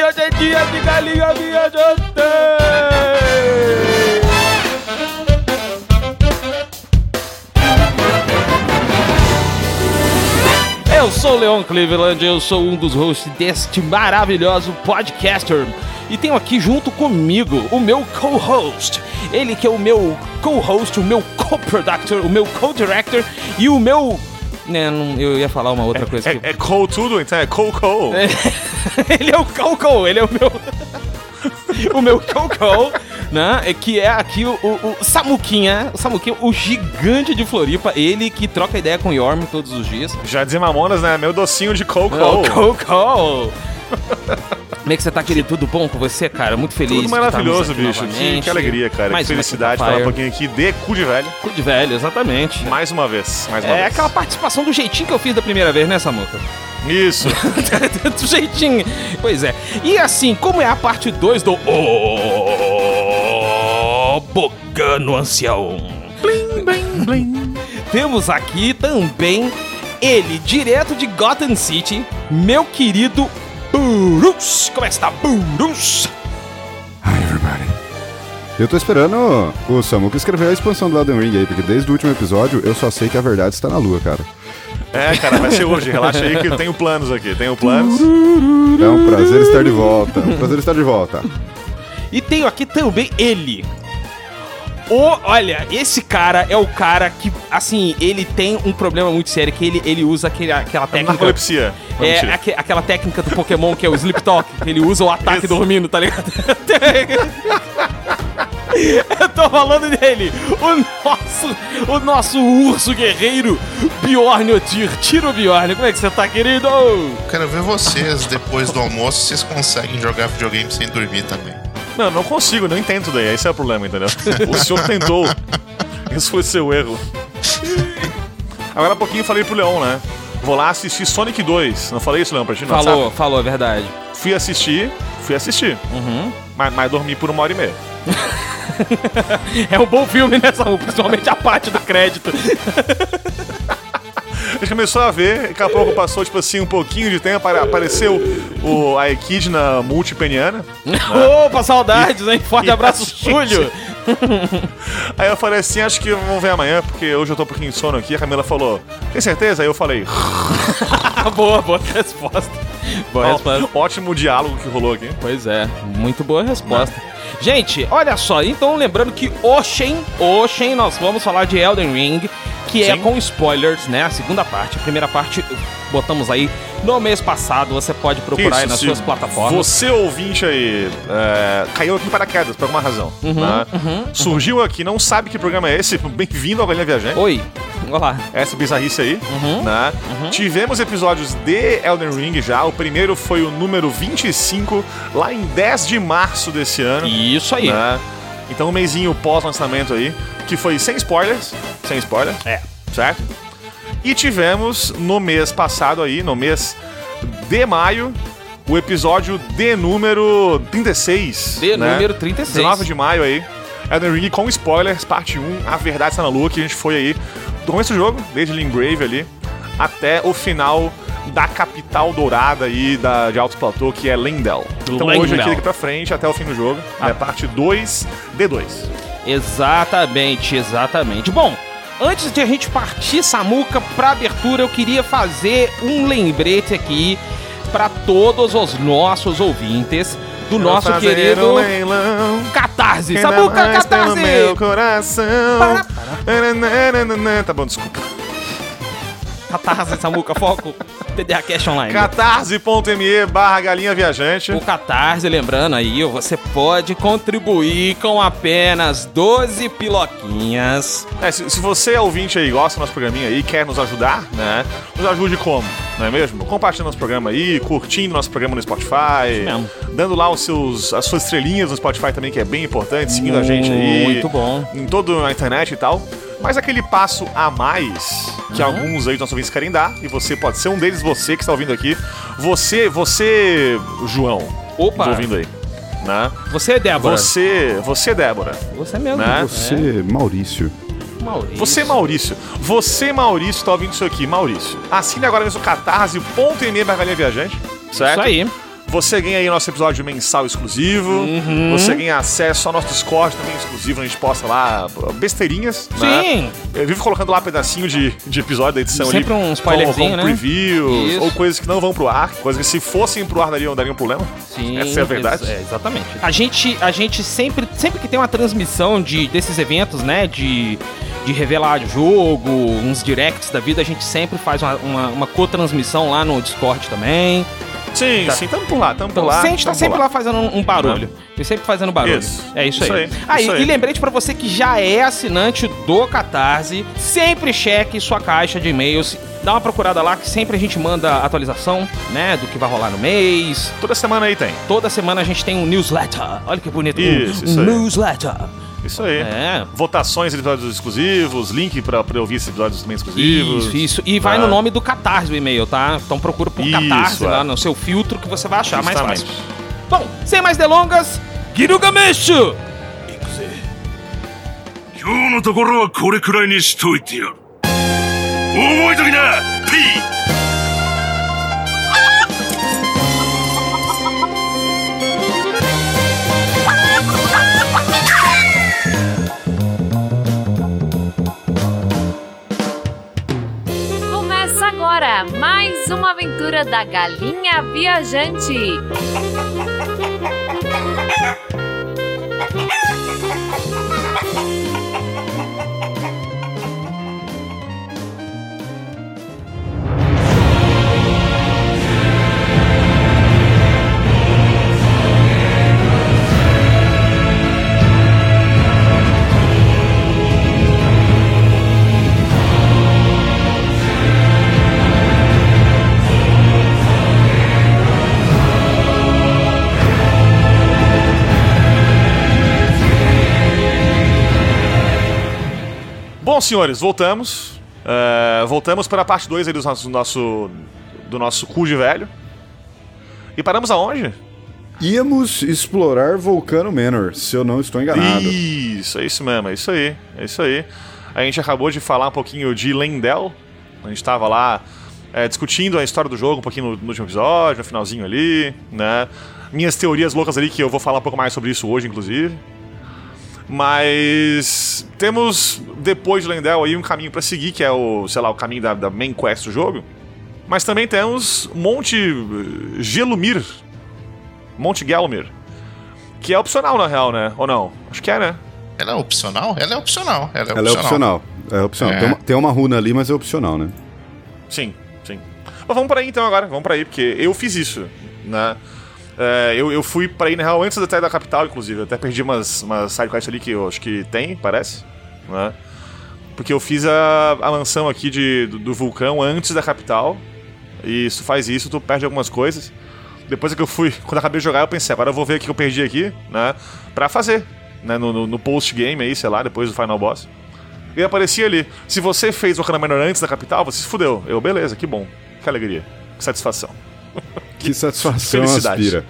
hoje é dia de galinha viajante. Eu sou o Leon Cleveland, eu sou um dos hosts deste maravilhoso podcaster. E tenho aqui junto comigo o meu co-host. Ele que é o meu co-host, o meu co-productor, o meu co-director e o meu... eu ia falar uma outra coisa. É co tudo, então é co-co. Ele é o co-co, ele é o meu... o meu co-co, né? Que é aqui o Samuquinha, o gigante de Floripa. Ele que troca ideia com o Yorm todos os dias. Já dizia Mamonas, né? Meu docinho de co-co. Co-co. Como é que você tá, querido? Tudo bom com você, cara? Muito feliz. Tudo maravilhoso, bicho. Que alegria, cara. Mais que felicidade falar um pouquinho aqui de cu de velho. Cu de velho, exatamente. Mais uma vez. É aquela participação do jeitinho que eu fiz da primeira vez, né, Samuca? Isso. Do jeitinho. Pois é. E assim, como é a parte 2 do Bogano Ancião? Blim, blim, blim. Temos aqui também ele, direto de Gotham City, meu querido Burus. Como é que está, Burus? Hi, everybody. Eu tô esperando o Samuca escrever a expansão do Elden Ring aí, porque desde o último episódio eu só sei que a verdade está na lua, cara. É, cara, vai ser hoje. Relaxa aí que eu tenho planos aqui. Tenho planos. É um prazer estar de volta. E tenho aqui também ele. Olha, esse cara é o cara que, assim, ele tem um problema muito sério, que ele usa aquela técnica... Narcolepsia. Aquela técnica do Pokémon que é o Sleep Talk, que ele usa o ataque dormindo, tá ligado? Eu tô falando dele, o nosso urso guerreiro, Bjorniotir. Tira o Bjorn, como é que você tá, querido? Quero ver vocês, depois do almoço, vocês conseguem jogar videogame sem dormir também. Não consigo, não entendo daí, esse é o problema, entendeu? O senhor tentou, esse foi seu erro. Agora há pouquinho eu falei pro Leon, né? Vou lá assistir Sonic 2, não falei isso, Leon, pra ti? Não, falou, é verdade. Fui assistir. Uhum. Mas dormi por 1h30. É um bom filme, né, Samu? Principalmente a parte do crédito. A gente começou a ver, daqui a pouco passou, tipo assim, um pouquinho de tempo, apareceu a Echidna multipeniana. Opa, saudades, hein? Forte abraço, Súlio. Aí eu falei assim, acho que vamos ver amanhã, porque hoje eu tô um pouquinho de sono aqui. A Camila falou, tem certeza? Aí eu falei... boa resposta. Resposta. Ótimo diálogo que rolou aqui. Pois é, muito boa resposta. Gente, olha só, então lembrando que hoje nós vamos falar de Elden Ring, que é com spoilers, né? A segunda parte. A primeira parte botamos aí no mês passado, você pode procurar aí nas suas plataformas. Você ouvinte aí caiu aqui em paraquedas por alguma razão, né? Surgiu aqui, não sabe que programa é esse, bem-vindo ao Galinha Viajante. Oi, olá. Essa bizarrice aí, né? Tivemos episódios de Elden Ring já, o primeiro foi o número 25, lá em 10 de março desse ano. Isso aí. Né? Então um mêsinho pós-lançamento aí, que foi sem spoilers, certo? E tivemos no mês passado aí, no mês de maio, o episódio de número 36. Número 36. 19 de maio aí, Elden Ring com spoilers, parte 1, A Verdade Está na Lua, que a gente foi aí do começo do jogo, desde Limgrave ali, até o final da capital dourada aí de Alto Platô, que é Leyndell. Então hoje aqui daqui pra frente, até o fim do jogo, é parte 2 de 2. Exatamente. Bom, antes de a gente partir, Samuca, pra abertura, eu queria fazer um lembrete aqui pra todos os nossos ouvintes do nosso querido Catarse. Samuca, Catarse! Meu coração. Tá bom, desculpa. Catarse, Samuca, foco. TDA Cash Online. catarse.me/Galinha Viajante. O Catarse, lembrando aí, você pode contribuir com apenas 12 piloquinhas. Se você é ouvinte aí, gosta do nosso programinha aí, quer nos ajudar, né? Nos ajude como? Não é mesmo? Compartilhando nosso programa aí, curtindo nosso programa no Spotify, dando lá as suas estrelinhas no Spotify também, que é bem importante, seguindo a gente aí. Muito bom. Em toda a internet e tal. Mas aquele passo a mais que alguns aí dos nossos ouvintes querem dar, e você pode ser um deles, você que está ouvindo aqui. Você, João. Opa! Ouvindo aí. Né? Você, Débora. Você, Débora. Você mesmo. Né? Você, Maurício. Você, Maurício. Você, Maurício, tá ouvindo isso aqui, Maurício. Assine agora mesmo catarse.me/Galinha Viajante, certo? Isso aí. Você ganha aí nosso episódio mensal exclusivo. Você ganha acesso ao nosso Discord também exclusivo. A gente posta lá besteirinhas. Sim. Né? Eu vivo colocando lá pedacinho de episódio da edição ali. Sempre um spoilerzinho, né? Previews, ou coisas que não vão pro ar. Coisas que se fossem pro ar dariam um problema. Sim. Essa é a verdade. Exatamente. A gente sempre que tem uma transmissão desses eventos, né? De revelar jogo, uns directs da vida, a gente sempre faz uma co-transmissão lá no Discord também. Sim, tamo por lá, A gente tá sempre lá fazendo um barulho. E sempre fazendo barulho. Isso. É isso aí. E lembrete pra você que já é assinante do Catarse, sempre cheque sua caixa de e-mails. Dá uma procurada lá que sempre a gente manda atualização, né, do que vai rolar no mês. Toda semana aí tem. Toda semana a gente tem um newsletter. Olha que bonito. Isso um aí. Newsletter. Isso aí. Votações de episódios exclusivos, link pra ouvir esses episódios também exclusivos. Isso. E vai no nome do Catarse o e-mail, tá? Então procura por Catarse lá no seu filtro que você vai achar mais fácil. Bom, sem mais delongas, Gilgamesh! 今日のところはこれくらいにしといてやる。覚えときな、P! Começa agora mais uma aventura da Galinha Viajante. Bom, senhores, voltamos. Voltamos para a parte 2 aí do nosso cu de velho. E paramos aonde? Íamos explorar Volcano Manor, se eu não estou enganado. Isso, é isso mesmo, é isso aí. A gente acabou de falar um pouquinho de Leyndell. A gente estava lá discutindo a história do jogo um pouquinho no último episódio, no finalzinho ali, né? Minhas teorias loucas ali, que eu vou falar um pouco mais sobre isso hoje, inclusive. Mas temos, depois de Leyndell, aí um caminho pra seguir, que é o caminho da main quest do jogo. Mas também temos Monte Gelmir, que é opcional na real, né? Ou não? Acho que é, né? Ela é opcional? Ela é opcional. É opcional. Tem uma runa ali, mas é opcional, né? Sim. Mas vamos pra aí então agora, porque eu fiz isso, né? Eu fui pra aí, na real, antes até da capital, inclusive. Eu até perdi umas sidequests ali que eu acho que tem, parece, né? Porque eu fiz a mansão aqui do vulcão antes da capital. E se tu faz isso, tu perde algumas coisas. Depois que eu fui, quando eu acabei de jogar, eu pensei, agora eu vou ver o que eu perdi aqui, né? Pra fazer, né? No post-game aí, sei lá, depois do final boss. E aparecia ali, se você fez o Volcano Manor antes da capital, você se fudeu. Eu, beleza, que bom, que alegria, que satisfação. Que satisfação felicidade. aspira.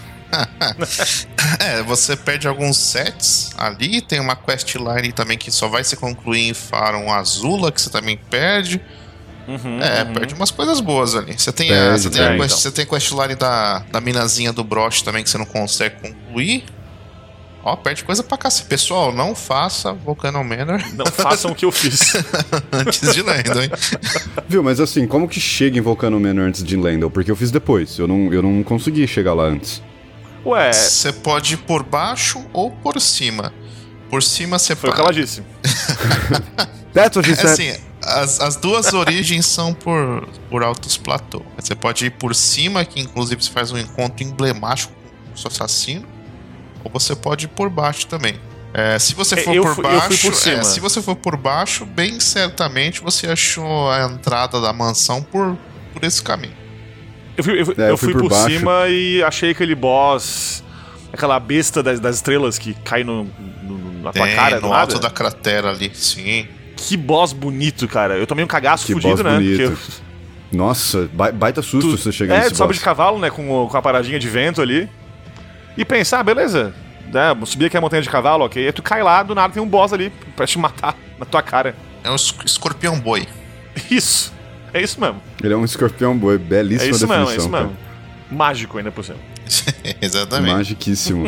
Você perde alguns sets ali. Tem uma questline também que só vai se concluir em Faron Azula, que você também perde. Perde umas coisas boas ali. Você tem a questline da minazinha do broche também, que você não consegue concluir. Perde coisa pra cacete. Pessoal, não faça Volcano Manor. Não façam o que eu fiz. Antes de Leyndell, hein? Viu, mas assim, como que chega em Volcano Manor antes de Leyndell? Porque eu fiz depois, eu não consegui chegar lá antes. Ué... Você pode ir por baixo ou por cima. Por cima você Foi o que ela disse. That's what she said. Assim, as duas origens são por altos platôs. Você pode ir por cima, que inclusive você faz um encontro emblemático com o seu assassino. Ou você pode ir por baixo também. Se você for por baixo, eu fui por cima. Se você for por baixo, bem certamente você achou a entrada da mansão por esse caminho. Eu fui por cima e achei aquele boss, aquela besta das estrelas que cai na tua cara. No alto da cratera ali, sim. Que boss bonito, cara. Eu tomei um cagaço fudido, né? Nossa, baita susto você chegar nesse boss. Tu sobe de cavalo, né? Com a paradinha de vento ali. E pensar, beleza, né, subir aqui a montanha de cavalo, ok. Aí tu cai lá, do nada tem um boss ali pra te matar na tua cara. É um escorpião boi. Isso, é isso mesmo. Ele é um escorpião boi, belíssima definição. É isso mesmo. Mágico ainda por cima. Exatamente. Magiquíssimo.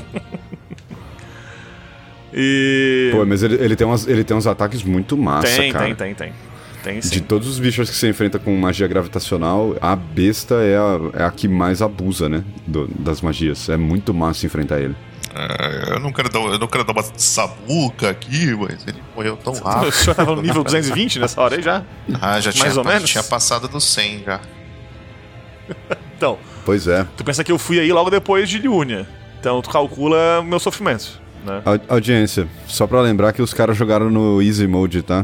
E... Pô, mas ele tem uns ataques muito massa, cara. Tem sim. De todos os bichos que você enfrenta com magia gravitacional, a besta é a que mais abusa, né? Das magias. É muito massa enfrentar ele. Eu não quero dar uma sabuca aqui, mas ele morreu tão rápido. O senhor tava no nível 220 nessa hora aí já? Já tinha passado do 100 já. Então. Pois é. Tu pensa que eu fui aí logo depois de Liurnia. Então tu calcula meu sofrimento, né? Audiência, só pra lembrar que os caras jogaram no Easy Mode, tá?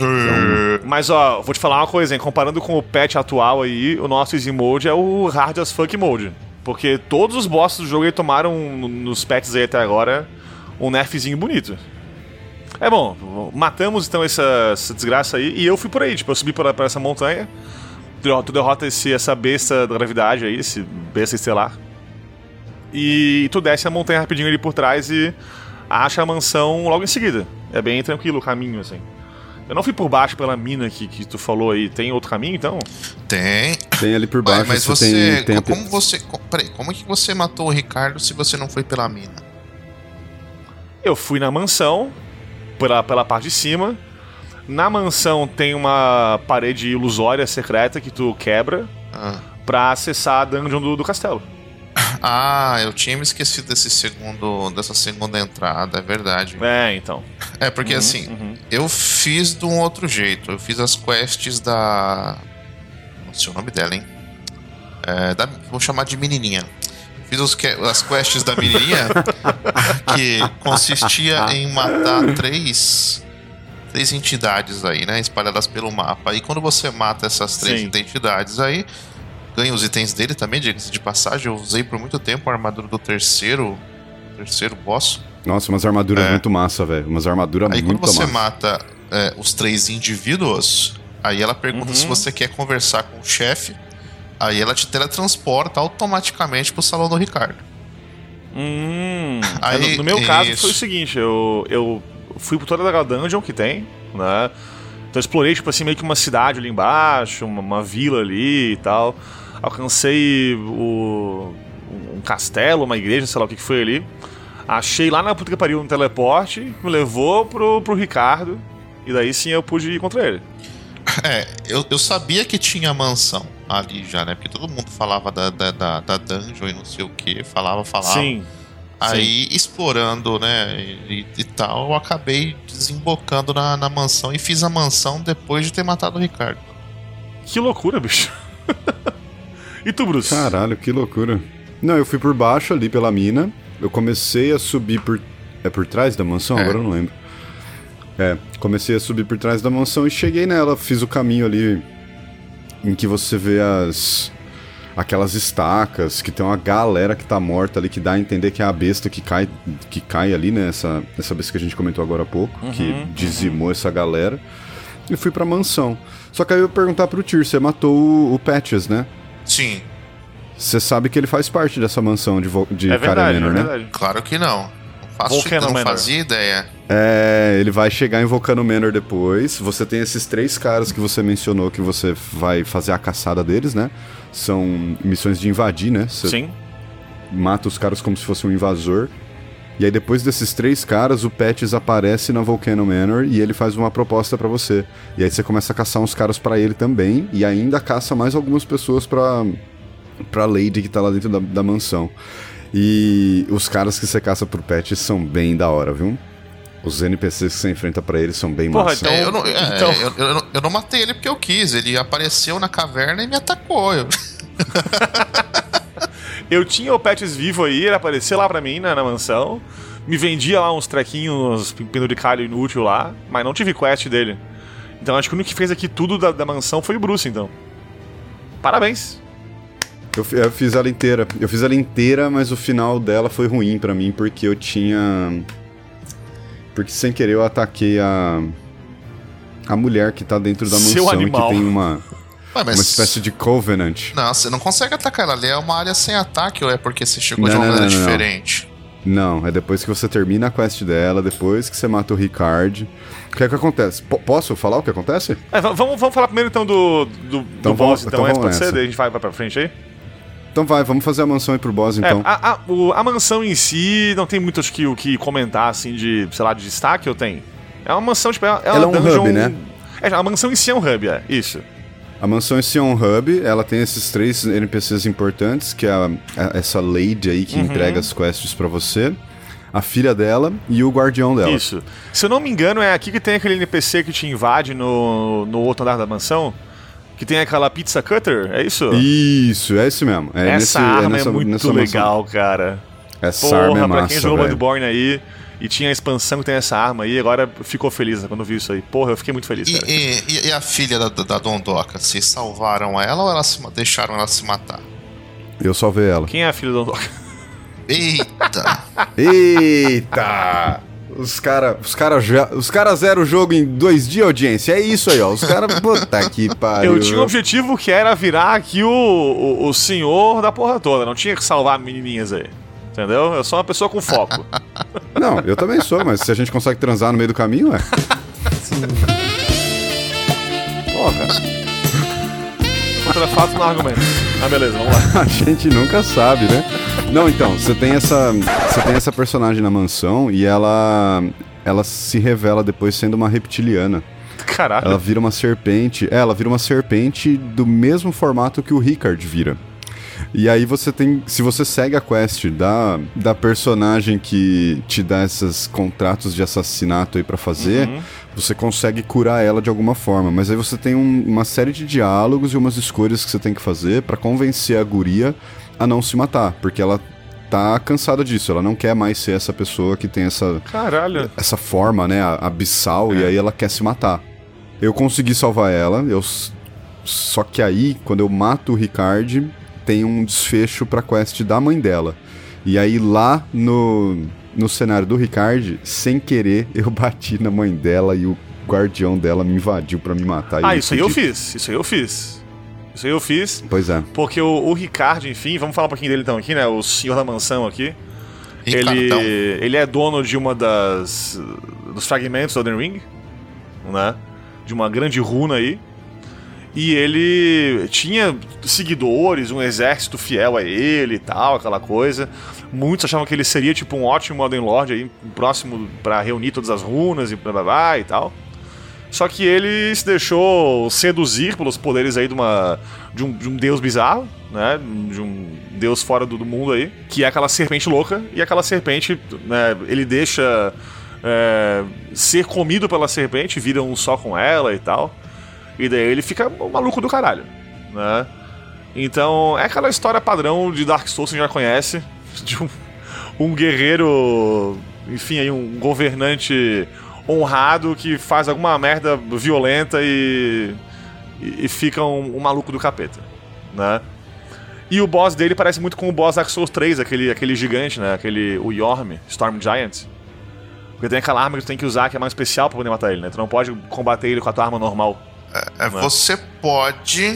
Mas ó, vou te falar uma coisa, hein? Comparando com o patch atual aí, o nosso Easy Mode é o Hard as Fuck Mode. Porque todos os bosses do jogo aí tomaram, nos patches aí até agora, um nerfzinho bonito. É bom, matamos então essa desgraça aí, e eu fui por aí, tipo, eu subi pra essa montanha, tu derrota essa besta da gravidade aí, esse besta estelar, e tu desce a montanha rapidinho ali por trás e acha a mansão logo em seguida. É bem tranquilo o caminho, assim. Eu não fui por baixo pela mina que tu falou aí. Tem outro caminho, então? Tem ali por baixo. Mas você... Peraí, como é que você matou o Ricardo se você não foi pela mina? Eu fui na mansão, pela parte de cima. Na mansão tem uma parede ilusória secreta que tu quebra pra acessar a dungeon do castelo. Eu tinha me esquecido dessa segunda entrada, é verdade. Então. Porque eu fiz de um outro jeito. Eu fiz as quests da... Não sei o nome dela, hein? Vou chamar de menininha. Fiz as quests da menininha, que consistia em matar três entidades aí, né? Espalhadas pelo mapa. E quando você mata essas três entidades aí, ganha os itens dele também, diga-se de passagem. Eu usei por muito tempo a armadura do terceiro boss. Nossa, umas armaduras muito massa, velho. Umas armaduras muito massa. Aí quando você mata os 3 indivíduos, aí ela pergunta se você quer conversar com o chefe. Aí ela te teletransporta automaticamente pro salão do Ricardo. Aí, no meu caso foi o seguinte, eu fui por toda a dungeon que tem, né? Então eu explorei, tipo assim, meio que uma cidade ali embaixo, uma vila ali e tal. Alcancei um castelo, uma igreja, sei lá o que foi ali. Achei lá na puta que pariu um teleporte, me levou pro Ricardo, e daí sim eu pude ir contra ele. Eu sabia que tinha mansão ali já, né? Porque todo mundo falava da dungeon e não sei o que, falava. Sim. Aí, explorando, né, e tal, eu acabei desembocando na mansão e fiz a mansão depois de ter matado o Ricardo. Que loucura, bicho. E tu, Bruce? Caralho, que loucura. Não, eu fui por baixo ali pela mina, eu comecei a subir por trás da mansão? Agora eu não lembro. Comecei a subir por trás da mansão e cheguei nela, fiz o caminho ali em que você vê aquelas estacas, que tem uma galera que tá morta ali, que dá a entender que é a besta que cai ali, né? Essa besta que a gente comentou agora há pouco, que dizimou essa galera. E fui pra mansão. Só que aí eu ia perguntar pro Tyr, você matou o Patches, né? Sim. Você sabe que ele faz parte dessa mansão de Cara Menor, né? Verdade. Claro que não. Não fazia ideia. Ele vai chegar em Volcano Manor depois. Você tem esses 3 caras que você mencionou que você vai fazer a caçada deles, né? São missões de invadir, né? Você mata os caras como se fosse um invasor. E aí depois desses 3 caras, o Patches aparece na Volcano Manor e ele faz uma proposta pra você. E aí você começa a caçar uns caras pra ele também. E ainda caça mais algumas pessoas pra Lady que tá lá dentro da mansão. E os caras que você caça pro Patches são bem da hora, viu? Os NPCs que você enfrenta pra eles são bem massa. Eu não matei ele porque eu quis. Ele apareceu na caverna e me atacou. Eu tinha o Patches vivo aí, ele apareceu lá pra mim, né, na mansão. Me vendia lá uns trequinhos, uns penduricalho inútil lá, mas não tive quest dele. Então acho que o único que fez aqui tudo da mansão foi o Bruce, então. Parabéns. Eu fiz ela inteira. Eu fiz ela inteira, mas o final dela foi ruim pra mim, porque eu tinha... Porque sem querer eu ataquei a mulher que tá dentro da mansão. Seu animal. E que tem uma espécie de Covenant. Não, você não consegue atacar ela ali, é uma área sem ataque, ou é porque você chegou de uma maneira diferente? Não, é depois que você termina a quest dela, depois que você mata o Ricard. O que é que acontece? Posso falar o que acontece? Vamos falar primeiro então do boss, então antes, pode ser? Daí a gente vai pra frente aí? Então vamos fazer a mansão aí pro boss, então. A mansão em si não tem muito o que comentar, assim, de, sei lá, de destaque, ou tem? É uma mansão, tipo, ela é um hub, né? A mansão em si é um hub, isso. A mansão em si é um hub, ela tem esses 3 NPCs importantes, que é essa Lady aí que entrega as quests pra você, a filha dela e o guardião dela. Isso. Se eu não me engano, é aqui que tem aquele NPC que te invade no outro andar da mansão, que tem aquela pizza cutter, é isso? Isso, é esse mesmo. Essa arma é muito legal, cara. Essa arma é massa, pra quem jogou Bloodborne aí e tinha a expansão que tem essa arma aí, agora ficou feliz quando viu isso aí. Porra, eu fiquei muito feliz, cara. E a filha da Dondoka? Vocês salvaram ela ou deixaram ela se matar? Eu salvei ela. Quem é a filha da Dondoka? Eita! Os cara zeram o jogo em 2 dias, audiência. É isso aí, ó. Os caras... Puta que pariu. Eu tinha um objetivo que era virar aqui o senhor da porra toda. Não tinha que salvar menininhas aí. Entendeu? Eu sou uma pessoa com foco. Não, eu também sou, mas se a gente consegue transar no meio do caminho, Porra. Contra fato no argumento. Beleza, vamos lá. A gente nunca sabe, né? Não, então, você tem essa personagem na mansão e ela se revela depois sendo uma reptiliana. Caralho. Ela vira uma serpente. Ela vira uma serpente do mesmo formato que o Ricard vira. E aí se você segue a quest da personagem que te dá esses contratos de assassinato aí pra fazer, você consegue curar ela de alguma forma. Mas aí você tem uma série de diálogos e umas escolhas que você tem que fazer pra convencer a guria a não se matar, porque ela tá cansada disso, ela não quer mais ser essa pessoa que tem essa forma, né, abissal, e aí ela quer se matar. Eu consegui salvar ela, só que aí, quando eu mato o Ricard, tem um desfecho pra quest da mãe dela. E aí lá no cenário do Ricard, sem querer, eu bati na mãe dela e o guardião dela me invadiu pra me matar. Isso aí eu fiz. Pois é. Porque o Ricard, enfim, vamos falar um pouquinho dele então aqui, né? O senhor da mansão aqui. Ele é dono de uma dos fragmentos do Elden Ring, né? De uma grande runa aí. E ele tinha seguidores, um exército fiel a ele e tal, aquela coisa. Muitos achavam que ele seria tipo um ótimo Elden Lord aí, próximo pra reunir todas as runas e blá blá blá e tal. Só que ele se deixou seduzir pelos poderes aí de um deus bizarro, né? De um deus fora do mundo aí, que é aquela serpente louca. E aquela serpente, né, ele deixa ser comido pela serpente, vira um só com ela e tal. E daí ele fica um maluco do caralho, né? Então é aquela história padrão de Dark Souls que a gente já conhece, de um guerreiro, enfim, aí um governante honrado que faz alguma merda violenta e fica um maluco do capeta, né? E o boss dele parece muito com o boss Dark Souls 3, aquele gigante, né? O Yorm, Storm Giant. Porque tem aquela arma que tu tem que usar que é mais especial pra poder matar ele, né? Tu não pode combater ele com a tua arma normal. Você pode,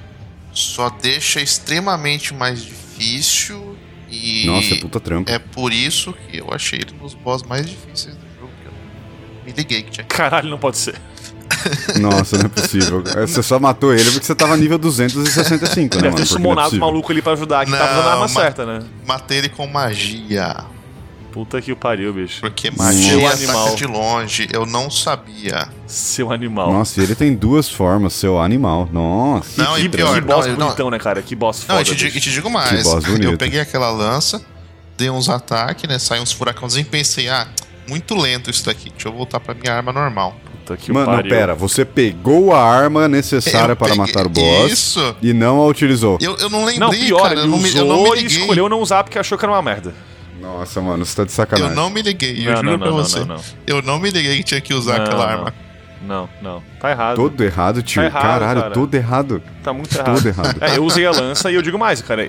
só deixa extremamente mais difícil e... Nossa, é puta trampa. É por isso que eu achei ele um dos boss mais difíceis do jogo. Me liguei que tinha... Caralho, não pode ser. Nossa, não é possível. Você só matou ele porque você tava nível 265, né, mano? Deve ter summonado o maluco ali pra ajudar, que tava usando a arma certa, né? Matei ele com magia. Puta que o pariu, bicho. Porque magia ataca de longe, eu não sabia. Seu animal. Nossa, e ele tem 2 formas, seu animal. Nossa. Não, que boss bonitão, né, cara? Que boss foda. Não, e te digo mais. Eu peguei aquela lança, dei uns ataques, né? Saiu uns furacãozinhos e pensei, muito lento isso daqui. Deixa eu voltar pra minha arma normal. Puta que Mano, pariu. Não, pera. Você pegou a arma necessária para matar o boss e não a utilizou. Eu não lembrei, não, pior, cara. Ele usou eu não me liguei. E escolheu não usar porque achou que era uma merda. Nossa, mano, você tá de sacanagem. Eu não me liguei, eu juro pra você. Não. Eu não me liguei que tinha que usar aquela arma. Não. Tá errado. Todo errado, tio. Tá errado, caralho, cara. todo errado. Tá muito errado. Todo errado. Eu usei a lança e eu digo mais, cara.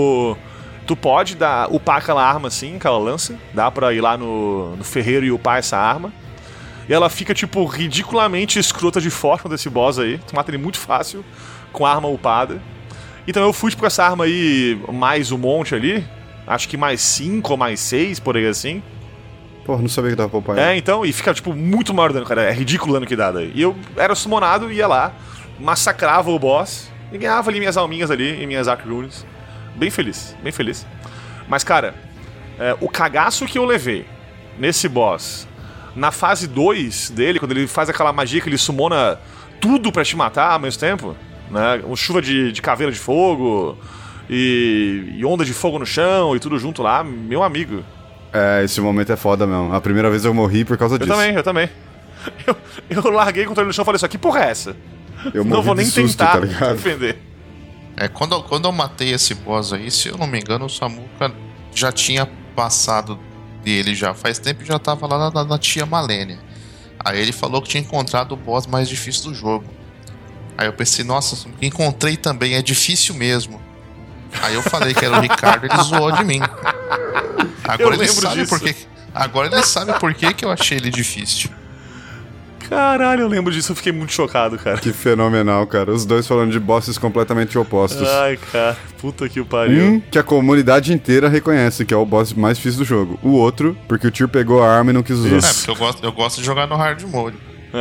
Tu pode upar aquela arma assim, aquela lança. Dá pra ir lá no ferreiro e upar essa arma. E ela fica, tipo, ridiculamente escrota de forte desse boss aí. Tu mata ele muito fácil com a arma upada. Então eu fui, tipo, com essa arma aí, mais um monte ali. Acho que mais 5 ou mais 6, por aí assim. Porra, não sabia que dava pra upar. Então, e fica, tipo, muito maior dano, cara. É ridículo o dano que dá daí. E eu era summonado, ia lá, massacrava o boss e ganhava ali minhas alminhas ali e minhas Arc Runes. bem feliz, bem feliz. Mas, cara, o cagaço que eu levei nesse boss, na fase 2 dele, quando ele faz aquela magia que ele summona tudo pra te matar ao mesmo tempo, né? Uma chuva de caveira de fogo e onda de fogo no chão e tudo junto lá, meu amigo. Esse momento é foda mesmo. A primeira vez eu morri por causa disso. Eu também. Eu larguei o controle no chão e falei, que porra é essa? Eu não vou nem susto, tentar tá defender. Quando eu matei esse boss aí, se eu não me engano, o Samuka já tinha passado dele já faz tempo e já tava lá na tia Malenia. Aí ele falou que tinha encontrado o boss mais difícil do jogo. Aí eu pensei, nossa, encontrei também, é difícil mesmo. Aí eu falei que era o Ricardo, ele zoou de mim. Agora ele sabe por quê. Agora ele sabe por que eu achei ele difícil. Caralho, eu lembro disso, eu fiquei muito chocado, cara. Que fenomenal, cara. Os dois falando de bosses completamente opostos. Ai, cara, puta que pariu. Que a comunidade inteira reconhece que é o boss mais difícil do jogo. O outro, porque o Tyr pegou a arma e não quis usar. Porque eu gosto de jogar no hard mode.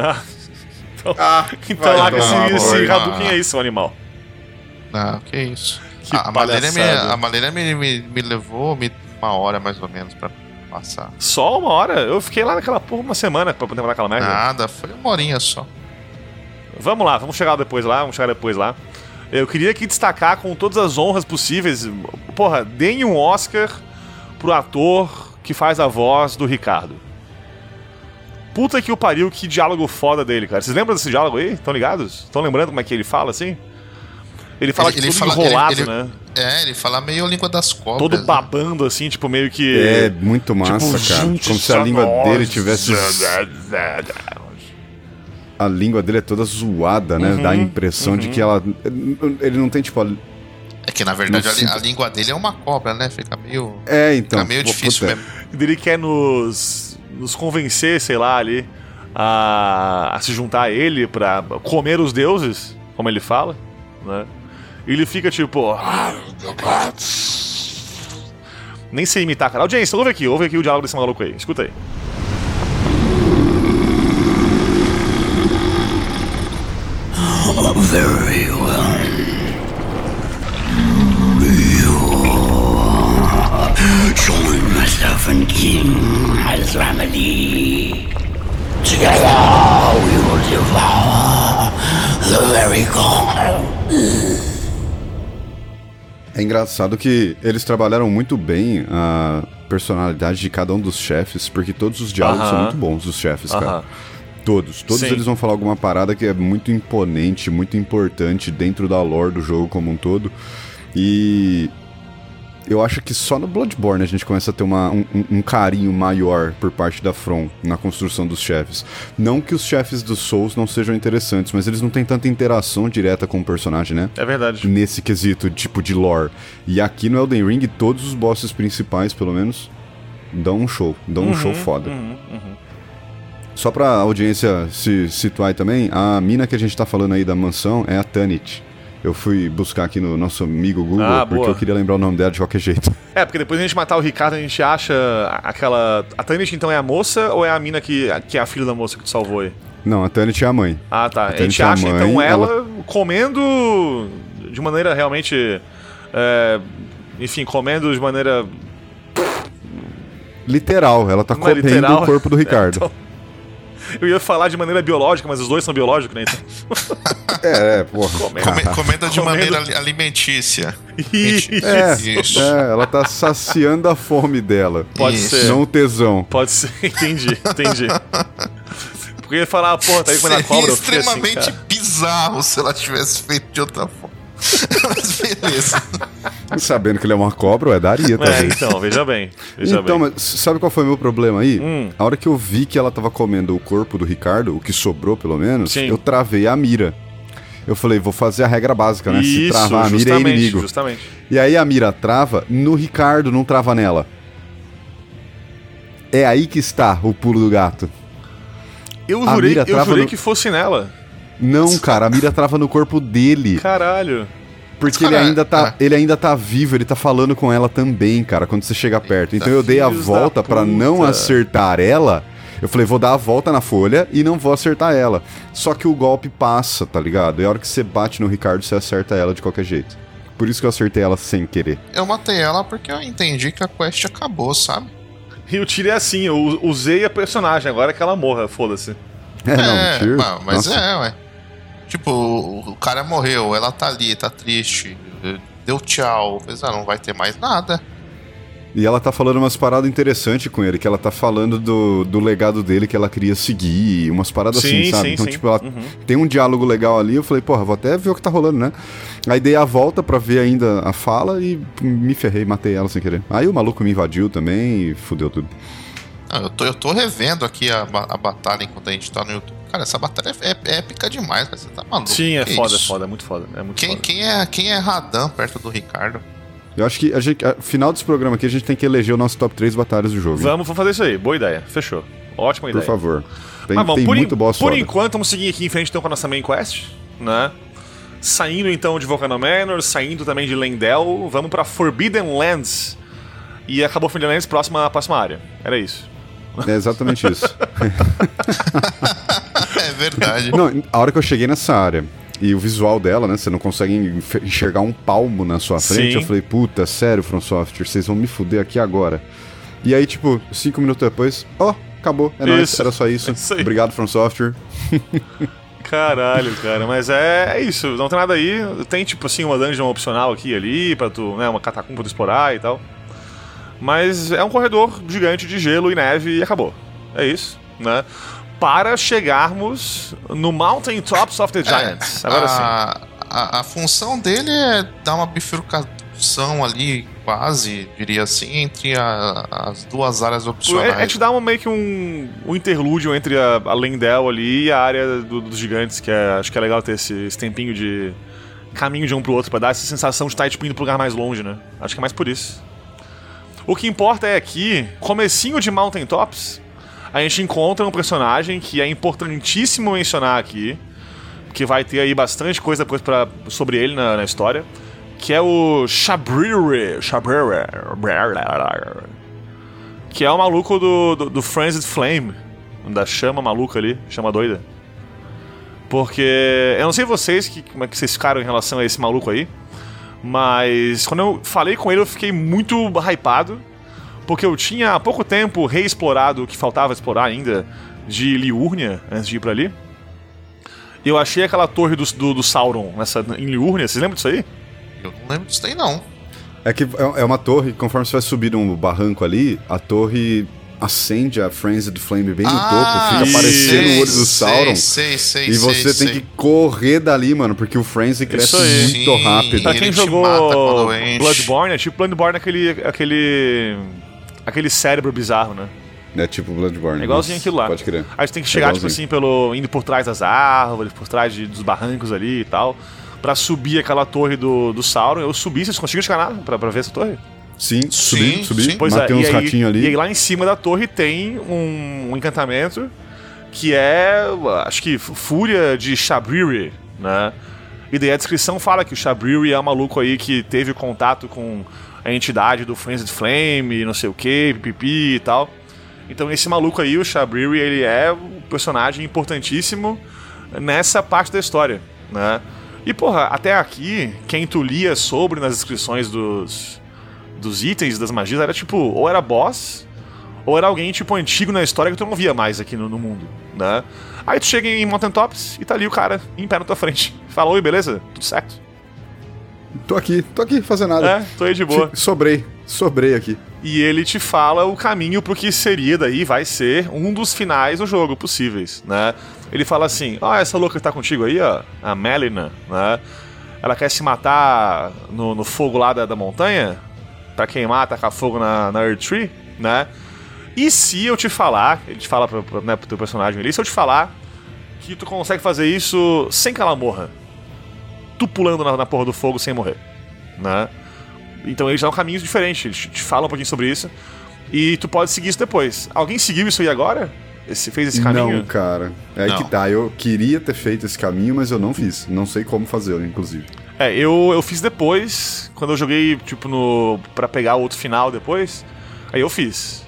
Então larga esse Hadouken aí, seu animal. Que isso. A Malenia me levou uma hora mais ou menos pra passar. Só uma hora? Eu fiquei lá naquela porra uma semana pra poder matar aquela merda. Nada, foi uma horinha só. Vamos lá, vamos chegar depois lá. Eu queria aqui destacar com todas as honras possíveis. Porra, deem um Oscar pro ator que faz a voz do Ricardo. Puta que o pariu, que diálogo foda dele, cara. Vocês lembram desse diálogo aí? Estão ligados? Estão lembrando como é que ele fala, assim? Ele fala tudo enrolado, né? Ele fala meio a língua das cobras. Todo babando, assim, tipo, meio que... É, muito massa, cara. Como se a língua dele tivesse... A língua dele é toda zoada, né? Dá a impressão de que ela... Ele não tem, tipo... É que, na verdade, a língua dele é uma cobra, né? Fica meio... então. Fica meio difícil mesmo. Ele quer nos convencer, sei lá, ali, a se juntar a ele pra comer os deuses, como ele fala, né? E ele fica tipo... Nem sei imitar, cara. Audiência, ouve aqui o diálogo desse maluco aí. Escuta aí. Very well. Join myself and King Hazramadi. Together we will devour the very god. É engraçado que eles trabalharam muito bem a personalidade de cada um dos chefes, porque todos os diálogos são muito bons, os chefes, cara. Todos Sim. eles vão falar alguma parada que é muito imponente, muito importante dentro da lore do jogo como um todo. E eu acho que só no Bloodborne a gente começa a ter um carinho maior por parte da From na construção dos chefes. Não que os chefes dos Souls não sejam interessantes, mas eles não têm tanta interação direta com o personagem, né? É verdade. Nesse quesito, tipo, de lore. E aqui no Elden Ring, todos os bosses principais, pelo menos, dão um show. Dão um show foda. Só pra audiência se situar aí também, a mina que a gente tá falando aí da mansão é a Tanit. Eu fui buscar aqui no nosso amigo Google, porque eu queria lembrar o nome dela de qualquer jeito. É, porque depois a gente matar o Ricardo, a gente acha aquela... A Tanit, então, é a moça ou é a mina que é a filha da moça que te salvou aí? Não, a Tanit é a mãe. Ah, tá. A gente acha, então, ela comendo de maneira realmente... enfim, comendo de maneira... Literal, ela tá comendo o corpo do Ricardo. Então, eu ia falar de maneira biológica, mas os dois são biológicos, né? Então... porra. Comenda de maneira alimentícia. Isso. Ela tá saciando a fome dela. Pode ser. Não o tesão. Pode ser, entendi. Porque eu ia falar, porra, tá aí comendo a cobra. Seria extremamente bizarro se ela tivesse feito de outra forma. Mas beleza. Sabendo que ele é uma cobra, daria, talvez. Então, veja bem. Mas sabe qual foi o meu problema aí? A hora que eu vi que ela tava comendo o corpo do Ricardo, o que sobrou pelo menos, eu travei a mira. Eu falei, vou fazer a regra básica, né? Se travar a mira é inimigo. Justamente. E aí a mira trava no Ricardo, não trava nela. É aí que está o pulo do gato. Eu jurei que fosse nela. Não, cara, a mira trava no corpo dele. Caralho. Porque ele ainda tá vivo, ele tá falando com ela também, cara, quando você chega perto. Então eu dei a volta pra não acertar ela. Eu falei, vou dar a volta na folha e não vou acertar ela. Só que o golpe passa, tá ligado? E a hora que você bate no Ricardo, você acerta ela de qualquer jeito. Por isso que eu acertei ela sem querer. Eu matei ela porque eu entendi que a quest acabou, sabe? E o tiro é assim, eu usei a personagem, agora que ela morra, foda-se. Não, tiro. Mas ué. Tipo, o cara morreu, ela tá ali, tá triste, deu tchau, não vai ter mais nada. E ela tá falando umas paradas interessantes com ele, que ela tá falando do legado dele que ela queria seguir, umas paradas assim, sabe? Então, tipo, ela tem um diálogo legal ali, eu falei, porra, vou até ver o que tá rolando, né? Aí dei a volta pra ver ainda a fala e me ferrei, matei ela sem querer. Aí o maluco me invadiu também e fudeu tudo. Eu tô revendo aqui a batalha enquanto a gente tá no YouTube. Cara, essa batalha é épica demais, cara. Você tá maluco. Sim, é foda, é muito foda. Quem é Radan perto do Ricardo? Eu acho que no final desse programa aqui a gente tem que eleger o nosso top 3 batalhas do jogo. Vamos fazer isso aí, boa ideia, fechou. Ótima ideia. Por favor. Tem por muito boa Por enquanto, vamos seguir aqui em frente então com a nossa main quest, né? Saindo então de Volcano Manor, saindo também de Leyndell, vamos pra Forbidden Lands. E acabou Forbidden Lands, próxima área. Era isso. É exatamente isso. É verdade. Não, a hora que eu cheguei nessa área e o visual dela, né, você não consegue enxergar um palmo na sua frente, eu falei, puta, sério, From Software, vocês vão me fuder aqui agora. E aí, tipo, 5 minutos depois, acabou, nóis, era só isso. Obrigado, From Software. Caralho, cara, mas é isso, não tem nada aí. Tem, tipo assim, uma dungeon opcional aqui e ali, pra tu, né, uma catacumba pra tu explorar e tal. Mas é um corredor gigante de gelo e neve e acabou. É isso, né? Para chegarmos no Mountain Tops of the Giants. Agora sim. A função dele é dar uma bifurcação ali, quase, diria assim, entre as duas áreas opcionais. É te dar meio que um interlúdio entre a Leyndell ali e a área dos gigantes, que acho que é legal ter esse tempinho de caminho de um pro outro, pra dar essa sensação de estar tipo, indo pro lugar mais longe, né? Acho que é mais por isso. O que importa é que, comecinho de Mountain Tops, a gente encontra um personagem que é importantíssimo mencionar aqui, que vai ter aí bastante coisa depois sobre ele na história, que é o Shabriri, que é o maluco do Frenzied Flame, da chama maluca ali, chama doida. Porque eu não sei vocês como é que vocês ficaram em relação a esse maluco aí, mas quando eu falei com ele eu fiquei muito hypado, porque eu tinha há pouco tempo reexplorado o que faltava explorar ainda de Liurnia, antes de ir pra ali. Eu achei aquela torre do Sauron em Liurnia, vocês lembram disso aí? Eu não lembro disso aí não. É que é uma torre, conforme você vai subir um barranco ali, a torre acende a Frenzied Flame bem no topo, fica aparecendo o olho do Sauron. E você tem que correr dali, mano, porque o Frenzy cresce muito rápido. Pra quem jogou Bloodborne, é tipo Bloodborne aquele cérebro bizarro, né? É tipo Bloodborne. É igualzinho aquilo lá. Pode crer. Aí você tem que chegar, tipo assim, indo por trás das árvores, por trás dos barrancos ali e tal, pra subir aquela torre do Sauron. Eu subi, vocês conseguiram chegar lá pra ver essa torre? Sim, subi. Pois matei uns ratinhos ali. E aí lá em cima da torre tem um encantamento que é, acho que, Fúria de Shabriri, né? E daí a descrição fala que o Shabriri é um maluco aí que teve contato com a entidade do Frenzied Flame, não sei o que, pipipi e tal. Então esse maluco aí, o Shabriri, ele é um personagem importantíssimo nessa parte da história, né? E porra, até aqui, quem tu lia sobre nas descrições dos itens, das magias, era tipo, ou era boss, ou era alguém tipo antigo na história que tu não via mais aqui no mundo, né? Aí tu chega em Mountain Tops e tá ali o cara em pé na tua frente. Fala, oi, beleza? Tudo certo? Tô aqui fazendo nada. Tô aí de boa. Sobrei aqui. E ele te fala o caminho pro que seria daí, vai ser um dos finais do jogo possíveis, né? Ele fala assim, essa louca que tá contigo aí, ó, a Melina, né? Ela quer se matar no fogo lá da montanha, pra queimar, tacar fogo na Earth Tree, né? E se eu te falar, ele te fala pro teu personagem ali, se eu te falar que tu consegue fazer isso sem que ela morra, tu pulando na porra do fogo sem morrer, né? Então eles dão caminhos diferentes, eles te falam um pouquinho sobre isso e tu pode seguir isso depois. Alguém seguiu isso aí agora? Fez esse caminho? Não, cara. É aí que tá, eu queria ter feito esse caminho, mas eu não fiz. Não sei como fazer, inclusive. Eu fiz depois, quando eu joguei, tipo, pra pegar outro final depois, aí eu fiz.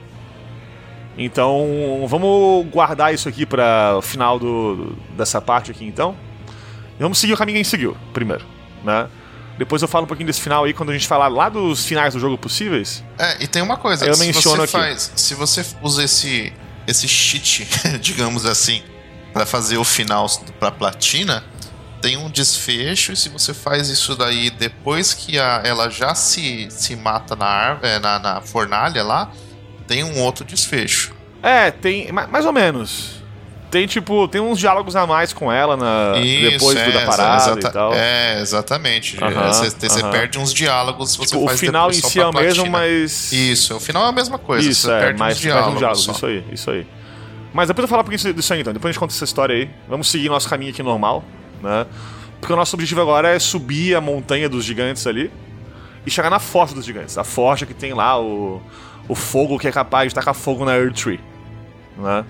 Então, vamos guardar isso aqui pra o final dessa parte aqui, então. E vamos seguir o caminho que a gente seguiu, primeiro, né? Depois eu falo um pouquinho desse final aí, quando a gente falar lá dos finais do jogo possíveis. E tem uma coisa, eu menciono aqui. Se você usa esse cheat, digamos assim, pra fazer o final pra platina, tem um desfecho, e se você faz isso daí depois que ela já se mata na fornalha lá, tem um outro desfecho. Tem mais ou menos. Tem uns diálogos a mais com ela depois da parada e tal. Exatamente. Você perde uns diálogos se você faz o final em si é o mesmo, mas... Isso, o final é a mesma coisa. Isso, você perde mas uns diálogos. Isso aí. Mas depois eu vou falar um pouquinho disso aí, então. Depois a gente conta essa história aí. Vamos seguir nosso caminho aqui normal, né? Porque o nosso objetivo agora é subir a montanha dos gigantes ali e chegar na forja dos gigantes. A forja que tem lá o fogo que é capaz de tacar fogo na Earth Tree, né?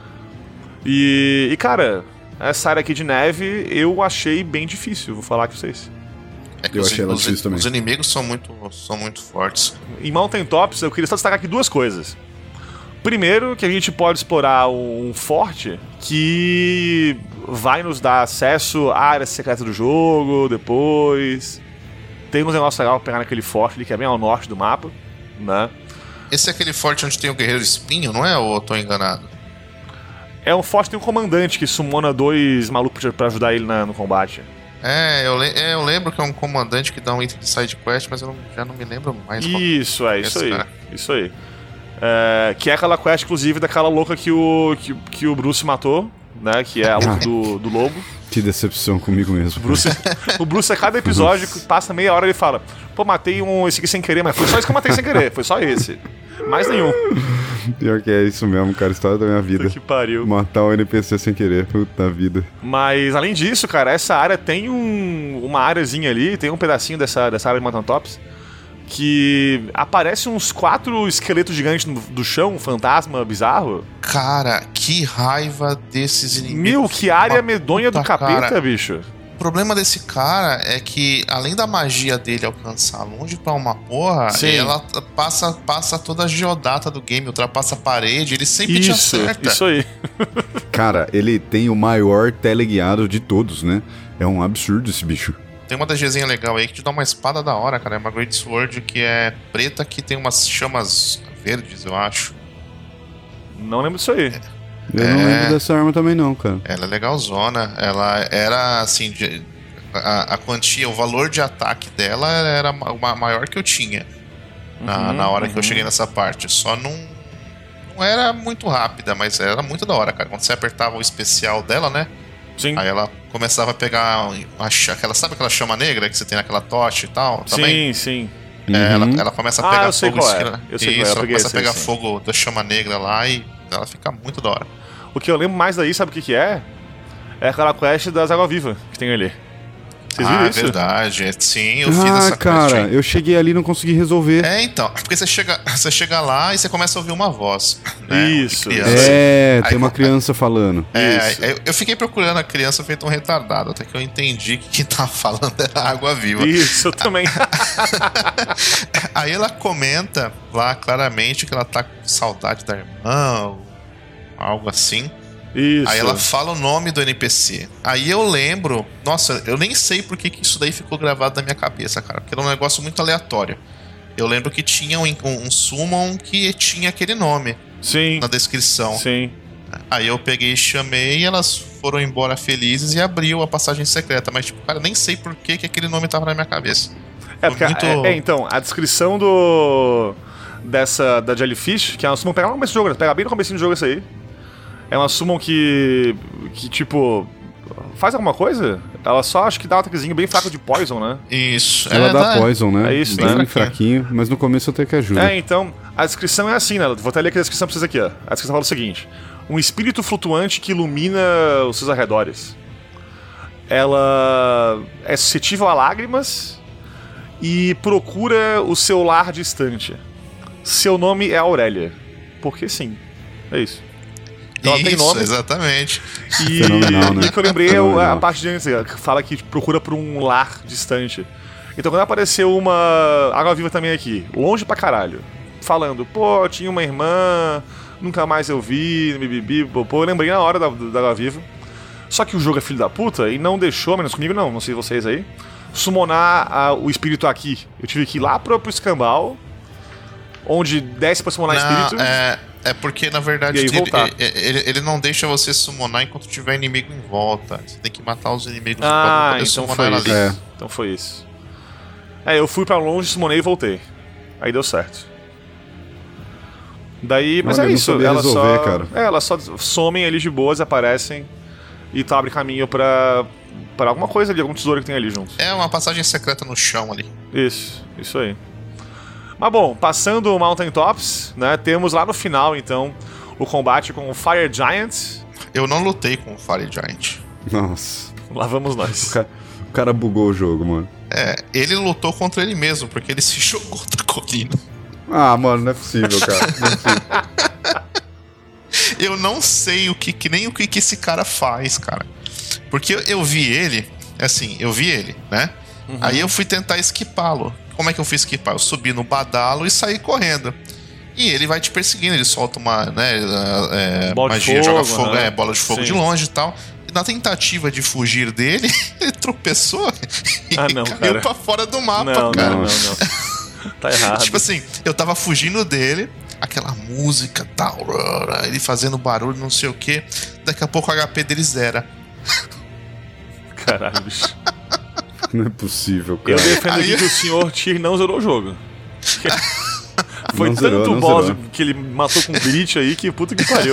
E cara, essa área aqui de neve eu achei bem difícil, vou falar com vocês. Eu achei ela difícil também. Os inimigos são muito fortes. Em Mountaintops eu queria só destacar aqui duas coisas. Primeiro, que a gente pode explorar um forte que vai nos dar acesso à área secreta do jogo depois. Tem uns negócios legais pra pegar naquele forte ali que é bem ao norte do mapa, né? Esse é aquele forte onde tem o Guerreiro Espinho, não é? Ou eu tô enganado? É um forte, tem um comandante que sumona 2 malucos pra ajudar ele no combate. Eu lembro que é um comandante que dá um item de side quest, mas eu já não me lembro mais. Isso aí. Que é aquela quest, inclusive, daquela louca que o Bruce matou, né? Que é a louca do lobo. Que decepção comigo mesmo. O Bruce, a cada episódio, passa meia hora, ele fala: pô, matei esse aqui sem querer, mas foi só isso que eu matei sem querer, foi só esse. Mais nenhum. Pior que é isso mesmo, cara, história da minha vida. Que pariu. Matar um NPC sem querer, puta vida. Mas, além disso, cara, essa área tem uma areazinha ali, tem um pedacinho dessa área de Mountaintops, que aparece uns 4 esqueletos gigantes do chão, um fantasma bizarro. Cara, que raiva desses inimigos. Que área medonha do capeta, cara. Bicho. O problema desse cara é que, além da magia dele alcançar longe pra uma porra, ela passa toda a geodata do game, ultrapassa a parede, ele sempre te acerta. Isso aí. Cara, ele tem o maior teleguiado de todos, né? É um absurdo esse bicho. Tem uma DGzinha legal aí que te dá uma espada da hora, cara. É uma Great Sword que é preta, que tem umas chamas verdes, eu acho. Não lembro disso aí. Eu não lembro dessa arma também não, cara. Ela é legalzona. Ela era, assim, a quantia, o valor de ataque dela era maior que eu tinha na hora que eu cheguei nessa parte. Só não era muito rápida, mas era muito da hora, cara. Quando você apertava o especial dela, né? Sim. Aí ela começava a pegar sabe aquela chama negra que você tem naquela tocha e tal? Também? Sim. Ela começa a pegar fogo. Ela começa a pegar fogo da chama negra lá e ela fica muito da hora. O que eu lembro mais daí, sabe o que é? É aquela quest das Água-Viva que tem ali. Vocês viram isso? É verdade. Sim, eu fiz essa quest. Cara, eu cheguei ali e não consegui resolver. Então. Porque você chega lá e você começa a ouvir uma voz. Né? Isso. Tem uma criança falando. Eu fiquei procurando a criança feito um retardado, até que eu entendi que quem tava falando era a Água-Viva. Isso, eu também. Aí ela comenta lá claramente que ela tá com saudade da irmã, algo assim. Isso. Aí ela fala o nome do NPC. Aí eu lembro... Nossa, eu nem sei por que isso daí ficou gravado na minha cabeça, cara. Porque era um negócio muito aleatório. Eu lembro que tinha um summon que tinha aquele nome. Sim. Na descrição. Sim. Aí eu peguei e chamei e elas foram embora felizes e abriu a passagem secreta. Mas, tipo, cara, nem sei por que aquele nome tava na minha cabeça. Então, a descrição da Jellyfish, que é uma summon... Pega no começo do jogo, pega bem no comecinho do jogo essa aí. É uma summon que tipo, faz alguma coisa? Ela só acho que dá um ataquezinho bem fraco de poison, né? Isso. Ela dá poison, né? É isso, bem fraquinho, mas no começo até que ajuda. Então, a descrição é assim, né? Vou até ler aqui a descrição pra vocês aqui, ó. A descrição fala o seguinte: um espírito flutuante que ilumina os seus arredores. Ela é suscetível a lágrimas e procura o seu lar distante. Seu nome é Aurélia. Porque sim. É isso. Então ela tem nome. Exatamente. E fenomenal, né? o que eu lembrei é a parte de antes, que fala que procura por um lar distante. Então quando apareceu uma Água-Viva também aqui, longe pra caralho, falando, pô, tinha uma irmã, nunca mais eu vi, eu lembrei na hora da Água-Viva. Só que o jogo é filho da puta e não deixou, menos comigo não sei vocês aí, summonar o espírito aqui. Eu tive que ir lá pro escambau, onde desce pra summonar espírito. É porque, na verdade, ele não deixa você summonar enquanto tiver inimigo em volta. Você tem que matar os inimigos pra poder summonar ali. Então foi isso. Eu fui pra longe, summonei e voltei. Aí deu certo. Daí, mas é isso. Elas só somem ali de boas, aparecem e tu abre caminho pra alguma coisa ali, algum tesouro que tem ali junto. É uma passagem secreta no chão ali. Isso aí. Mas bom, passando o Mountain Tops, né, temos lá no final, então, o combate com o Fire Giant. Eu não lutei com o Fire Giant. Nossa. Lá vamos nós. O cara bugou o jogo, mano. Ele lutou contra ele mesmo, porque ele se jogou da colina. Ah, mano, não é possível, cara. Não é possível. Eu não sei nem o que esse cara faz, cara. Porque eu vi ele, né? Uhum. Aí eu fui tentar esquipá-lo. Como é que eu fui esquipar? Eu subi no badalo e saí correndo. E ele vai te perseguindo, ele solta uma, né, magia, joga fogo, bola de fogo de longe e tal. E na tentativa de fugir dele, ele tropeçou e caiu pra fora do mapa, cara. Não. Tá errado. Tipo assim, eu tava fugindo dele, aquela música tal, ele fazendo barulho, não sei o que. Daqui a pouco o HP dele zera. Caralho, bicho. Não é possível, cara. Eu defendo aqui que o senhor Tyr não zerou o jogo. Foi tanto boss que ele matou com glitch aí que puta que pariu.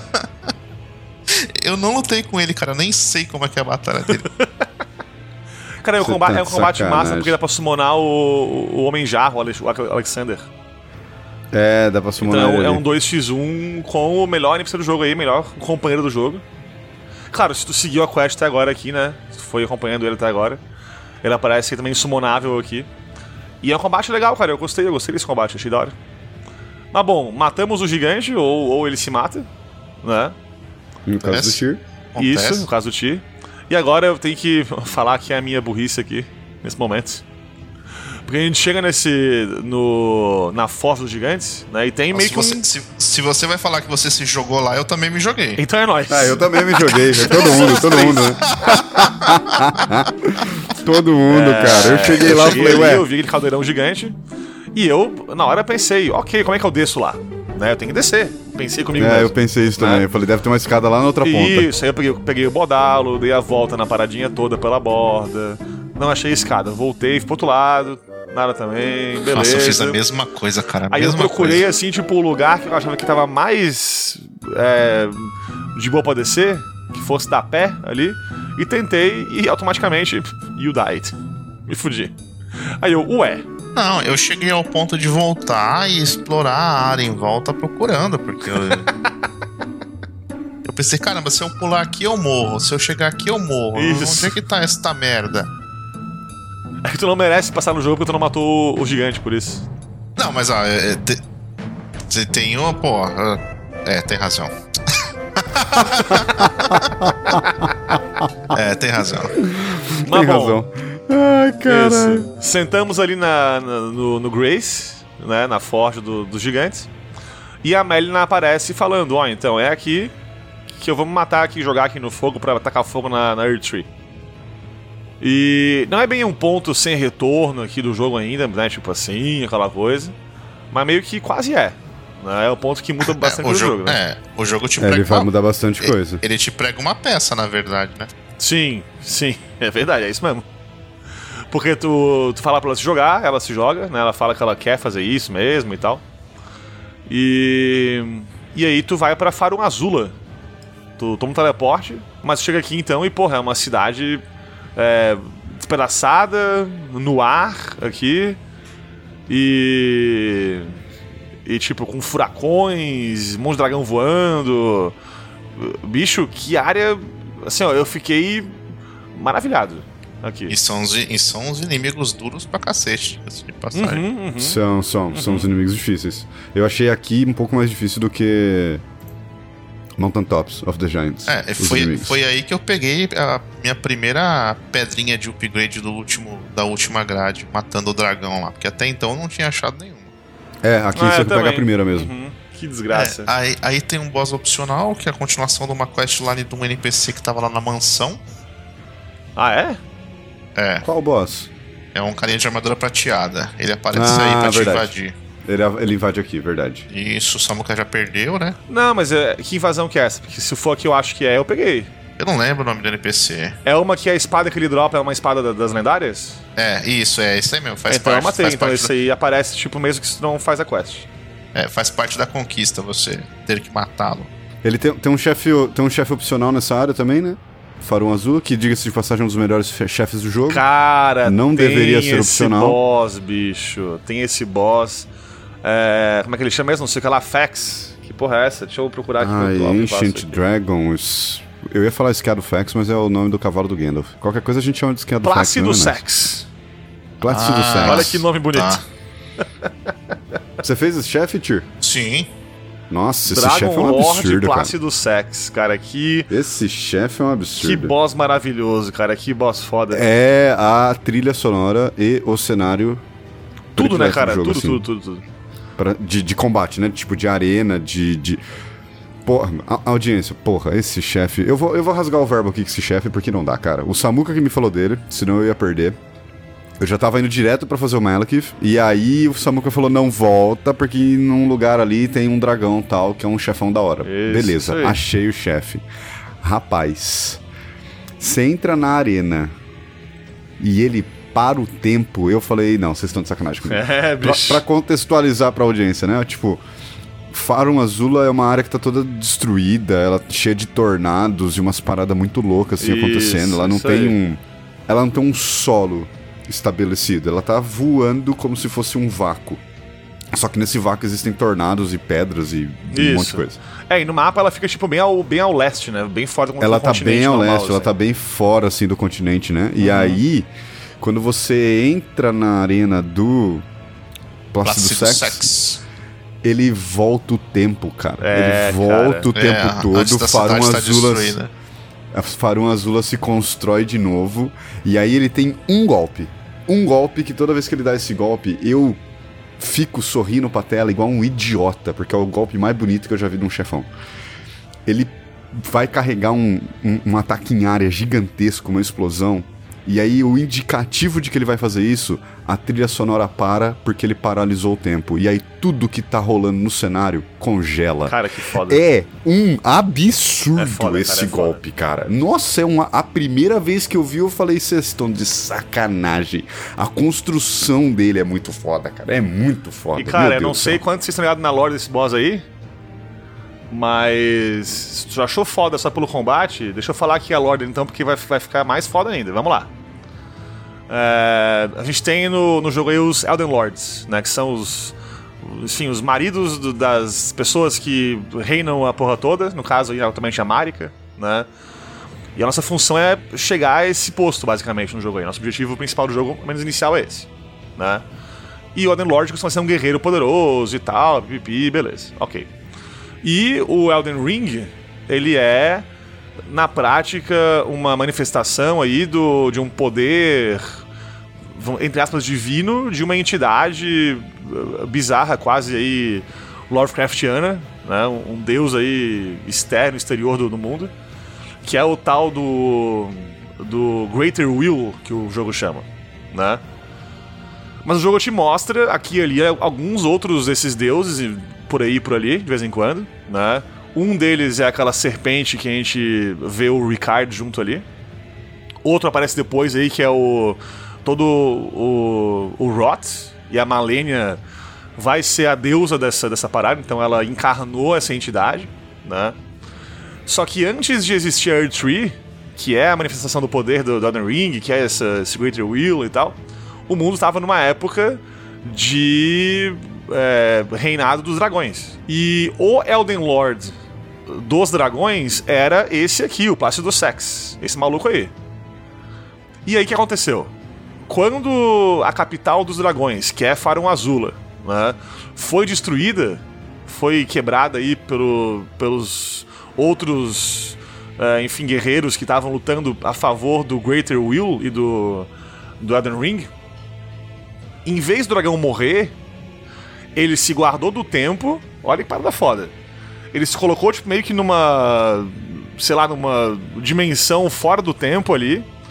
Eu não lutei com ele, cara. Eu nem sei como é que é a batalha dele. Cara, é um combate massa porque dá pra summonar o Homem Jarro, o Alexander. Dá pra summonar então ele. É um 2x1 com o melhor NPC do jogo aí, melhor companheiro do jogo. Claro, se tu seguiu a quest até agora aqui, né? Se tu foi acompanhando ele até agora, ele aparece também summonável aqui. E é um combate legal, cara. Eu gostei desse combate, achei da hora. Mas bom, matamos o gigante, ou ele se mata, né? No caso do Tyr. Isso, no caso do Tyr. E agora eu tenho que falar que é a minha burrice aqui, nesse momento. Porque a gente chega na Força dos Gigantes, né? E tem meio que se você vai falar que você se jogou lá, eu também me joguei. Então é nóis. Eu também me joguei. Todo mundo, né? Todo mundo, cara. Eu cheguei lá e falei, eu vi aquele caldeirão gigante. E eu, na hora, pensei, ok, como é que eu desço lá? Né, eu tenho que descer. Pensei comigo mesmo. Eu pensei isso também. Eu falei, deve ter uma escada lá na outra ponta. Isso, aí eu peguei o bodalo, dei a volta na paradinha toda pela borda. Não achei escada. Voltei, fui pro outro lado. Nada também, beleza. Nossa, eu fiz a mesma coisa, cara. Aí eu procurei, assim, tipo, o lugar que eu achava que tava mais de boa pra descer, que fosse dar pé ali, e tentei, e automaticamente, you died. Me fudi. Aí eu, Não, eu cheguei ao ponto de voltar e explorar a área em volta procurando, porque eu pensei, caramba, se eu pular aqui eu morro, se eu chegar aqui eu morro. Isso. Onde é que tá esta merda? É que tu não merece passar no jogo porque tu não matou o gigante por isso. Não, mas tem uma, tem razão. Tem razão. Tem razão. Ai, caralho. Sentamos ali no Grace, né, na forja dos gigantes. E a Melina aparece falando, então é aqui que eu vou me matar aqui, jogar aqui no fogo pra tacar fogo na Erdtree. E não é bem um ponto sem retorno aqui do jogo ainda, né, tipo assim, aquela coisa. Mas meio que quase é. Né? É um ponto que muda bastante o jogo, né? O jogo te prega ele vai mudar bastante coisa. Ele te prega uma peça, na verdade, né? Sim, é verdade, é isso mesmo. Porque tu fala pra ela se jogar, ela se joga, né? Ela fala que ela quer fazer isso mesmo e tal. E aí tu vai pra Farum Azula. Tu toma um teleporte, mas chega aqui então e, é uma cidade despedaçada, no ar aqui. E tipo, com furacões, monte de dragão voando. Bicho, que área... Assim, eu fiquei maravilhado aqui. E são os inimigos duros pra cacete, de passagem. São os inimigos difíceis. Eu achei aqui um pouco mais difícil do que Mountain Tops of the Giants. Foi aí que eu peguei a minha primeira pedrinha de upgrade da última grade, matando o dragão lá, porque até então eu não tinha achado nenhuma. Aqui você pega a primeira mesmo. Que desgraça. Aí tem um boss opcional, que é a continuação de uma questline de um NPC que tava lá na mansão. Ah, é? É. Qual boss? É um carinha de armadura prateada. Ele aparece aí pra te invadir. Ele invade aqui, verdade. Isso, o Samuka já perdeu, né? Não, mas que invasão que é essa? Porque se for a que eu acho que eu peguei. Eu não lembro o nome do NPC. É uma que a espada que ele dropa é uma espada das lendárias? Isso aí mesmo. Faz então parte, eu matei, faz então parte esse aí aparece tipo mesmo que você não faz a quest. Faz parte da conquista você ter que matá-lo. Ele tem um chefe opcional nessa área também, né? Farum Azula, que diga-se de passagem é um dos melhores chefes do jogo. Cara, não deveria ser opcional. Tem esse boss, bicho. Tem esse boss. Como é que ele chama mesmo? Não sei o que lá, Fax. Que porra é essa? Deixa eu procurar aqui. Ancient Dragons. Eu ia falar Esquiado Fax, mas é o nome do cavalo do Gandalf. Qualquer coisa a gente chama de Esquiado Fax. Plácido Sex. Plácido Sex. Olha que nome bonito. Tá. Você fez esse chefe, Tyr? Sim. Nossa, esse Dragon chefe é um Lord absurdo, Plácido Sex, cara. Esse chefe é um absurdo. Que boss maravilhoso, cara. Que boss foda. É a trilha sonora e o cenário. Tudo, né, cara? Jogo, tudo. De combate, né? Tipo, de arena, Porra, audiência, esse chefe... Eu vou rasgar o verbo aqui com esse chefe, porque não dá, cara. O Samuka que me falou dele, senão eu ia perder. Eu já tava indo direto pra fazer o Malekith, e aí o Samuka falou, não volta, porque num lugar ali tem um dragão tal, que é um chefão da hora. Beleza, aí. Achei o chefe. Rapaz, você entra na arena e ele para o tempo, eu falei, não, vocês estão de sacanagem comigo. Bicho. Pra contextualizar pra audiência, né? Tipo... Farum Azula é uma área que tá toda destruída, ela cheia de tornados e umas paradas muito loucas assim acontecendo. Ela não tem um solo estabelecido, ela tá voando como se fosse um vácuo. Só que nesse vácuo existem tornados e pedras e um monte de coisa. E no mapa ela fica tipo bem ao leste, né? Bem fora do continente. Ela tá bem ao leste, assim. Ela tá bem fora assim do continente, né? E aí, quando você entra na arena do Plácido Sex, ele volta o tempo, cara. Ele volta o tempo todo. Farum Azula se constrói de novo. E aí ele tem um golpe. Um golpe que toda vez que ele dá esse golpe, eu fico sorrindo pra tela igual um idiota, porque é o golpe mais bonito que eu já vi de um chefão. Ele vai carregar um ataque em área gigantesco, uma explosão. E aí o indicativo de que ele vai fazer isso, a trilha sonora para porque ele paralisou o tempo. E aí tudo que tá rolando no cenário congela. Cara, que foda. É um absurdo esse golpe, cara. Nossa, a primeira vez que eu vi eu falei, vocês estão de sacanagem. A construção dele é muito foda, cara. É muito foda. E cara, eu não sei quanto vocês estão ligados na lore desse boss aí, mas se tu achou foda só pelo combate, deixa eu falar aqui a lore dele então, porque vai ficar mais foda ainda. Vamos lá. A gente tem no jogo aí os Elden Lords, né, que são os maridos das pessoas que reinam a porra toda, no caso aí altamente a Marika, né? E a nossa função é chegar a esse posto, basicamente, no jogo aí. Nosso objetivo principal do jogo, pelo menos inicial, é esse, né? E o Elden Lord costuma ser um guerreiro poderoso e tal, pipi, beleza, ok. E o Elden Ring, ele é, na prática, uma manifestação aí de um poder, entre aspas, divino, de uma entidade bizarra, quase aí Lovecraftiana, né? Um deus aí externo, exterior do mundo, que é o tal do Greater Will, que o jogo chama, né? Mas o jogo te mostra aqui e ali alguns outros desses deuses, por aí e por ali, de vez em quando, né? Um deles é aquela serpente que a gente vê o Ricard junto ali. Outro aparece depois aí, que é o Roth, e a Malenia vai ser a deusa dessa parada, então ela encarnou essa entidade, né? Só que antes de existir a Erdtree, que é a manifestação do poder do Elden Ring, que é esse Greater Will e tal, o mundo estava numa época de reinado dos dragões. E o Elden Lord dos dragões era esse aqui, o Plácido Sex, esse maluco aí. E aí o que aconteceu? Quando a capital dos dragões, que é Farum Azula, né, foi destruída, foi quebrada aí pelos outros guerreiros que estavam lutando a favor do Greater Will e do Elden Ring, em vez do dragão morrer, ele se guardou do tempo. Olha que parada foda. Ele se colocou tipo, meio que numa dimensão fora do tempo ali.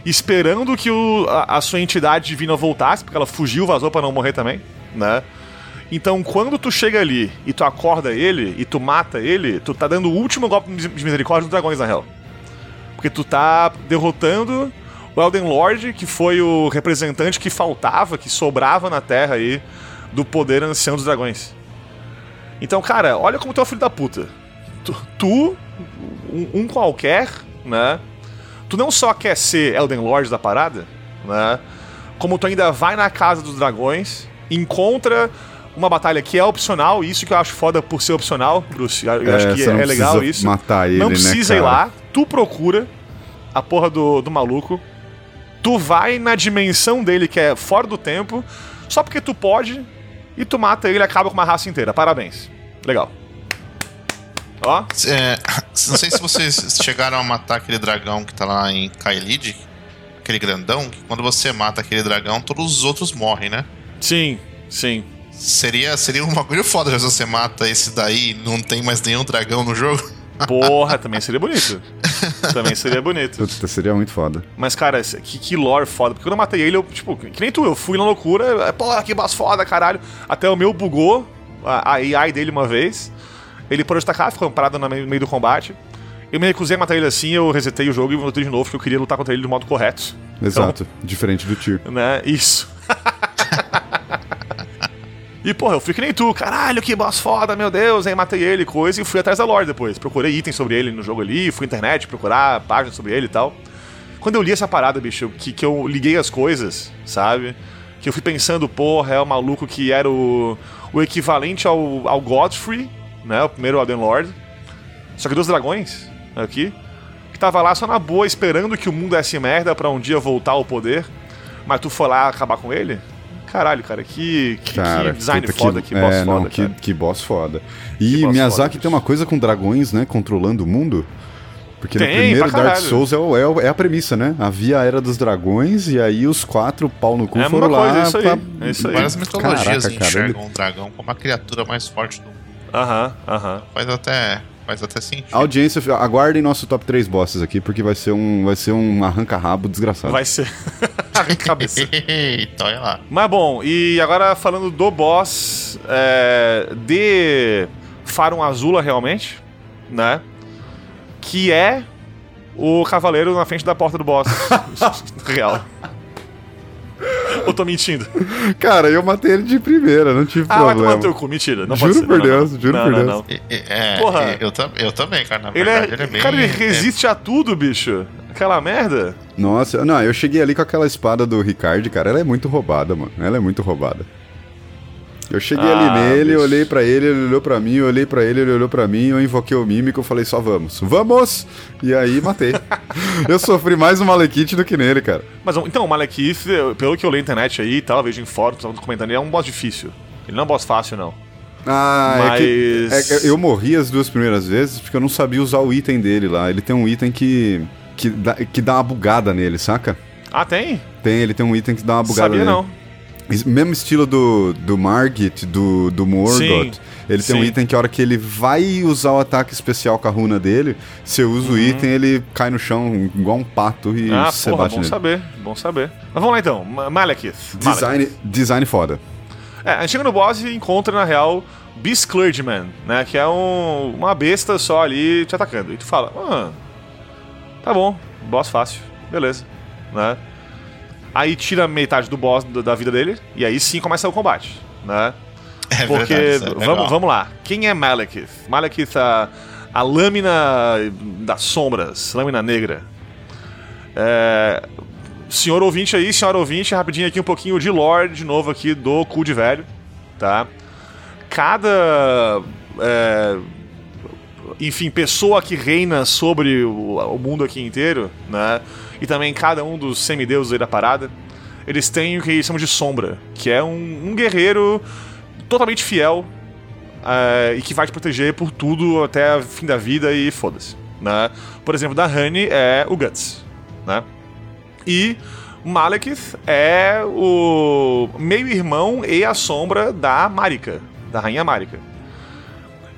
esperando que a sua entidade divina voltasse, porque ela fugiu, vazou pra não morrer também, né? Então, quando tu chega ali e tu acorda ele e tu mata ele, tu tá dando o último golpe de misericórdia dos dragões, na real. Porque tu tá derrotando o Elden Lord, que foi o representante que faltava, que sobrava na Terra aí, do poder ancião dos dragões. Então, cara, olha como tu é o filho da puta. Tu um qualquer, né? Tu não só quer ser Elden Lord da parada, né? Como tu ainda vai na casa dos dragões, encontra uma batalha que é opcional, isso que eu acho foda por ser opcional, Bruce. Eu acho que é legal isso. Matar ele, não precisa ir lá, tu procura a porra do maluco, tu vai na dimensão dele que é fora do tempo, só porque tu pode, e tu mata ele e acaba com uma raça inteira. Parabéns. Legal. Ó. Não sei se vocês chegaram a matar aquele dragão que tá lá em Kaelid, aquele grandão, que quando você mata aquele dragão, todos os outros morrem, né? Sim, sim. Seria um bagulho foda se você mata esse daí e não tem mais nenhum dragão no jogo. Porra, também seria bonito. Também seria bonito. Puta, seria muito foda. Mas, cara, que lore foda. Porque quando eu matei ele, eu, tipo, que nem tu, eu fui na loucura. Porra, que boss foda, caralho. Até o meu bugou a AI dele uma vez. Ele parou de tacar, ficou parado no meio do combate. Eu me recusei a matar ele assim, eu resetei o jogo e voltei de novo, porque eu queria lutar contra ele do modo correto. Exato, então, diferente do Tyr. Né, isso. E, porra, eu fui que nem tu, caralho, que boss foda, meu Deus. Aí matei ele, coisa, e fui atrás da lore depois. Procurei itens sobre ele no jogo ali, fui na internet procurar páginas sobre ele e tal. Quando eu li essa parada, bicho, que eu liguei as coisas, sabe? Que eu fui pensando, porra, é o maluco que era o equivalente ao Godfrey, né, o primeiro Elden Lord. Só que dos dragões, aqui, que tava lá só na boa, esperando que o mundo desse merda pra um dia voltar ao poder. Mas tu foi lá acabar com ele? Caralho, cara, que design foda, que boss foda. Não, cara. Que boss foda. E boss Miyazaki foda, tem uma coisa com dragões, né, controlando o mundo. Porque tem, no primeiro pra Dark Souls é a premissa, né? Havia a Era dos Dragões e aí os 4 pau no cu foram lá. Coisa, isso aí, é isso aí. Várias mitologias enxergam um dragão como a criatura mais forte do mundo. Aham. Faz até sentido. Audiência, aguardem nosso top 3 bosses aqui, porque vai ser um arranca-rabo desgraçado. Vai ser. Arranca-cabeça. Então, olha lá. Mas bom, e agora falando do boss de Farum Azula, realmente, né? Que é o cavaleiro na frente da porta do boss. Real. Ou tô mentindo? Cara, eu matei ele de primeira, não tive problema. Vai tomar no teu cu, mentira. Não juro pode ser. Por Deus, juro por Deus. Não. Porra. Eu também, cara. Na verdade, ele é bem... Cara, ele resiste a tudo, bicho. Aquela merda. Nossa, não, eu cheguei ali com aquela espada do Ricard, cara. Ela é muito roubada, mano. Ela é muito roubada. Eu cheguei ali nele, bicho. Olhei pra ele olhou pra mim, eu olhei pra ele olhou pra mim, eu invoquei o mímico, eu falei só vamos! E aí matei. Eu sofri mais no Malekith do que nele, cara. Mas então, o Malekith, pelo que eu li na internet aí e tal, vejo em fóruns, comentando, ele é um boss difícil. Ele não é um boss fácil, não. Mas... eu morri as 2 primeiras vezes porque eu não sabia usar o item dele lá. Ele tem um item que dá uma bugada nele, saca? Ah, tem? Tem, ele tem um item que dá uma bugada nele. Sabia não. Mesmo estilo do Margit, do Morgoth. Ele tem um item que a hora que ele vai usar o ataque especial com a runa dele, você usa o item, ele cai no chão igual um pato e você bate nele. Bom saber. Mas vamos lá então, Malekith. Design foda. A gente chega no boss e encontra, na real, Beast Clergyman, né? Que é uma besta só ali te atacando. E tu fala, tá bom, boss fácil, beleza, né? Aí tira metade do boss da vida dele, e aí sim começa o combate, né? Porque, verdade, vamos lá, quem é Malekith? Malekith, a lâmina das sombras, lâmina negra. Senhor ouvinte aí, senhora ouvinte, rapidinho aqui um pouquinho de lore de novo aqui do Cu de Velho, tá? Cada... enfim, pessoa que reina sobre o mundo aqui inteiro, né? E também cada um dos semideuses aí da parada, eles têm o que eles chamam de sombra, que é um guerreiro totalmente fiel e que vai te proteger por tudo até o fim da vida e foda-se, né? Por exemplo, da Honey é o Guts, né? E Malekith é o meio-irmão e a sombra da Marika, da Rainha Marika.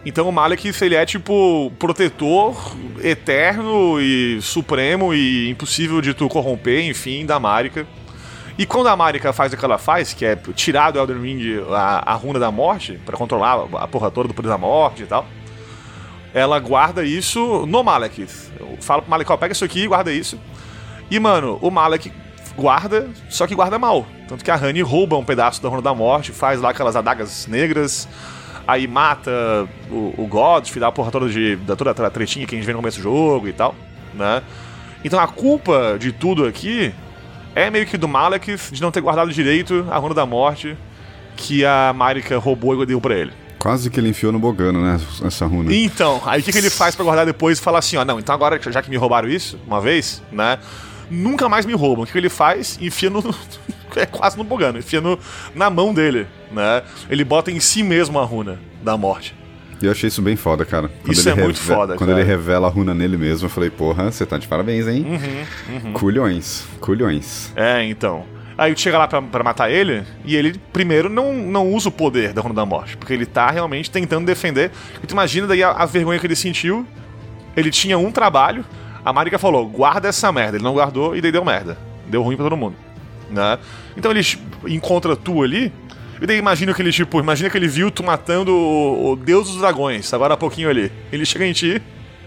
Então o Malekith, ele é tipo protetor eterno e supremo e impossível de tu corromper, enfim, da Marika. E quando a Marika faz o que ela faz, que é tirar do Elden Ring a runa da morte, pra controlar a porra toda do poder da morte e tal, ela guarda isso no Malekith. Eu falo pro Malekith, ó, pega isso aqui e guarda isso. E, mano, o Malekith guarda, só que guarda mal. Tanto que a Honey rouba um pedaço da runa da morte, faz lá aquelas adagas negras, aí mata o Godfrey, dá a porra toda toda aquela tretinha que a gente vê no começo do jogo e tal, né? Então a culpa de tudo aqui é meio que do Malekith de não ter guardado direito a runa da morte que a Marika roubou e deu pra ele. Quase que ele enfiou no Bogano, né, essa runa. Então, aí o que ele faz pra guardar depois e falar assim, ó, não, então agora já que me roubaram isso, uma vez, né, nunca mais me roubam. O que ele faz? Enfia no... é quase no Bogano, enfia na mão dele, né? Ele bota em si mesmo a runa da morte. E eu achei isso bem foda, cara. Isso é muito foda, quando ele revela a runa nele mesmo, eu falei, porra, você tá de parabéns, hein? Culhões. É, então. Aí tu chega lá pra matar ele, e ele primeiro não usa o poder da runa da morte, porque ele tá realmente tentando defender. E tu imagina daí a vergonha que ele sentiu. Ele tinha um trabalho, a Marika falou, guarda essa merda. Ele não guardou e daí deu merda. Deu ruim pra todo mundo, né? Então ele encontra tu ali, e daí imagina que ele viu tu matando o deus dos dragões, agora há pouquinho ali. Ele chega em ti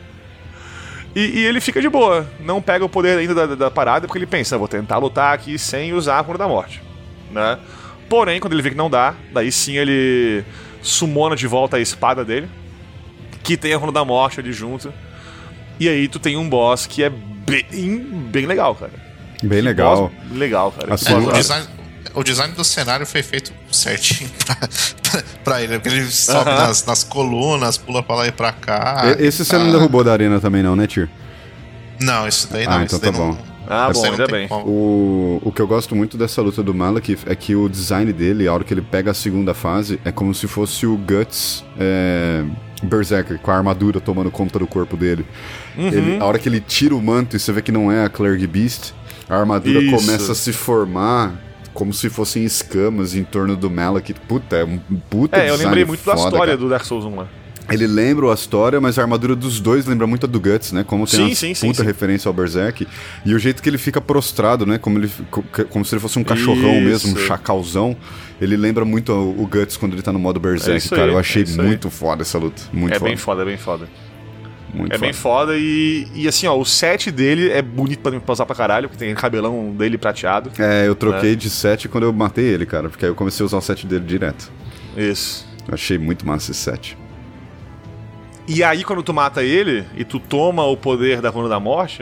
e ele fica de boa, não pega o poder ainda da parada, porque ele pensa, vou tentar lutar aqui sem usar a runa da morte, né? Porém, quando ele vê que não dá, daí sim ele summona de volta a espada dele, que tem a runa da morte ali junto. E aí tu tem um boss que é bem legal, cara. Bem legal. Legal, cara. Assim, o design do cenário foi feito certinho pra ele, porque ele sobe nas colunas, pula pra lá e pra cá. Esse você não derrubou da arena também não, né, Tyr? Não, isso daí não. Então tá bom. Bom, ainda bem. O que eu gosto muito dessa luta do Malekith é que o design dele, a hora que ele pega a segunda fase, é como se fosse o Guts Berserker, com a armadura tomando conta do corpo dele. A hora que ele tira o manto e você vê que não é a Clergy Beast, a armadura começa a se formar como se fossem escamas em torno do Malekith. Puta, é um puta design. Eu lembrei muito da história, cara, do Dark Souls 1 lá. Ele lembra a história, mas a armadura dos dois lembra muito a do Guts, né? Como tem uma referência ao Berserk. E o jeito que ele fica prostrado, né? Como se ele fosse um cachorrão mesmo, um chacalzão. Ele lembra muito o Guts quando ele tá no modo Berserk, cara. Eu achei muito foda essa luta. Muito foda. Bem foda, é bem foda. Muito bem foda e assim, ó, o set dele é bonito pra usar pra caralho, porque tem o cabelão dele prateado. Eu troquei de set quando eu matei ele, cara, porque aí eu comecei a usar o set dele direto. Isso. Eu achei muito massa esse set. E aí, quando tu mata ele e tu toma o poder da runa da morte,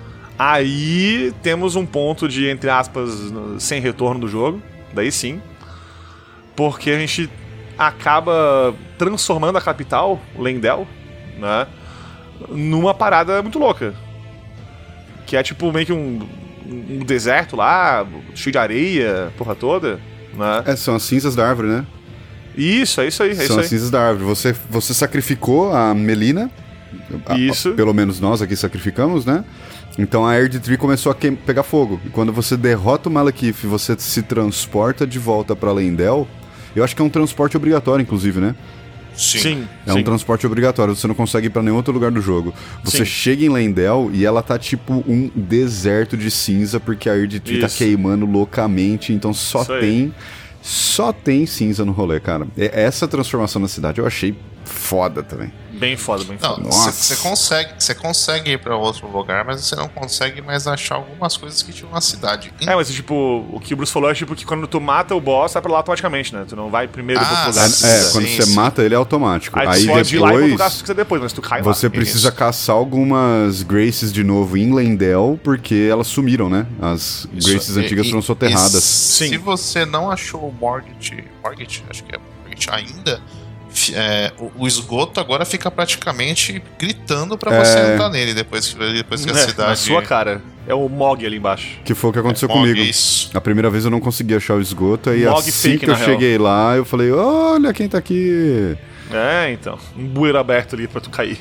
aí temos um ponto de, entre aspas, sem retorno do jogo. Daí sim. Porque a gente acaba transformando a capital, Leyndell, né, numa parada muito louca. Que é tipo meio que um deserto lá, cheio de areia, porra toda, né? São as cinzas da árvore, né? Isso, é isso aí. São as cinzas da árvore. Você sacrificou a Melina. Isso. Pelo menos nós aqui sacrificamos, né? Então a Erdtree começou a pegar fogo. E quando você derrota o Malekith e você se transporta de volta pra Leyndell, eu acho que é um transporte obrigatório, inclusive, né? Sim. Um transporte obrigatório, você não consegue ir pra nenhum outro lugar do jogo. Você chega em Leyndell e ela tá tipo um deserto de cinza, porque a Erdtree tá queimando loucamente, então só tem cinza no rolê, cara. Essa transformação na cidade eu achei foda também. Bem foda. Você consegue ir pra outro lugar, mas você não consegue mais achar algumas coisas que tinham na cidade. Mas tipo, o que o Bruce falou é tipo que quando tu mata o boss, vai pra lá automaticamente, né? Tu não vai primeiro pro outro lugar. Quando você mata ele é automático. Aí tu pode ir lá e pro lugar que você depois, mas tu cai lá. Você precisa caçar algumas Graces de novo em Leyndell, porque elas sumiram, né? As Graces antigas foram soterradas. Se você não achou o Morgit, acho que é Morgit ainda... o esgoto agora fica praticamente gritando pra você entrar nele depois que a cidade... Na sua cara. É o Mog ali embaixo. Que foi o que aconteceu comigo. Isso. A primeira vez eu não consegui achar o esgoto, aí Mog assim fake, que eu cheguei lá, eu falei, olha quem tá aqui. Então. Um bueiro aberto ali pra tu cair.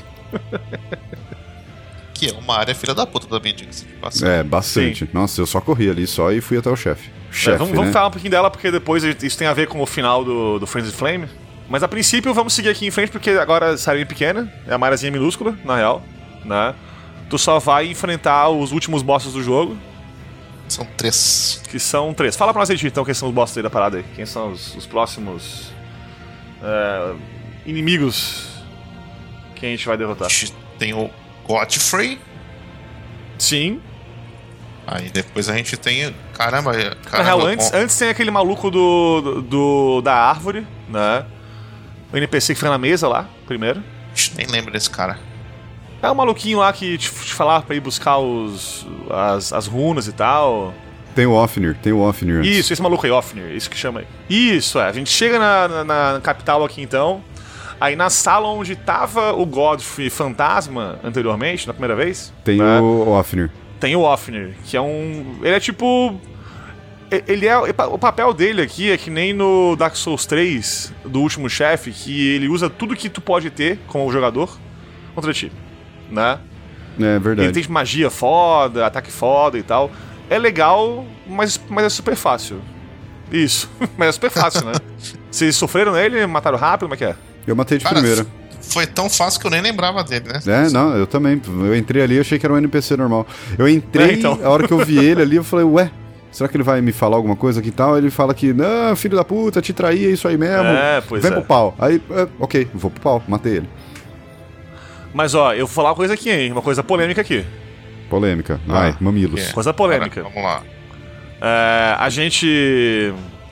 Que é uma área filha da puta também, diga-se de passagem. Bastante. Sim. Nossa, eu só corri ali e fui até o chefe. Vamos falar um pouquinho dela, porque depois isso tem a ver com o final do Frenzy Flame. Mas a princípio vamos seguir aqui em frente, porque agora essa área é pequena, é uma áreazinha minúscula, na real, né? Tu só vai enfrentar os últimos bosses do jogo. São 3. Que são 3. Fala pra nós aí, então, quem são os bosses aí da parada aí. Quem são os próximos inimigos que a gente vai derrotar. A gente tem o Godfrey. Sim. Aí depois a gente tem... Caramba, na real, antes tem aquele maluco da árvore, né? O NPC que fica na mesa lá, primeiro. Nem lembro desse cara. É um maluquinho lá que te falava pra ir buscar as runas e tal. Tem o Ofnir antes. Isso, esse maluco aí, Ofnir, isso que chama aí. Isso, a gente chega na capital aqui então. Aí na sala onde tava o Godfrey fantasma anteriormente, na primeira vez. Tem, né? O Ofnir. Tem o Ofnir, que é um... Ele é tipo... O papel dele aqui é que nem no Dark Souls 3, do último chefe, que ele usa tudo que tu pode ter como jogador contra ti, né? É verdade. Ele tem magia foda, ataque foda e tal. É legal, mas é super fácil. Isso, mas é super fácil, né? Vocês sofreram nele, mataram rápido, como é que é? Eu matei de primeira. Foi tão fácil que eu nem lembrava dele, né? Não, eu também. Eu entrei ali e achei que era um NPC normal. Eu entrei, então. A hora que eu vi ele ali, eu falei, ué, será que ele vai me falar alguma coisa aqui e tal? Ele fala que, não, filho da puta, te traí, é isso aí mesmo. Pois Vem pro pau. Aí, ok, vou pro pau, matei ele. Mas ó, eu vou falar uma coisa aqui, hein? Uma coisa polêmica aqui. Polêmica. Vai, mamilos. Coisa polêmica. Vamos lá. A gente...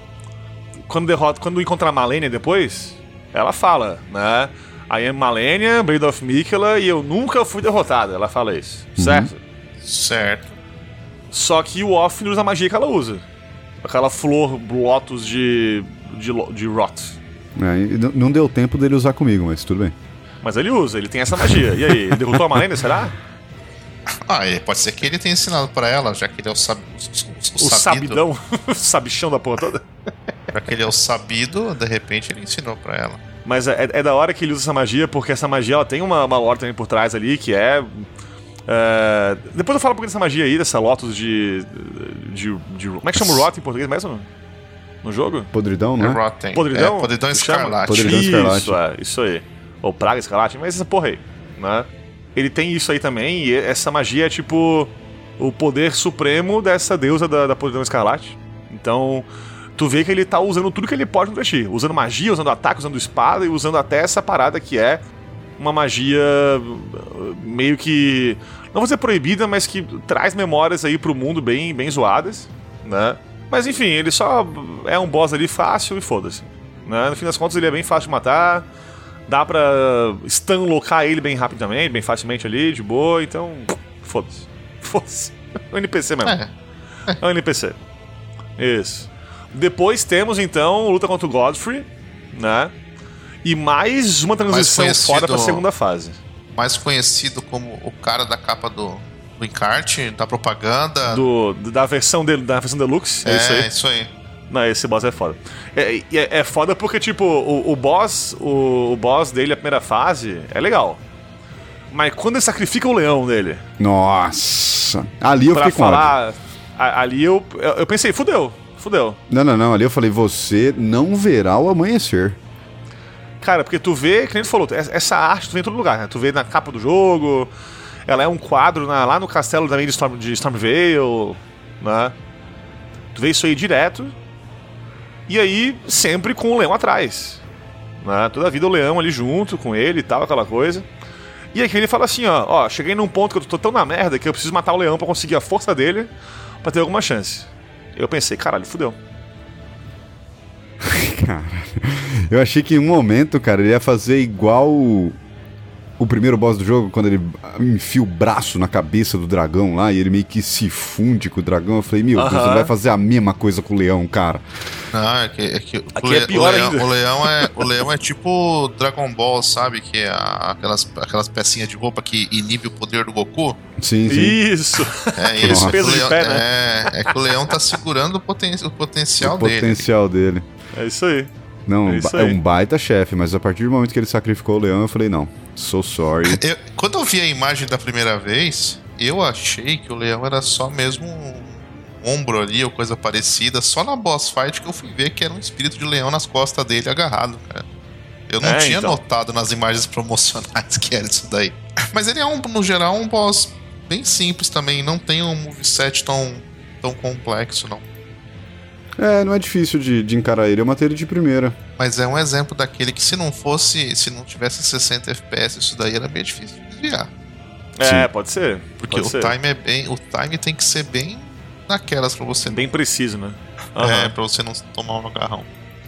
Quando encontra a Malenia depois, ela fala, né? I am Malenia, Blade of Miquella, e eu nunca fui derrotada. Ela fala isso, certo? Certo. Só que o Ofnir usa a magia que ela usa. Aquela flor Lotus de Rot. Não deu tempo dele usar comigo, mas tudo bem. Mas ele usa, ele tem essa magia. E aí, ele derrotou a Malenia, será? Pode ser que ele tenha ensinado pra ela, já que ele é o sabidão, o sabichão da porra toda. Já que ele é o sabido, de repente ele ensinou pra ela. Mas é da hora que ele usa essa magia, porque essa magia ela tem uma lore também por trás ali, que é... Depois eu falo um pouquinho dessa magia aí, dessa Lotus de como é que chama o Rot em português mesmo? No jogo? Podridão, né? Podridão? Podridão Escarlate. Podridão Escarlate. Isso aí. Ou Praga Escarlate, mas essa porra aí, né? Ele tem isso aí também, e essa magia é tipo o poder supremo dessa deusa da Podridão Escarlate. Então, tu vê que ele tá usando tudo que ele pode no ti. Usando magia, usando ataque, usando espada e usando até essa parada que é uma magia meio que... Não vou dizer proibida, mas que traz memórias aí pro mundo bem zoadas, né? Mas enfim, ele só é um boss ali fácil e foda-se, né? No fim das contas ele é bem fácil de matar. Dá pra stunlocar ele bem rapidamente, bem facilmente ali, de boa, então... Foda-se. Foda-se. É um NPC mesmo. É um NPC. Isso. Depois temos, então, luta contra o Godfrey, né? E mais uma transição foda pra segunda fase. Mais conhecido como o cara da capa do encarte, da propaganda. Da versão deluxe. É isso aí. Não, esse boss é foda. É foda porque, tipo, o boss dele, a primeira fase, é legal. Mas quando ele sacrifica o leão dele... Nossa! Ali eu fiquei com ódio. Ali eu pensei, fudeu. Não. Ali eu falei, você não verá o amanhecer. Cara, porque tu vê, que nem tu falou, essa arte tu vê em todo lugar, né? Tu vê na capa do jogo, ela é um quadro lá no castelo também de Stormveil, né? Tu vê isso aí direto. E aí, sempre com o leão atrás, né? Toda a vida o leão ali junto com ele e tal, aquela coisa. E aqui ele fala assim, ó, cheguei num ponto que eu tô tão na merda que eu preciso matar o leão pra conseguir a força dele pra ter alguma chance. Eu pensei, caralho, fudeu. Cara, eu achei que em um momento, cara, ele ia fazer igual o primeiro boss do jogo, quando ele enfia o braço na cabeça do dragão lá e ele meio que se funde com o dragão. Eu falei, meu Deus, ele vai fazer a mesma coisa com o leão, cara. Não, aqui é pior ainda. O leão é tipo Dragon Ball, sabe? Que é aquelas pecinhas de roupa que inibe o poder do Goku. Sim. Isso. É isso. Peso de pé, né? É que o leão tá segurando o potencial dele. O potencial dele. É isso aí. Não, é um baita chefe, mas a partir do momento que ele sacrificou o leão, eu falei, não, so sorry. Quando eu vi a imagem da primeira vez, eu achei que o leão era só mesmo um ombro ali, ou coisa parecida. Só na boss fight que eu fui ver que era um espírito de leão nas costas dele agarrado, cara. Eu não tinha notado nas imagens promocionais que era isso daí. Mas ele é, no geral, um boss bem simples também. Não tem um moveset tão complexo, não. Não é difícil de encarar ele. Eu matei ele de primeira. Mas é um exemplo daquele que se não tivesse 60 FPS, isso daí era bem difícil de desviar. Sim. Pode ser. Porque o time tem que ser bem naquelas pra você. Bem preciso, né? Pra você não tomar um agarrão.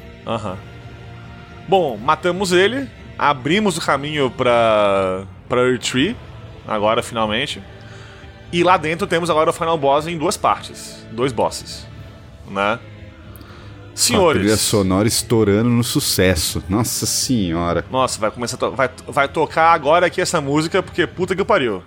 Bom, matamos ele, abrimos o caminho pra Erdtree, agora finalmente. E lá dentro temos agora o final boss em 2 partes, 2 bosses, né? Senhores. A trilha sonora estourando no sucesso. Nossa senhora. Nossa, vai começar vai tocar agora aqui essa música, porque puta que pariu.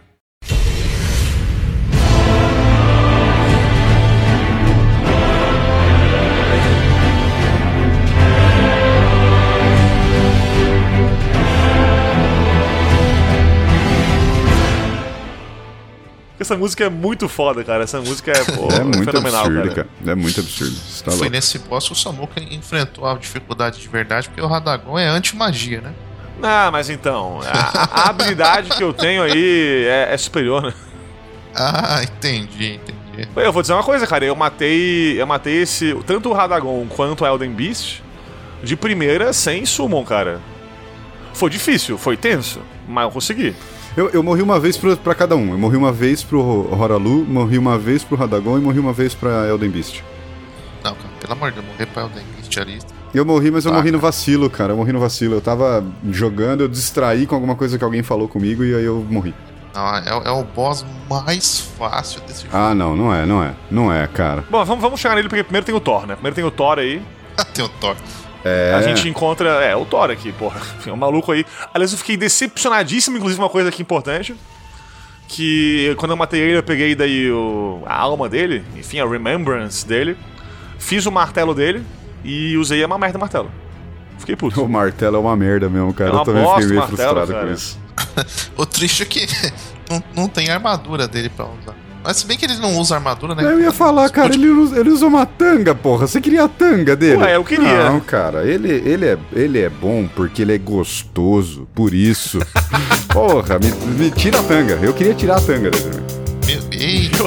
Essa música é muito foda, cara. Essa música é muito fenomenal, absurdo, cara. É muito absurdo. Tá Foi nesse boss que o Samuka enfrentou a dificuldade de verdade, porque o Radagon é anti-magia, né? Mas então, a habilidade que eu tenho aí é superior, né? Entendi. Eu vou dizer uma coisa, cara. Eu matei tanto o Radagon quanto o Elden Beast de primeira sem summon, cara. Foi difícil, foi tenso, mas eu consegui. Eu morri uma vez pra cada um. Eu morri uma vez pro Horalu, morri uma vez pro Radagon e morri uma vez pra Elden Beast. Não, cara, pelo amor de Deus, morrer pra Elden Beast ali. Eu morri, mas eu morri no vacilo, cara. Eu morri no vacilo. Eu tava jogando, eu distraí com alguma coisa que alguém falou comigo e aí eu morri. Não, é o boss mais fácil desse jogo. Não é, cara. Bom, vamos chegar nele porque primeiro tem o Thor, né? Primeiro tem o Thor aí. Tem o Thor. A gente encontra o Thor aqui, porra. É um maluco aí. Aliás, eu fiquei decepcionadíssimo, inclusive uma coisa aqui importante. Que quando eu matei ele, eu peguei daí a alma dele, enfim, a remembrance dele. Fiz o martelo dele e usei a uma merda martelo. Fiquei puto. O martelo é uma merda mesmo, cara. Eu também fiquei meio frustrado com isso. O triste é que não tem armadura dele pra usar. Mas se bem que ele não usa armadura, né? Eu ia falar, cara, ele usa uma tanga, porra. Você queria a tanga dele? Ué, eu queria. Não, cara, ele é bom porque ele é gostoso, por isso. Porra, me tira a tanga. Eu queria tirar a tanga dele. Eita.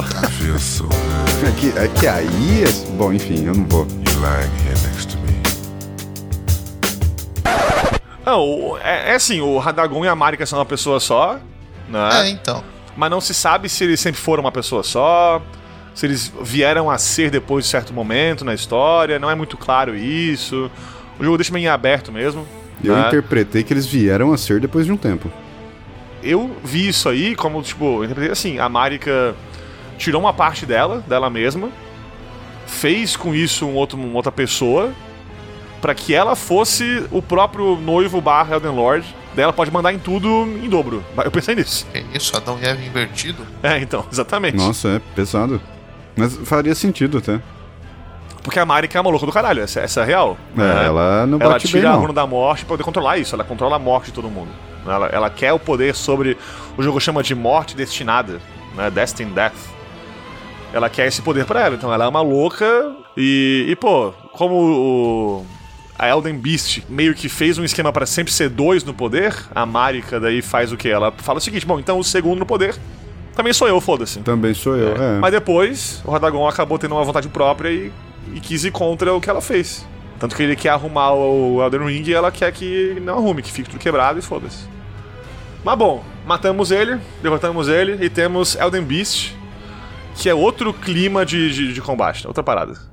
É que aí... Bom, enfim, eu não vou. Não, é assim, o Radagon e a Marika são uma pessoa só, né? Então. Mas não se sabe se eles sempre foram uma pessoa só, se eles vieram a ser depois de certo momento na história, não é muito claro isso. O jogo deixa meio em aberto mesmo. Eu interpretei que eles vieram a ser depois de um tempo. Eu vi isso aí como, eu interpretei assim, a Marika tirou uma parte dela mesma, fez com isso uma outra pessoa, pra que ela fosse o próprio noivo / Elden Lord. Daí ela pode mandar em tudo em dobro. Eu pensei nisso. É isso, Adão e Eva invertido? Então, exatamente. Nossa, é pesado. Mas faria sentido até. Porque a Marika é uma louca do caralho, essa é a real. Ela não bate bem, ela tira a não. runa da morte pra poder controlar isso. Ela controla a morte de todo mundo. Ela quer o poder sobre... O jogo chama de morte destinada, né? Destined Death. Ela quer esse poder pra ela. Então ela é uma louca e como a Elden Beast meio que fez um esquema pra sempre ser 2 no poder, a Marika daí faz o quê? Ela fala o seguinte, bom, então o segundo no poder também sou eu, foda-se. Também sou eu, Mas depois, o Radagon acabou tendo uma vontade própria e quis ir contra o que ela fez. Tanto que ele quer arrumar o Elden Ring e ela quer que não arrume, que fique tudo quebrado e foda-se. Mas bom, matamos ele, derrotamos ele e temos Elden Beast, que é outro clima de combate, outra parada.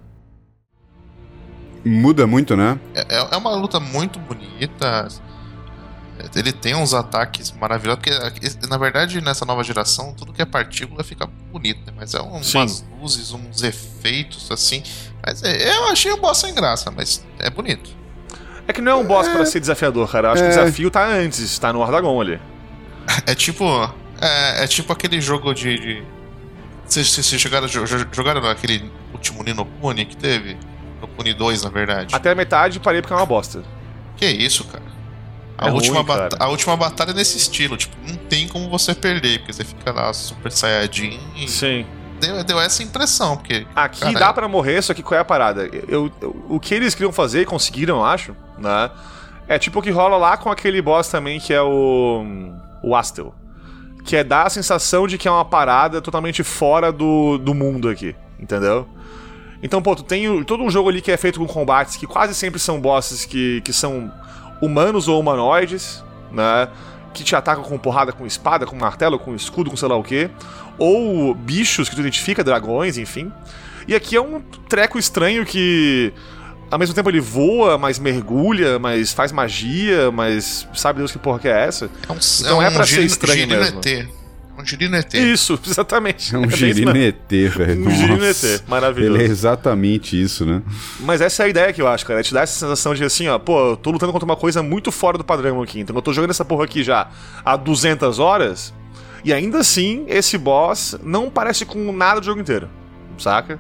Muda muito, né? É uma luta muito bonita. Ele tem uns ataques maravilhosos, porque na verdade nessa nova geração tudo que é partícula fica bonito, né? Mas umas luzes, uns efeitos assim. Mas eu achei o boss sem graça, mas é bonito. É que não é um boss pra ser desafiador, cara. Eu acho que o desafio tá antes, tá no Radagon ali. É tipo aquele jogo de... Vocês jogaram aquele último Ni no Kuni que teve? No Kuni 2, na verdade. Até a metade parei porque é uma bosta. Que isso, cara? A última batalha é nesse estilo, tipo, não tem como você perder, porque você fica lá Super Saiyajin e... Sim. Deu essa impressão, porque... Aqui dá pra morrer, só que qual é a parada? O que eles queriam fazer, e conseguiram, eu acho, né? É tipo o que rola lá com aquele boss também, que é o Astel. Que é dar a sensação de que é uma parada totalmente fora do mundo aqui, entendeu? Então, pô, tu tem todo um jogo ali que é feito com combates que quase sempre são bosses que são humanos ou humanoides, né? Que te atacam com porrada, com espada, com martelo, com escudo, com sei lá o quê. Ou bichos que tu identifica, dragões, enfim. E aqui é um treco estranho que... Ao mesmo tempo ele voa, mas mergulha, mas faz magia, mas sabe Deus que porra que é essa? Então é pra ser estranho mesmo. Um girino ET. Isso, exatamente. É um girino ET, velho. Um girino ET, maravilhoso. Ele é exatamente isso, né? Mas essa é a ideia que eu acho, cara. É te dar essa sensação de assim, ó, pô, eu tô lutando contra uma coisa muito fora do padrão aqui. Então eu tô jogando essa porra aqui já há 200 horas, e ainda assim, esse boss não parece com nada do jogo inteiro, saca?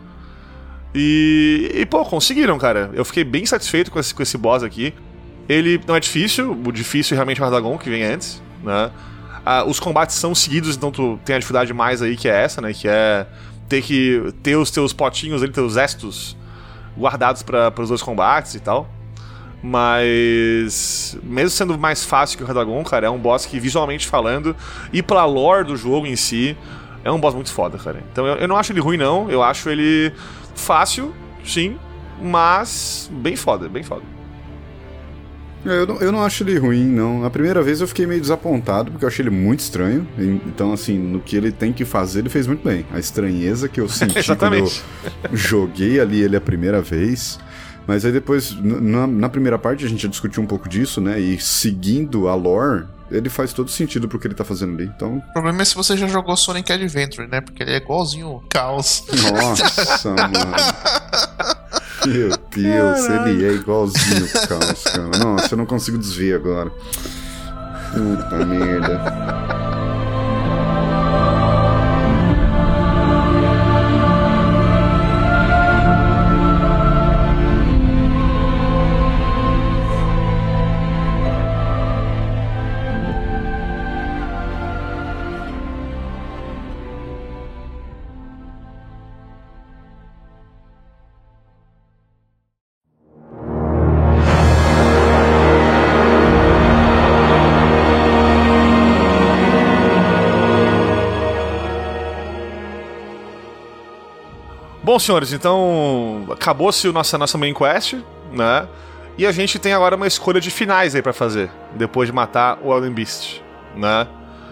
E pô, conseguiram, cara. Eu fiquei bem satisfeito com esse boss aqui. Ele não é difícil, o difícil é realmente o Ardagon, que vem antes, né? Os combates são seguidos, então tu tem a dificuldade mais aí, que é essa, né? Que é ter que ter os teus potinhos ali, teus estos guardados para os dois combates e tal. Mas mesmo sendo mais fácil que o Ardagon, cara, é um boss que, visualmente falando, e pra lore do jogo em si, é um boss muito foda, cara. Então eu não acho ele ruim, não. Eu acho ele fácil, sim, mas bem foda, bem foda. Eu não acho ele ruim, não. A primeira vez eu fiquei meio desapontado, porque eu achei ele muito estranho. Então, assim, no que ele tem que fazer, ele fez muito bem. A estranheza que eu senti quando eu joguei ali ele a primeira vez. Mas aí depois, na primeira parte, a gente já discutiu um pouco disso, né? E seguindo a lore, ele faz todo sentido pro que ele tá fazendo ali. Então... O problema é se você já jogou Sonic Adventure, né? Porque ele é igualzinho o Chaos. Nossa, mano. Meu Deus, caralho. Ele é igualzinho o Chaos, cara. Nossa, eu não consigo desver agora. Puta merda. Bom, senhores, então acabou-se nossa main quest, né? E a gente tem agora uma escolha de finais aí pra fazer, depois de matar o Elden Beast, né?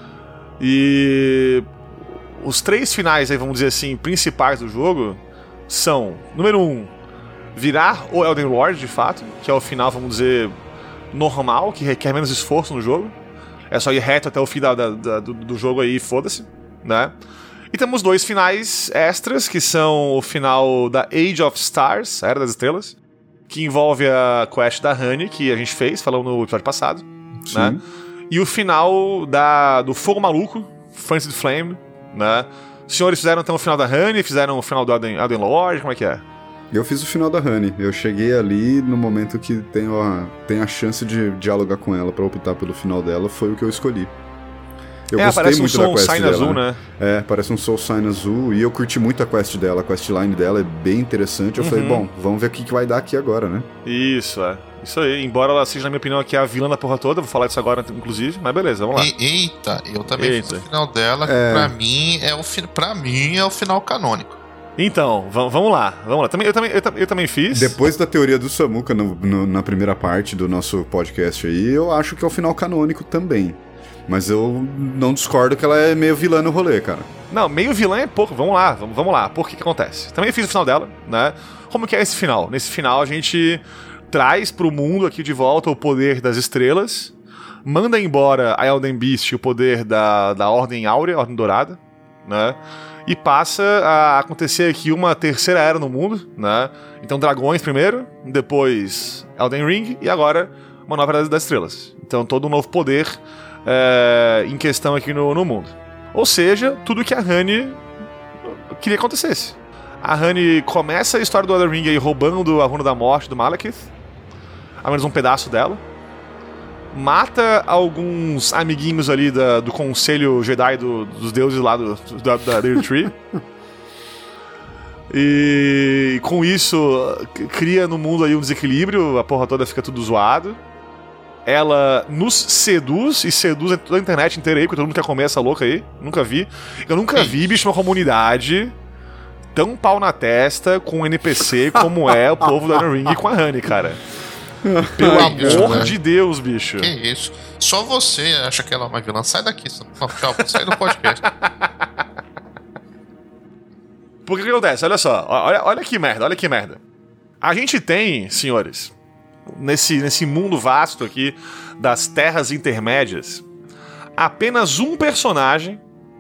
E os 3 finais aí, vamos dizer assim, principais do jogo são, número 1, virar o Elden Lord, de fato, que é o final, vamos dizer, normal, que requer menos esforço no jogo. É só ir reto até o fim do jogo aí e foda-se, né? E temos 2 finais extras, que são o final da Age of Stars, a Era das Estrelas, que envolve a quest da Honey, que a gente fez, falamos no episódio passado, né? E o final do Fogo Maluco, Frenzied Flame, né? Os senhores fizeram então o final da Honey, fizeram o final do Elden Lord, como é que é? Eu fiz o final da Honey. Eu cheguei ali no momento que tem a chance de dialogar com ela pra optar pelo final dela, foi o que eu escolhi. Eu gostei muito da quest dela, azul, né? É, parece um Soul Sign azul. E eu curti muito a quest dela. A questline dela é bem interessante. Eu falei, bom, vamos ver o que vai dar aqui agora, né? Isso aí. Embora ela seja, na minha opinião, aqui a vilã da porra toda. Vou falar disso agora, inclusive. Mas beleza, vamos lá. Eita, eu também fiz o final dela. Que pra mim é o final canônico. Então, vamos lá. Eu também fiz. Depois da teoria do Samuka na primeira parte do nosso podcast aí, eu acho que é o final canônico também. Mas eu não discordo que ela é meio vilã no rolê, cara. Não, meio vilã é pouco. Vamos lá. Por que acontece? Também fiz o final dela, né? Como que é esse final? Nesse final a gente traz pro mundo aqui de volta o poder das estrelas, manda embora a Elden Beast, o poder da Ordem Áurea, Ordem Dourada, né? E passa a acontecer aqui uma terceira era no mundo, né? Então dragões primeiro, depois Elden Ring e agora uma nova era das estrelas. Então todo um novo poder em questão aqui no mundo. Ou seja, tudo que a Honey queria que acontecesse. A Honey começa a história do Elden Ring aí roubando a Runa da Morte do Malekith, ao menos um pedaço dela. Mata alguns amiguinhos ali do Conselho Jedi dos deuses lá da Dare Tree. E com isso cria no mundo aí um desequilíbrio, a porra toda fica tudo zoado. ela nos seduz e seduz toda a internet inteira aí, porque todo mundo quer comer essa louca aí. Nunca vi. Eu nunca vi, bicho, uma comunidade tão pau na testa com um NPC como é o povo da Elden Ring com a Honey, cara. Pelo amor de Deus, bicho. Que isso? Só você acha que ela é uma vilã. Sai daqui, tchau, sai do podcast. Porque o que acontece? Olha só, olha que merda. A gente tem, senhores, nesse mundo vasto aqui das terras intermédias, apenas um personagem,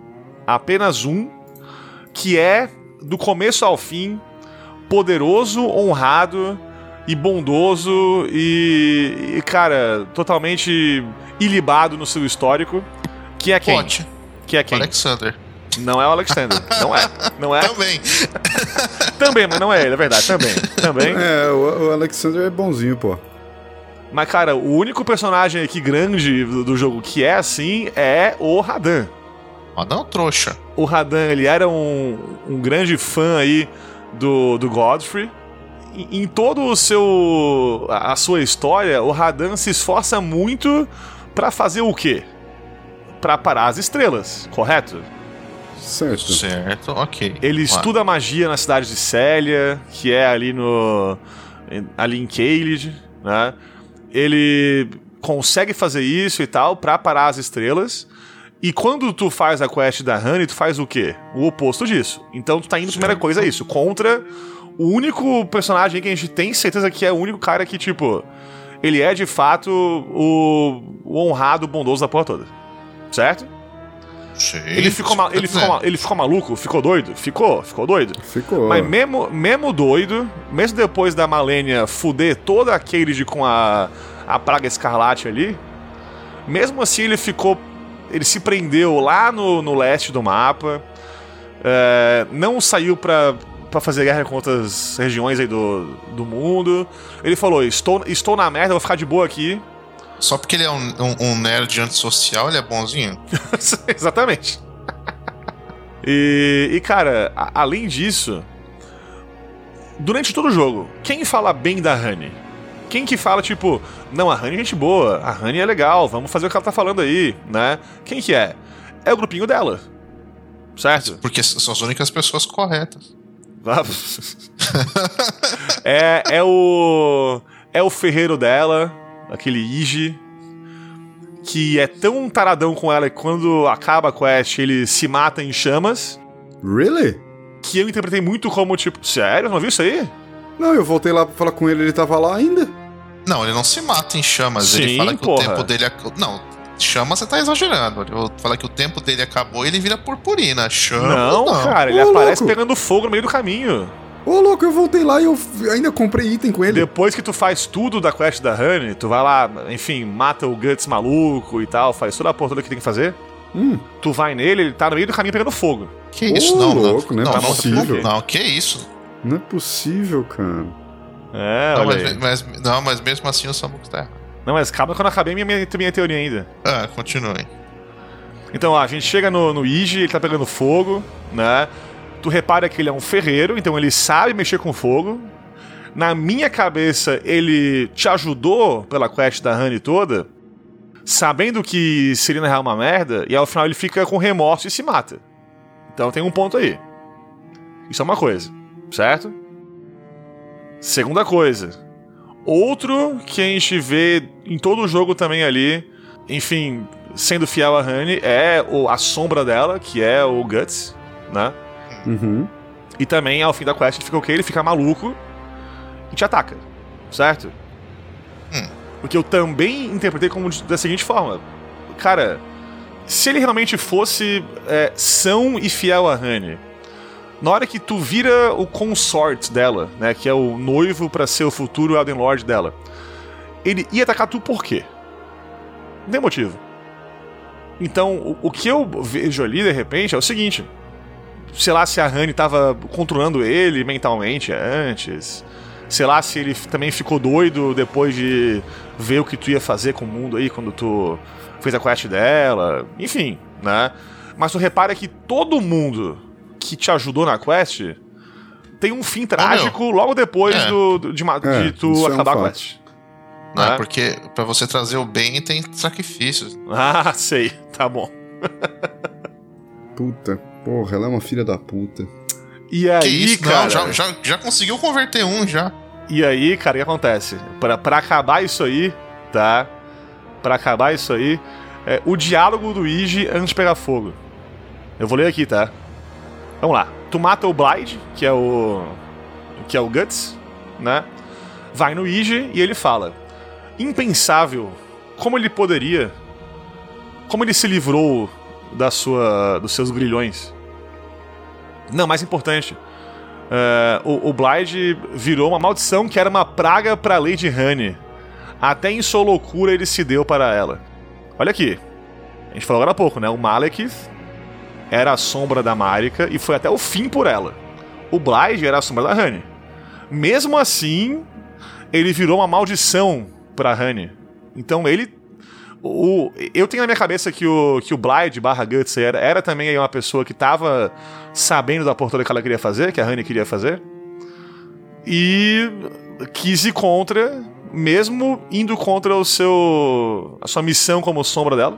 que é, do começo ao fim, poderoso, honrado e bondoso e cara, totalmente ilibado no seu histórico, que é quem? Pote. Que é quem? Alexander. Não é o Alexander. Não é. Também. Também, mas não é ele, é verdade. Também. É, o Alexander é bonzinho, pô. Mas, cara, o único personagem aqui grande do jogo que é assim é o Radan. Radan trouxa. O Radan, ele era um grande fã aí do Godfrey. Em todo a sua história, o Radan se esforça muito pra fazer o quê? Pra parar as estrelas, correto? Certo, ok. Ele estuda magia na cidade de Célia, que é ali em Caelid, né? Ele consegue fazer isso e tal pra parar as estrelas. E quando tu faz a quest da Honey, tu faz o quê? O oposto disso. Então tu tá indo, primeira coisa, é isso, contra o único personagem que a gente tem certeza que é o único cara que, tipo, ele é de fato o honrado, bondoso da porra toda. Certo? Sim, ele ficou maluco? Ficou doido? Ficou doido. Ficou. Mas mesmo doido, mesmo depois da Malenia fuder toda a Caelid com a praga escarlate ali, mesmo assim ele se prendeu lá no leste do mapa, não saiu pra fazer guerra com outras regiões aí do mundo. Ele falou, estou na merda, vou ficar de boa aqui. Só porque ele é um nerd antissocial, ele é bonzinho? Exatamente. E, cara, além disso, durante todo o jogo, quem fala bem da Honey? Quem que fala, tipo, não, a Honey é gente boa, a Honey é legal, vamos fazer o que ela tá falando aí, né? Quem que é? É o grupinho dela. Certo? Porque são as únicas pessoas corretas. É o ferreiro dela, aquele Iji, que é tão taradão com ela que quando acaba a quest ele se mata em chamas. Really? Que eu interpretei muito como tipo, sério? Não viu isso aí? Não, eu voltei lá pra falar com ele tava lá ainda. Não, ele não se mata em chamas. Sim, ele fala que porra. o tempo dele... Não, chama você tá exagerando. Ele fala que o tempo dele acabou e ele vira purpurina. Chama não. Cara, ele aparece pegando fogo no meio do caminho. Ô, louco, eu voltei lá e eu ainda comprei item com ele. Depois que tu faz tudo da quest da Honey, tu vai lá, enfim, mata o Guts maluco e tal, faz toda a porra toda que tem que fazer. Tu vai nele, ele tá no meio do caminho pegando fogo. Que isso? Não, louco, não é possível. Não, que isso? Não é possível, cara. Olha mas mesmo assim o Samuco tá errado. Não, mas calma que eu não acabei minha teoria ainda. Continue. Então, a gente chega no Iji, ele tá pegando fogo, né? Tu repara que ele é um ferreiro, então ele sabe mexer com fogo. Na minha cabeça, ele te ajudou pela quest da Honey toda, sabendo que seria na real uma merda, e ao final ele fica com remorso e se mata. Então tem um ponto aí. Isso é uma coisa, certo? Segunda coisa. Outro que a gente vê em todo o jogo também ali, enfim, sendo fiel a Honey, é a sombra dela, que é o Guts, né? Uhum. E também, ao fim da quest, ele fica ok, ele fica maluco e te ataca, certo? O que eu também interpretei como da seguinte forma. Cara, se ele realmente fosse são e fiel a Honey, na hora que tu vira o consort dela, né, que é o noivo pra ser o futuro Elden Lord dela, ele ia atacar tu por quê? Não tem motivo. Então, o que eu vejo ali, de repente, é o seguinte... Sei lá se a Honey tava controlando ele mentalmente antes. Sei lá se ele também ficou doido depois de ver o que tu ia fazer com o mundo aí quando tu fez a quest dela. Enfim, né? Mas tu repara que todo mundo que te ajudou na quest tem um fim trágico logo depois de tu acabar a quest. Né? Porque pra você trazer o bem tem sacrifícios. Ah, sei. Tá bom. Puta, porra, ela é uma filha da puta. E aí, que isso? cara... Não, já conseguiu converter um, já. E aí, cara, o que acontece? Pra acabar isso aí, tá? Pra acabar isso aí, o diálogo do Iji antes de pegar fogo. Eu vou ler aqui, tá? Vamos lá. Tu mata o Blyde, que é o Guts, né? Vai no Iji e ele fala: impensável, como ele poderia... Como ele se livrou dos seus grilhões. Não, mais importante, o Blyde virou uma maldição que era uma praga pra Lady Honey. Até em sua loucura ele se deu para ela. Olha aqui, a gente falou agora há pouco, né? O Malekith era a sombra da Marika e foi até o fim por ela. O Blyde era a sombra da Honey. Mesmo assim, ele virou uma maldição pra Honey. Então ele... Eu tenho na minha cabeça que o Blyde / Guts era também uma pessoa que tava sabendo da porra que ela queria fazer, que a Honey queria fazer, e quis ir contra, mesmo indo contra a sua missão como sombra dela.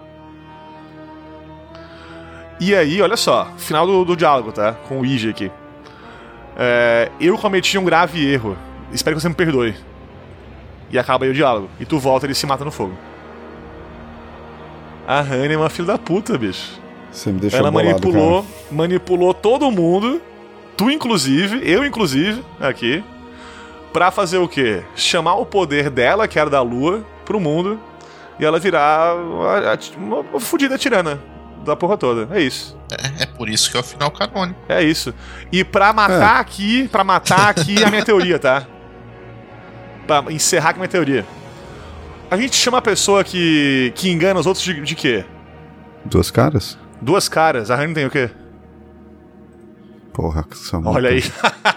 E aí, olha só, final do diálogo, tá? Com o Iji aqui. Eu cometi um grave erro, espero que você me perdoe. E acaba aí o diálogo, e tu volta e ele se mata no fogo. A Honey é uma filha da puta, bicho. Você me deixou ela bolado, manipulou todo mundo, tu inclusive, eu inclusive, aqui, pra fazer o quê? Chamar o poder dela, que era da lua, pro mundo, e ela virar uma fodida tirana da porra toda. É isso. É por isso que é o final canônico. É isso. E pra matar aqui a minha teoria, tá? Pra encerrar aqui a minha teoria. A gente chama a pessoa que engana os outros de quê? Duas caras? Duas caras. A Honey tem o quê? Porra, Samuca. Olha aí.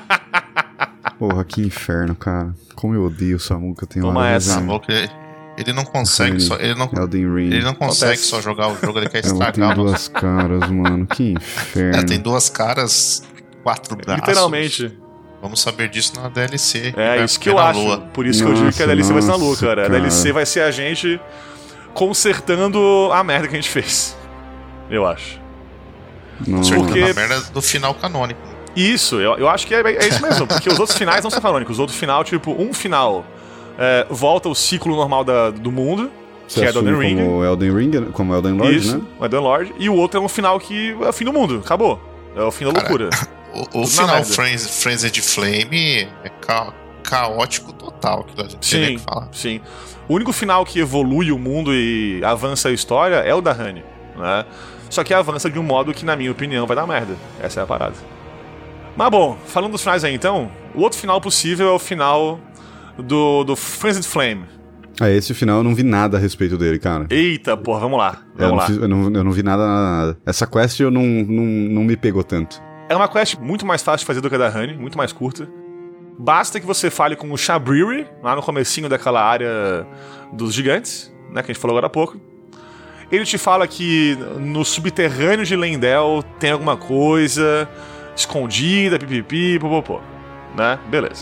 Porra, que inferno, cara. Como eu odeio o Samuca. Toma essa. Samuca, ele não consegue só... Ele não consegue só jogar o jogo, ele quer estragar. Tem duas caras, mano. Que inferno. Tem duas caras, 4 braços. Literalmente. Vamos saber disso na DLC. Isso que eu acho. Lua. Por isso que eu digo que a DLC vai ser na Lua, cara. A DLC vai ser a gente consertando a merda que a gente fez. Eu acho. Porque a merda do final canônico. Isso, eu acho que é isso mesmo. Porque os outros finais não são canônicos. Os outros final, tipo, um final volta o ciclo normal do mundo, você que é do Elden Ring. Como Elden Lord, isso, né? O Elden Lord. E o outro é um final que é o fim do mundo. Acabou. É o fim da loucura. O final Frenzied Flame é caótico total, que a gente teria que falar. Sim. O único final que evolui o mundo e avança a história é o da Honey, né? Só que avança de um modo que, na minha opinião, vai dar merda. Essa é a parada. Mas bom, falando dos finais aí então, o outro final possível é o final do Frenzied Flame. Esse final eu não vi nada a respeito dele, cara. Eita, porra, vamos lá. Eu não vi nada. Essa quest eu não me pegou tanto. É uma quest muito mais fácil de fazer do que a da Honey, muito mais curta. Basta que você fale com o Shabriri, lá no comecinho daquela área dos gigantes, né, que a gente falou agora há pouco. Ele te fala que no subterrâneo de Leyndell tem alguma coisa escondida, pipipi, popopó, né? Beleza.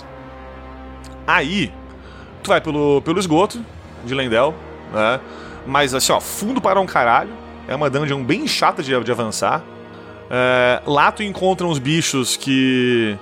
Aí, tu vai pelo esgoto de Leyndell, né? Mas assim, ó, fundo para um caralho. É uma dungeon bem chata de avançar. Lá tu encontra uns bichos que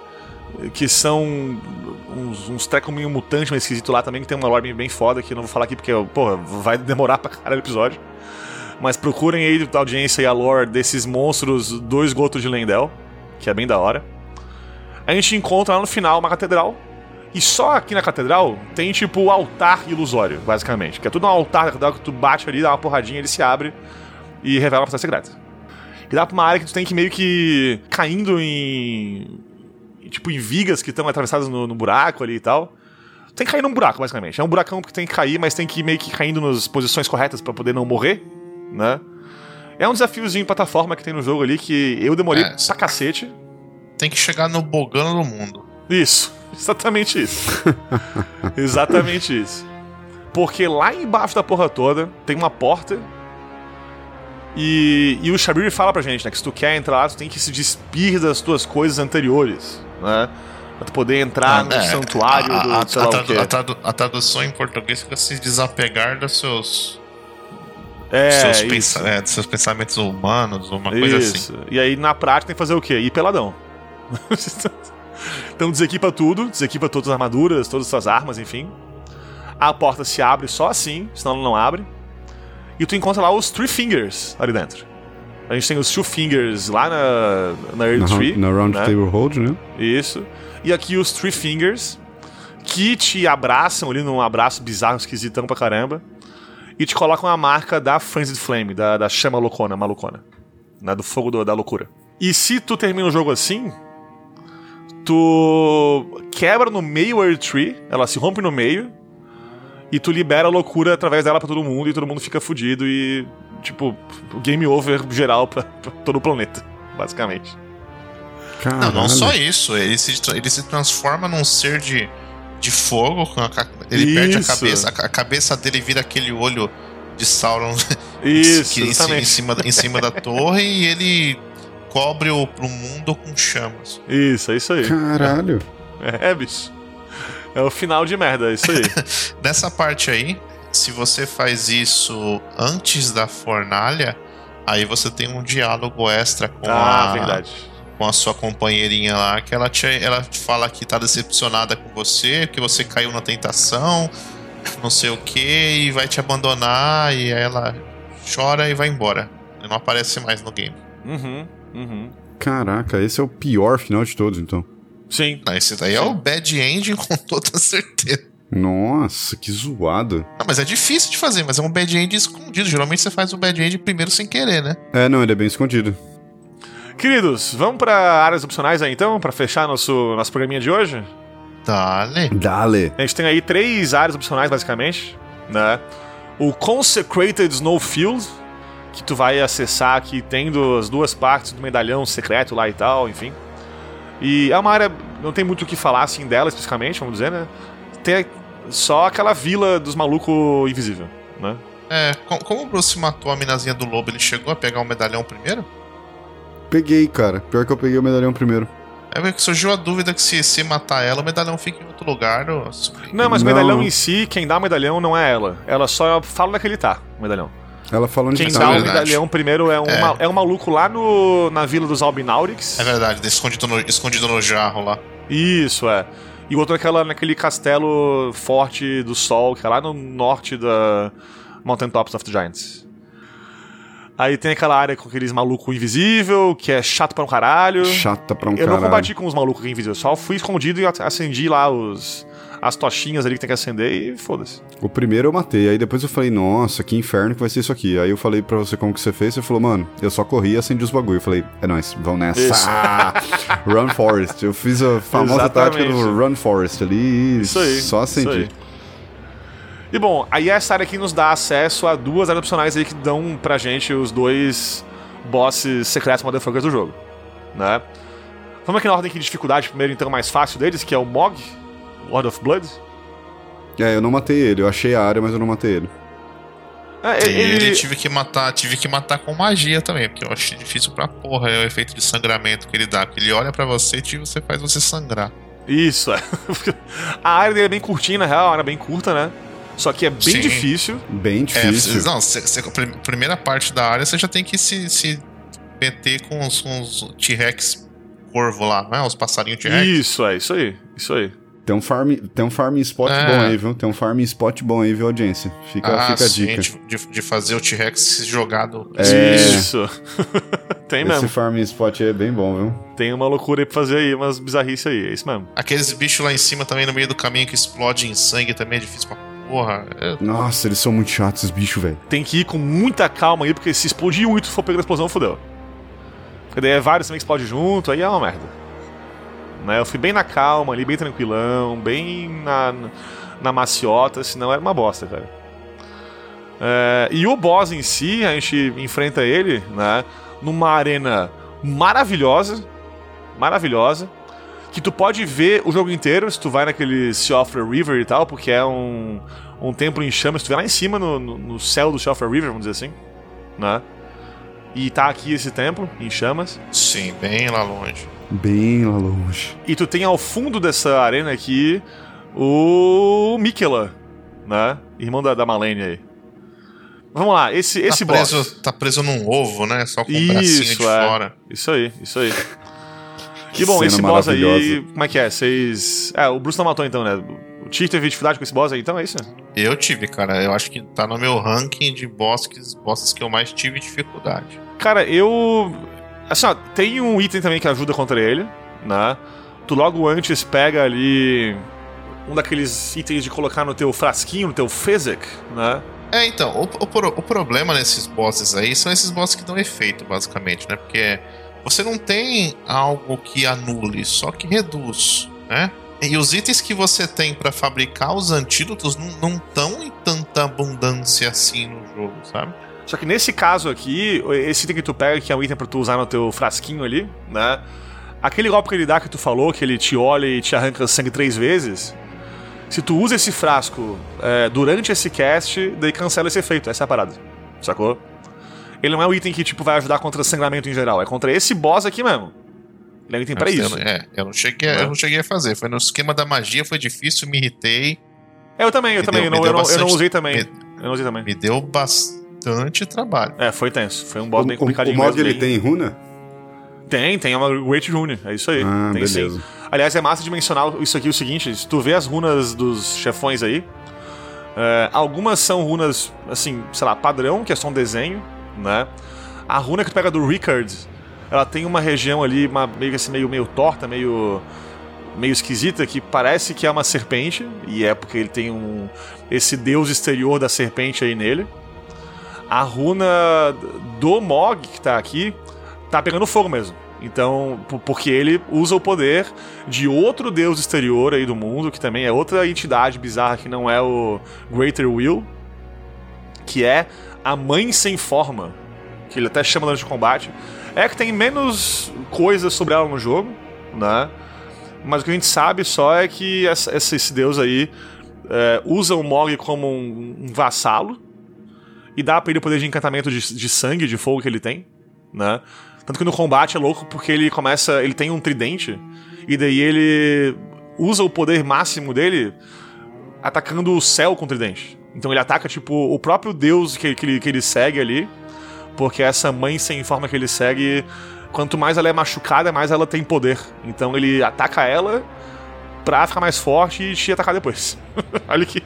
são uns trecos meio mutantes, meio esquisito lá também, que tem uma lore bem foda, que eu não vou falar aqui porque, porra, vai demorar pra caralho o episódio. Mas procurem aí da audiência e a lore desses monstros do esgoto de Leyndell, que é bem da hora. A gente encontra lá no final uma catedral, e só aqui na catedral tem tipo o altar ilusório, basicamente, que é tudo um altar da catedral que tu bate ali, dá uma porradinha, ele se abre e revela uma passagem secreta. E dá pra uma área que tu tem que meio que caindo em vigas que estão atravessadas no buraco ali e tal. Tem que cair num buraco, basicamente. É um buracão que tem que cair, mas tem que ir meio que caindo nas posições corretas pra poder não morrer, né? É um desafiozinho de plataforma que tem no jogo ali que eu demorei pra cacete. Tem que chegar no Bogano do mundo. Isso, exatamente isso. Exatamente isso. Porque lá embaixo da porra toda tem uma porta. E o Shabriri fala pra gente, né, que se tu quer entrar lá, tu tem que se despir das tuas coisas anteriores, né? Pra tu poder entrar no santuário do sei lá o quê. A tradução em português fica se desapegar dos seus... dos seus pensamentos humanos, uma coisa assim. E aí, na prática, tem que fazer o quê? Ir peladão. Então desequipa tudo, desequipa todas as armaduras, todas as suas armas, enfim. A porta se abre só assim, senão ela não abre. E tu encontra lá os Three Fingers ali dentro. A gente tem os Two Fingers lá na Earth Tree. Na Round Table Hold, né? Isso. E aqui os Three Fingers, que te abraçam ali num abraço bizarro, esquisitão pra caramba. E te colocam a marca da Frenzied Flame, da chama malucona. Né, do fogo da loucura. E se tu termina o jogo assim, tu quebra no meio a Earth Tree, ela se rompe no meio, e tu libera a loucura através dela pra todo mundo, e todo mundo fica fudido e, tipo, game over geral pra todo o planeta, basicamente. Não só isso, ele se transforma num ser de fogo, ele perde a cabeça, a cabeça dele vira aquele olho de Sauron em cima da torre, e ele cobre o mundo com chamas. Isso, é isso aí. Caralho. Bicho. É o final de merda, é isso aí. Nessa parte aí, se você faz isso antes da fornalha, aí você tem um diálogo extra verdade. Com a sua companheirinha lá, que ela te fala que tá decepcionada com você, que você caiu na tentação, não sei o que, e vai te abandonar, e aí ela chora e vai embora. E não aparece mais no game. Caraca, esse é o pior final de todos, então. Sim. Esse daí é o bad ending com toda certeza. Nossa, que zoado. Não, mas é difícil de fazer, mas é um bad end escondido. Geralmente você faz o bad end primeiro sem querer, né? Não, ele é bem escondido. Queridos, vamos pra áreas opcionais aí então, pra fechar nosso programinha de hoje? Dale. A gente tem aí 3 áreas opcionais, basicamente, né? O Consecrated Snowfield, que tu vai acessar aqui, tendo as 2 partes do medalhão secreto lá e tal, enfim. E é uma área, não tem muito o que falar assim dela especificamente, vamos dizer, né? Tem só aquela vila dos malucos invisível, né? Como o Bruce matou a minazinha do lobo, ele chegou a pegar o medalhão primeiro? Peguei, cara. Pior que eu peguei o medalhão primeiro. Que surgiu a dúvida que se matar ela, o medalhão fica em outro lugar. Não, mas o medalhão em si, quem dá o medalhão não é ela. Ela só fala onde é que ele tá, o medalhão. Ela fala onde quem tá. Quem dá o medalhão primeiro é um maluco lá na vila dos Albinaurics. É verdade, escondido no jarro lá. Isso, E o outro naquele castelo forte do sol, que é lá no norte da Mountain Tops of the Giants. Aí tem aquela área com aqueles malucos invisível, que é chato pra um caralho. Eu não combati com os malucos invisíveis, só fui escondido e acendi lá as tochinhas ali que tem que acender e foda-se. O primeiro eu matei, aí depois eu falei, nossa, que inferno que vai ser isso aqui. Aí eu falei pra você como que você fez, você falou, mano, eu só corri e acendi os bagulho. Eu falei, é nóis, vão nessa. Run Forest. Eu fiz a famosa tática do Run Forest ali e só acendi. E bom, aí essa área aqui nos dá acesso a 2 áreas opcionais aí que dão pra gente os 2 bosses secretos motherfuckers do jogo, né? Vamos aqui na ordem de dificuldade, primeiro então mais fácil deles, que é o Mog, Lord of Blood. Eu não matei ele, eu achei a área, mas eu não matei ele. Ele tive que matar com magia também, porque eu achei difícil pra porra o efeito de sangramento que ele dá, porque ele olha pra você e você faz você sangrar. Isso, A área dele é bem curtinha, na real, a área é bem curta, né? Só que é bem difícil. Bem difícil. A primeira parte da área você já tem que se meter com os T-Rex corvo lá, né? Os passarinhos T-Rex. Isso aí. Tem um farm spot bom aí, viu? Tem um farm spot bom aí, viu, audiência? Fica a dica. De fazer o T-Rex jogado. Isso. Tem mesmo. Esse farm spot aí é bem bom, viu? Tem uma loucura aí pra fazer aí, umas bizarrices aí, é isso mesmo. Aqueles bichos lá em cima também, no meio do caminho, que explodem em sangue também é difícil pra porra. Nossa, eles são muito chatos, esses bichos, velho. Tem que ir com muita calma aí, porque se explodir muito, se for pegando a explosão, fodeu. Porque daí vários também que explodem junto, aí é uma merda. Né? Eu fui bem na calma ali, bem tranquilão, bem na maciota, senão era uma bosta, cara. E o boss em si, a gente enfrenta ele, né, numa arena maravilhosa, que tu pode ver o jogo inteiro se tu vai naquele Siofra River e tal, porque é um templo em chamas, se tu vai lá em cima no céu do Siofra River, vamos dizer assim, né? E tá aqui esse templo, em chamas. Sim, bem lá longe. Bem lá longe. E tu tem ao fundo dessa arena aqui o Miquella, né? Irmão da Malenia aí. Vamos lá, esse boss. Tá preso num ovo, né? Só com o bracinho de fora. Isso aí. E bom, esse boss aí, como é que é? Vocês... o Bruce não matou então, né? O Tyr teve dificuldade com esse boss aí, então é isso? Eu tive, cara. Eu acho que tá no meu ranking de bosses que eu mais tive dificuldade. Cara, assim, ó, tem um item também que ajuda contra ele, né? Tu logo antes pega ali um daqueles itens de colocar no teu frasquinho, no teu physic, né? Então, o problema nesses bosses aí são esses bosses que dão efeito, basicamente, né? Porque você não tem algo que anule, só que reduz, né? E os itens que você tem pra fabricar os antídotos não estão em tanta abundância assim no jogo, sabe? Só que nesse caso aqui, esse item que tu pega, que é um item pra tu usar no teu frasquinho ali, né? Aquele golpe que ele dá que tu falou, que ele te olha e te arranca sangue 3 vezes... Se tu usa esse frasco durante esse cast, daí cancela esse efeito. Essa é a parada. Sacou? Ele não é um item que tipo, vai ajudar contra sangramento em geral. É contra esse boss aqui mesmo. Ele é um item pra isso. Eu não cheguei a fazer. Foi no esquema da magia, foi difícil, me irritei. Eu também. Eu não usei também. Eu não usei também. Me deu bastante trabalho. Foi tenso. Foi um boss bem complicadinho. O mod ele tem runa? Tem uma Great Rune. É isso aí. Tem beleza. Sim. Aliás, é massa de mencionar isso aqui, o seguinte, se tu vê as runas dos chefões aí, algumas são runas, assim, sei lá, padrão, que é só um desenho, né? A runa que tu pega do Ricard, ela tem uma região ali, meio torta, meio esquisita, que parece que é uma serpente, e é porque ele tem esse deus exterior da serpente aí nele. A runa do Mog, que tá aqui, tá pegando fogo mesmo. Então, porque ele usa o poder de outro deus exterior aí do mundo, que também é outra entidade bizarra que não é o Greater Will, que é a Mãe Sem Forma, que ele até chama durante o combate. É que tem menos coisas sobre ela no jogo, né? Mas o que a gente sabe só é que esse deus aí usa o Mog como um vassalo e dá pra ele o poder de encantamento de sangue, de fogo que ele tem, né? Tanto que no combate é louco porque ele tem um tridente, e daí ele usa o poder máximo dele atacando o céu com o tridente. Então ele ataca, tipo, o próprio deus que ele segue ali, porque essa mãe sem forma que ele segue, quanto mais ela é machucada, mais ela tem poder. Então ele ataca ela pra ficar mais forte e te atacar depois. Olha que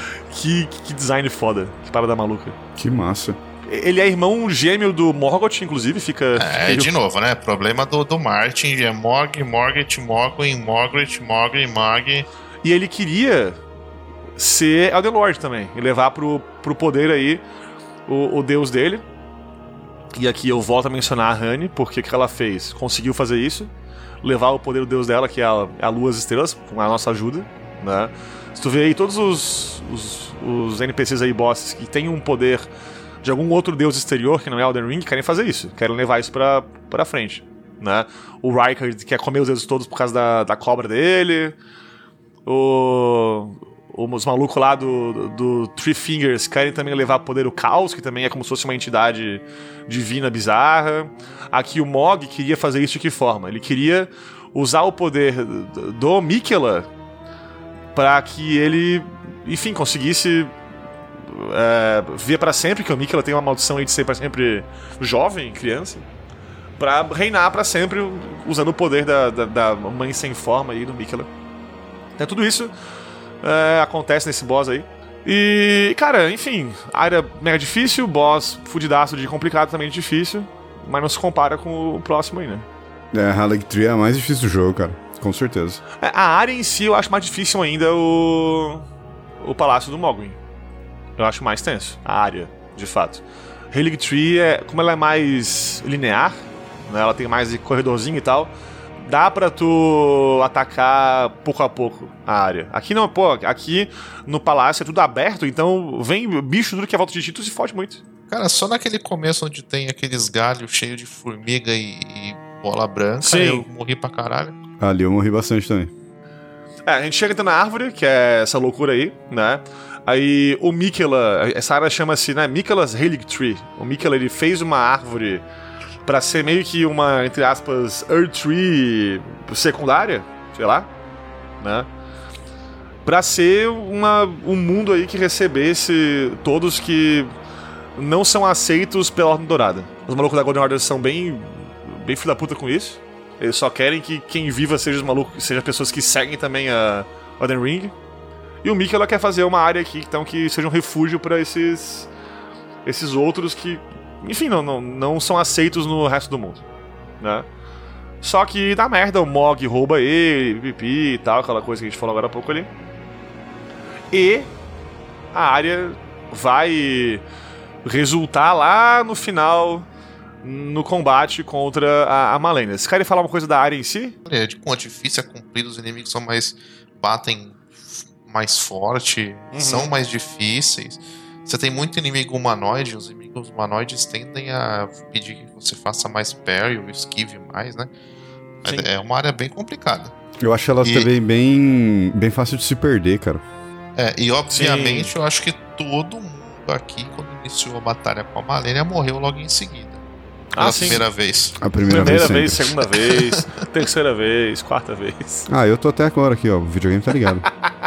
design foda, que parada maluca. Que massa. Ele é irmão gêmeo do Morgoth, inclusive, fica... de novo, né? Problema do Martin, é Morg, Morgoth, Morgoth, Mogret, Mogre, Mag. E ele queria ser Elden Lord também, e levar pro poder aí o deus dele. E aqui eu volto a mencionar a Honey, porque o que ela fez? Conseguiu fazer isso, levar o poder do deus dela, que é a Lua das Estrelas, com a nossa ajuda, né? Se tu vê aí todos os NPCs aí, bosses, que tem um poder de algum outro deus exterior que não é Elden Ring, querem fazer isso, querem levar isso pra frente, né? O Rykard quer comer os deuses todos por causa da cobra dele, os malucos lá do Three Fingers querem também levar poder o Caos, que também é como se fosse uma entidade divina bizarra. Aqui o Mog queria fazer isso de que forma? Ele queria usar o poder do Miquella pra que ele, enfim, conseguisse viver pra sempre, que o Miquella tem uma maldição aí de ser pra sempre jovem, criança, pra reinar pra sempre usando o poder da mãe sem forma aí do Miquella. Então tudo isso acontece nesse boss aí. E, cara, enfim, área mega difícil, boss fudidaço de complicado, também difícil, mas não se compara com o próximo aí, né? A Halig Tree é a mais difícil do jogo, cara, com certeza. A área em si eu acho mais difícil ainda o Palácio do Mogwin. Eu acho mais tenso, a área, de fato. Halig Tree, como ela é mais linear, né, ela tem mais corredorzinho e tal, dá pra tu atacar pouco a pouco a área. Aqui não, aqui no palácio é tudo aberto, então vem bicho duro que é volta de Tito e se fode muito. Cara, só naquele começo onde tem aqueles galhos cheios de formiga e bola branca, sim, eu morri pra caralho. Ali eu morri bastante também. A gente chega então na árvore, que é essa loucura aí, né? Aí o Miquella, essa área chama-se, né, Miquella's Relic Tree. O Miquella, ele fez uma árvore pra ser meio que uma, entre aspas, Earth Tree secundária, sei lá, né? Pra ser um mundo aí que recebesse todos que não são aceitos pela Ordem Dourada. Os malucos da Golden Order são bem filho da puta com isso. Eles só querem que quem viva seja os malucos, seja pessoas que seguem também a Elden Ring. E o Mickey, ela quer fazer uma área aqui então, que seja um refúgio pra esses outros que, enfim, não são aceitos no resto do mundo, né? Só que dá merda, o Mog rouba ele, pipi e tal, aquela coisa que a gente falou agora há pouco ali. E a área vai resultar lá no final no combate contra a Malenia. Vocês querem falar uma coisa da área em si? Com a difícil é cumprida, os inimigos são batem mais forte, são mais difíceis. Você tem muito inimigo humanoide, os inimigos humanoides tendem a pedir que você faça mais parry ou esquive mais, né? Sim. É uma área bem complicada. Eu acho ela também bem fácil de se perder, cara. E obviamente eu acho que todo mundo aqui, quando iniciou a batalha com a Malenia, morreu logo em seguida. Pela primeira vez. A primeira vez, segunda vez, terceira vez, quarta vez. Eu tô até agora aqui, ó. O videogame tá ligado.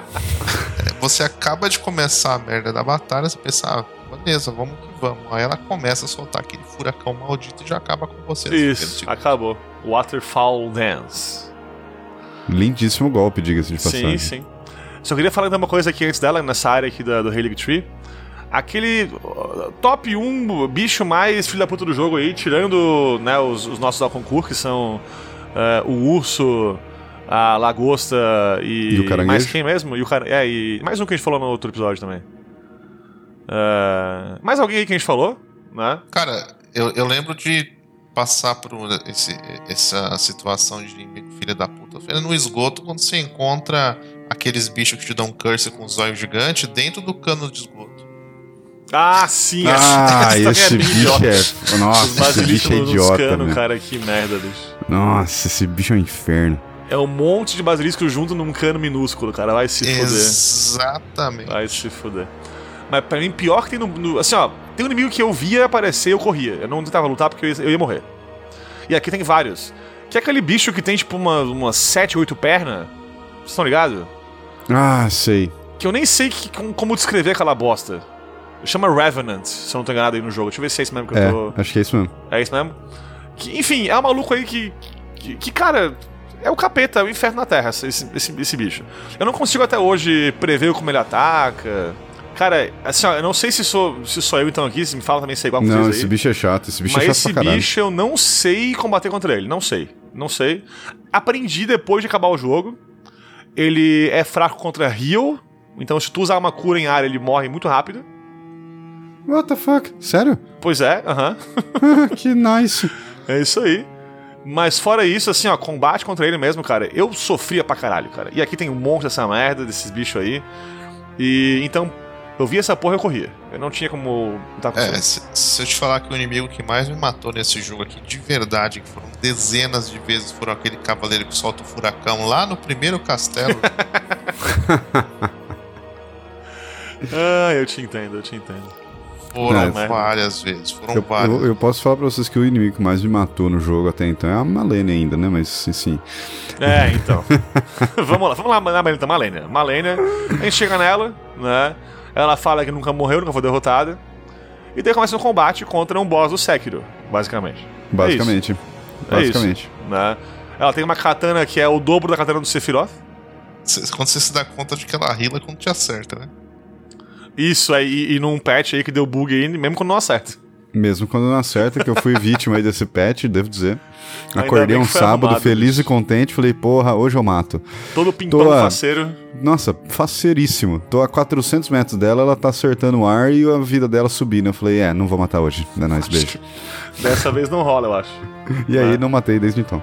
Você acaba de começar a merda da batalha, você pensa, beleza, vamos que vamos. Aí ela começa a soltar aquele furacão maldito e já acaba com você. Isso, acabou. Waterfall Dance. Lindíssimo golpe, diga-se de passagem. Sim. Só queria falar de uma coisa aqui antes dela, nessa área aqui do Relic Tree. Aquele top 1 bicho mais filho da puta do jogo aí, tirando, né, os nossos Alconcourt, que são o urso, a lagosta e o caranguejo. Mais quem mesmo? E mais um que a gente falou no outro episódio também. Mais alguém aí que a gente falou, né? Cara, eu lembro de passar por essa situação de inimigo filho da puta. Foi no esgoto, quando você encontra aqueles bichos que te dão curse com os olhos gigantes dentro do cano de esgoto. Ah, sim. Esse bicho é... Nossa, esse bicho é idiota, né? Cara, que merda, bicho. Nossa, esse bicho é um inferno. É um monte de basilisco junto num cano minúsculo, cara. Vai se fuder. Exatamente. Vai se fuder. Mas pra mim, pior que tem assim, ó, tem um inimigo que eu via aparecer e eu corria. Eu não tentava lutar porque eu ia morrer. E aqui tem vários. Que é aquele bicho que tem, tipo, umas 7, 8 pernas. Vocês estão ligados? Sei. Que eu nem sei como descrever aquela bosta. Chama Revenant, se eu não tô enganado aí no jogo. Deixa eu ver se é isso mesmo que eu tô... acho que é isso mesmo. É isso mesmo? Que, enfim, é um maluco aí que, cara... É o capeta, é o inferno na Terra, esse bicho. Eu não consigo até hoje prever como ele ataca. Cara, assim, ó, eu não sei se sou eu então aqui, se me fala também se é igual com vocês aí. Não, esse bicho é chato, esse bicho é chato pra caralho. Mas esse bicho eu não sei combater contra ele, não sei. Aprendi depois de acabar o jogo. Ele é fraco contra heal, então se tu usar uma cura em área, ele morre muito rápido. What the fuck? Sério? Pois é, Que nice. É isso aí. Mas fora isso, assim, ó, combate contra ele mesmo, cara, eu sofria pra caralho, cara. E aqui tem um monte dessa merda, desses bichos aí. E então, eu via essa porra e eu corria. Eu não tinha como lutar com isso. Se eu te falar que o inimigo que mais me matou nesse jogo aqui, de verdade, que foram dezenas de vezes, foram aquele cavaleiro que solta o furacão lá no primeiro castelo. Eu te entendo. Foram várias vezes, várias. Eu posso falar pra vocês que o inimigo que mais me matou no jogo até então é a Malenia ainda, né? Mas sim. Então. vamos lá na Malenia. Malenia, a gente chega nela, né? Ela fala que nunca morreu, nunca foi derrotada. E daí começa um combate contra um boss do Sekiro, basicamente. Basicamente. Né? Ela tem uma katana que é o dobro da katana do Sephiroth. Quando você se dá conta de que ela rila quando te acerta, né? Isso, aí, e num patch aí que deu bug aí, mesmo quando não acerta. Mesmo quando não acerta, que eu fui vítima aí desse patch, devo dizer. Acordei um sábado arrumado, feliz e contente, falei, porra, hoje eu mato. Todo pimpão faceiro. Nossa, faceiríssimo. Tô a 400 metros dela, ela tá acertando o ar e a vida dela subindo. Eu falei, não vou matar hoje. É nóis, beijo. Dessa vez não rola, eu acho. E aí não matei desde então.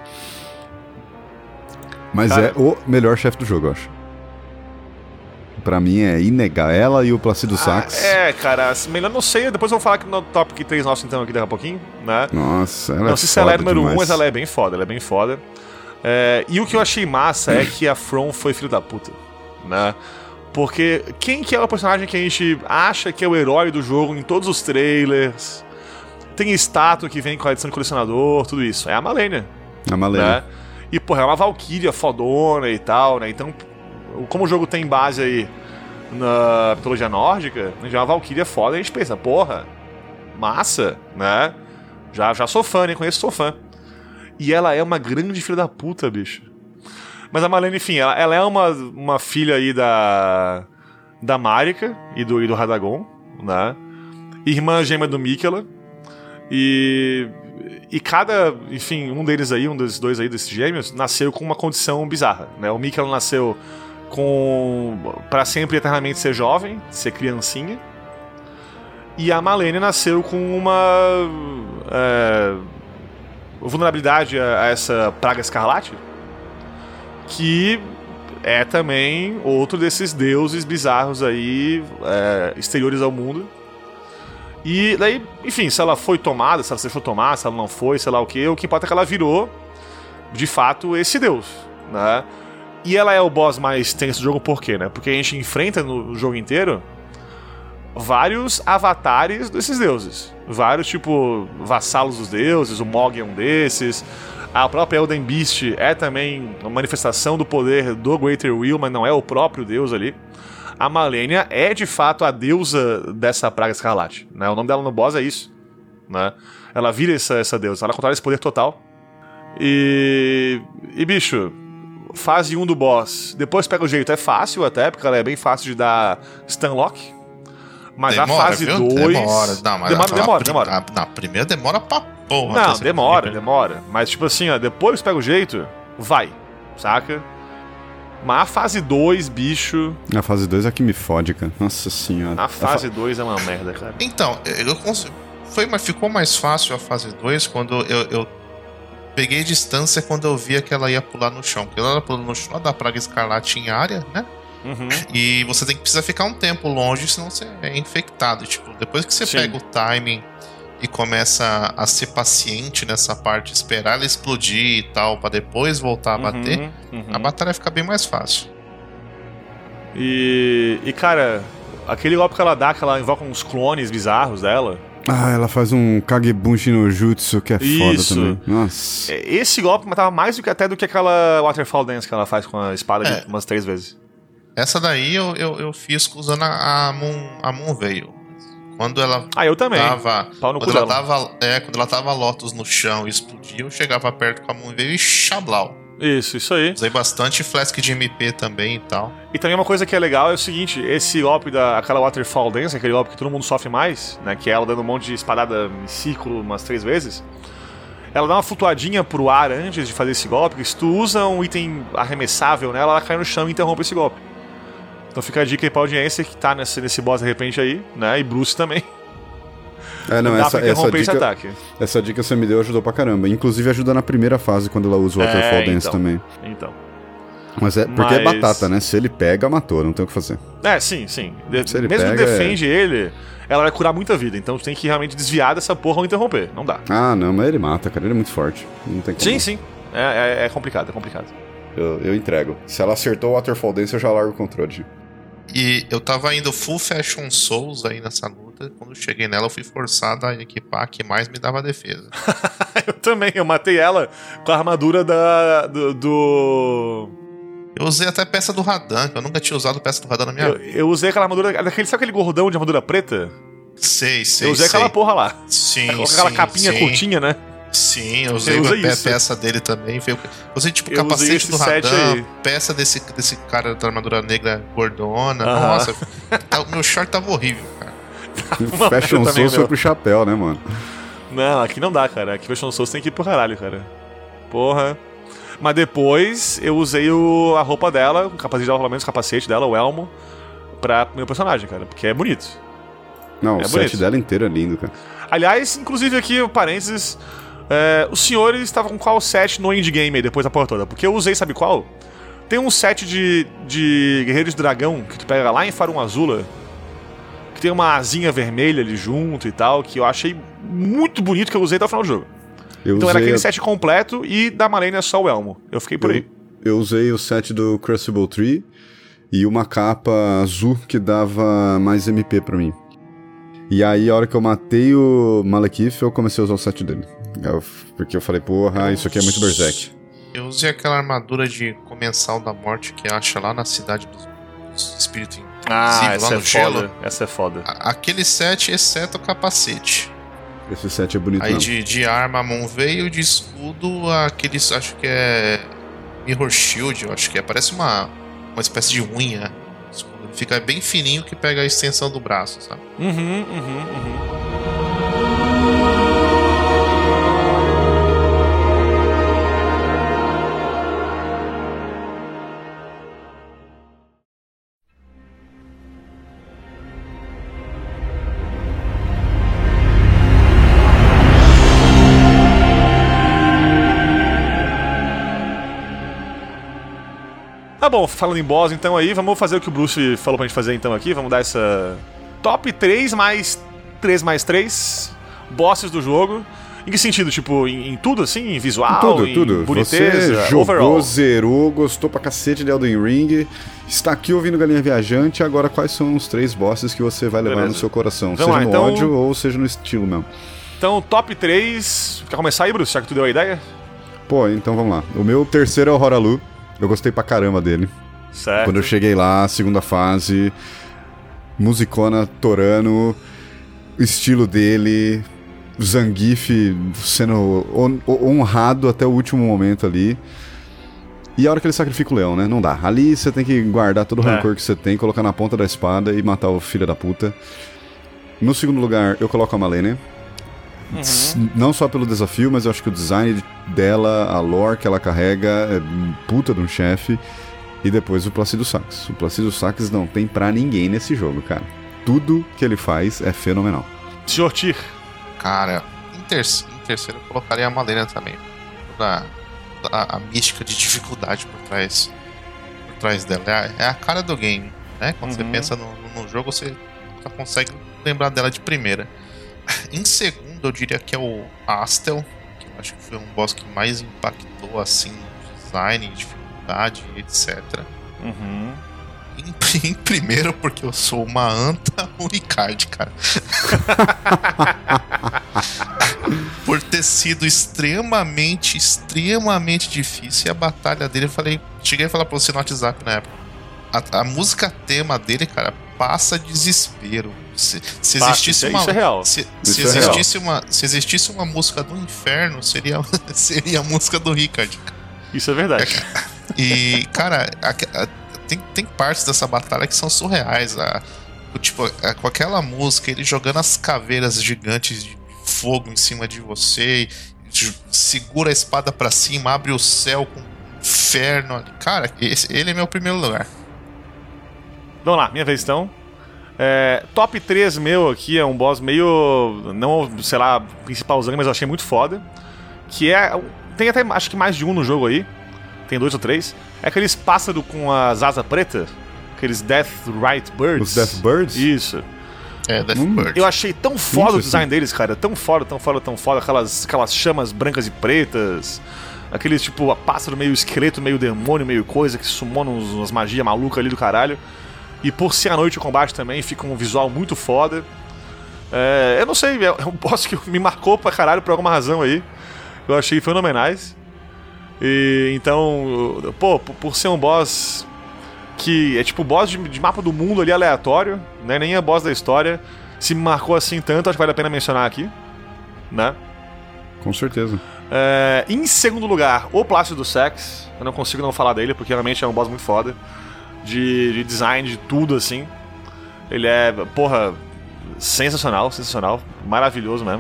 Mas cara, é o melhor chefe do jogo, eu acho. Pra mim é inegável. Ela e o Placido Sax. Cara, melhor não sei. Depois eu vou falar que no Topic 3 nosso então aqui daqui a pouquinho, né? Nossa, ela não sei se ela é número 1, mas ela é bem foda. E o que eu achei massa é que a From foi filho da puta, né? Porque quem que é o personagem que a gente acha que é o herói do jogo em todos os trailers? Tem estátua que vem com a edição de colecionador, tudo isso. É a Malenia. A Malenia. Né? E, porra, é uma Valkyria fodona e tal, né? Então, como o jogo tem base aí na mitologia nórdica, já é uma Valkyria foda, a gente pensa, porra, massa, né? Já sou fã, nem conheço, sou fã. E ela é uma grande filha da puta, bicho. Mas a Malenia, enfim, ela é uma filha aí da Marika e do Radagon, né? Irmã gêmea do Miquella. E cada, enfim, um deles aí, um desses dois aí, desses gêmeos, nasceu com uma condição bizarra, né? O Miquella nasceu pra sempre e eternamente ser jovem, ser criancinha. E a Malenia nasceu com uma vulnerabilidade a essa praga escarlate, que é também outro desses deuses bizarros aí, exteriores ao mundo. E daí, enfim, se ela foi tomada, se ela se deixou tomar, se ela não foi, sei lá o que importa é que ela virou, de fato, esse deus, né? E ela é o boss mais tenso do jogo por quê, né? Porque a gente enfrenta no jogo inteiro vários avatares desses deuses. Vários, tipo, vassalos dos deuses, o Mog é um desses. A própria Elden Beast é também uma manifestação do poder do Greater Will, mas não é o próprio deus ali. A Malenia é, de fato, a deusa dessa praga escarlate, né? O nome dela no boss é isso, né? Ela vira essa deusa, ela controla esse poder total. E bicho, fase 1 do boss, depois pega o jeito, é fácil até, porque ela é bem fácil de dar stunlock. Mas demora, a fase 2... Demora. Na primeira demora pra porra. Não, demora. Mas tipo assim, ó, depois pega o jeito, vai, saca? Mas a fase 2, bicho... A fase 2 é que me fode, cara. Nossa senhora. A fase 2 é uma merda, cara. Então, ficou mais fácil a fase 2 quando eu peguei distância quando eu via que ela ia pular no chão. Porque ela pula no chão da praga escarlate em área, né? Uhum. E você precisa ficar um tempo longe, senão você é infectado. Tipo, depois que você pega o timing e começa a ser paciente nessa parte, esperar ela explodir e tal, pra depois voltar a bater, a batalha fica bem mais fácil. E cara, aquele golpe que ela dá, que ela invoca uns clones bizarros dela. Ah, ela faz um Kagebunshi no Jutsu, que é foda também. Nossa. Esse golpe matava mais do que aquela Waterfall Dance que ela faz com a espada umas 3 vezes. Essa daí eu fiz usando a Moon Veil. Quando ela eu também. Quando ela tava Lotus no chão e explodia, eu chegava perto com a Moon Veil e chablau. Isso aí. Usei bastante Flask de MP também e tal. E também uma coisa que é legal é o seguinte, esse golpe aquela Waterfall Dance, aquele golpe que todo mundo sofre mais, né, que é ela dando um monte de espadada em círculo umas 3 vezes, ela dá uma flutuadinha pro ar antes de fazer esse golpe, porque se tu usa um item arremessável nela, ela cai no chão e interrompe esse golpe. Então fica a dica aí pra audiência que tá nesse boss de repente aí, né, e Bruce também. Essa dica você me deu ajudou pra caramba. Inclusive ajuda na primeira fase, quando ela usa o Waterfall Dance também. Então. Mas porque é batata, né? Se ele pega, matou, não tem o que fazer. Sim. Mesmo que defende ele, ela vai curar muita vida. Então tu tem que realmente desviar dessa porra ou interromper. Não dá. Ah, não, mas ele mata, cara. Ele é muito forte. Não tem como. Sim. É complicado. Eu entrego. Se ela acertou o Waterfall Dance, eu já largo o controle. E eu tava indo full Fashion Souls aí nessa luta. Quando eu cheguei nela, eu fui forçado a equipar a que mais me dava defesa. Eu também, eu matei ela com a armadura do... Eu usei até peça do Radan, que eu nunca tinha usado peça do Radan na minha vida. Eu usei aquela armadura... Sabe aquele gordão de armadura preta? Sei. Eu usei aquela porra lá. Sim, aquela capinha curtinha, né? Sim, eu usei a peça dele também. Eu usei tipo capacete do Radan, peça desse cara da armadura negra gordona. Nossa, o meu short tava horrível, cara. Fashion Souls foi pro chapéu, né, mano? Não, aqui não dá, cara. Aqui Fashion Souls tem que ir pro caralho, cara. Porra. Mas depois eu usei a roupa dela, o capacete dela, pelo menos o capacete dela, o elmo, pra meu personagem, cara. Porque é bonito. Não, o set dela inteiro é lindo, cara. Aliás, inclusive aqui, parênteses, os senhores estavam com qual set no endgame aí, depois da porra toda? Porque eu usei, sabe qual? Tem um set de Guerreiros de Dragão que tu pega lá em Farum Azula, que tem uma asinha vermelha ali junto e tal, que eu achei muito bonito, que eu usei até o final do jogo. Então era aquele set completo e da Malenia só o elmo. Eu fiquei por aí. Eu usei o set do Crucible Tree e uma capa azul que dava mais MP pra mim. E aí, a hora que eu matei o Malekith, eu comecei a usar o set dele. Porque eu falei, porra, isso aqui é muito Berserk. Eu usei aquela armadura de Comensal da Morte que acha lá na cidade dos espíritos invisíveis, lá no gelo. Essa é foda. Aquele set, exceto o capacete. Esse set é bonito aí mesmo. De arma, mão veio, de escudo, aqueles, acho que é Mirror Shield, eu acho que é. Parece uma espécie de unha. Ele fica bem fininho que pega a extensão do braço, sabe? Tá bom, falando em boss então aí, vamos fazer o que o Bruce falou pra gente fazer então aqui, vamos dar essa top 3 mais 3 bosses do jogo. Em que sentido? Tipo, em tudo assim? Em visual? Tudo. Boniteza? Você jogou, overall? zerou, gostou pra cacete de Elden Ring, está aqui ouvindo Galinha Viajante, agora quais são os 3 bosses que você vai levar no seu coração? Vamos seja lá, no então... ódio ou seja no estilo mesmo. Então, top 3... Quer começar aí, Bruce? Já que tu deu a ideia? Pô, então vamos lá. O meu terceiro é o Horalu. Eu gostei pra caramba dele. Certo. Quando eu cheguei lá, segunda fase, musicona torando, o estilo dele, Zangief sendo honrado até o último momento ali. E a hora que ele sacrifica o leão, né? Não dá. Ali você tem que guardar todo o rancor que você tem, colocar na ponta da espada e matar o filho da puta. No segundo lugar, eu coloco a Malenia. Não só pelo desafio, mas eu acho que o design dela, a lore que ela carrega, é puta de um chefe. E depois o Placido Sax. O Placido Sax não tem pra ninguém nesse jogo, cara. Tudo que ele faz é fenomenal. Sr. Tyr. Cara, em terceiro eu colocaria a Malenia também. Toda a mística de dificuldade por trás dela. É a cara do game, né? Quando você pensa no jogo, você só consegue lembrar dela de primeira. Em segundo, eu diria que é o Astel, que eu acho que foi um boss que mais impactou, assim, no design, dificuldade, etc. Em primeiro, porque eu sou uma anta, o Ricard, cara. Por ter sido extremamente difícil, e a batalha dele, cheguei a falar pra você no WhatsApp na época. A música tema dele, cara, passa desespero. Se existisse uma, isso é real. Se existisse uma música do inferno, seria a música do Ricard. Isso é verdade. E, cara, tem partes dessa batalha que são surreais. Com aquela música, ele jogando as caveiras gigantes de fogo em cima de você, segura a espada pra cima, abre o céu com inferno. Cara, ele é meu primeiro lugar. Vamos lá, minha vez então. Top 3 meu aqui é um boss meio... Não, sei lá, principalzão, mas eu achei muito foda. Que é... Tem até, acho que mais de um no jogo aí. Tem 2 ou 3. É aqueles pássaros com as asas pretas. Aqueles Deathrite Birds. Os Death Birds? Isso. Death Birds. Eu achei tão foda o design deles, cara. Tão foda. Aquelas chamas brancas e pretas. Aqueles, tipo, pássaro meio esqueleto, meio demônio, meio coisa, que sumona umas magias malucas ali do caralho. E por ser à noite o combate também, fica um visual muito foda. Eu não sei, é um boss que me marcou pra caralho por alguma razão aí. Eu achei fenomenais. E então, pô, por ser um boss que é tipo boss de mapa do mundo ali aleatório, né? Nem é boss da história. Se me marcou assim tanto, acho que vale a pena mencionar aqui, né? Com certeza. Em segundo lugar, o Plácido Sax. Eu não consigo não falar dele, porque realmente é um boss muito foda. De design, de tudo, assim. Ele é, porra, sensacional, maravilhoso mesmo.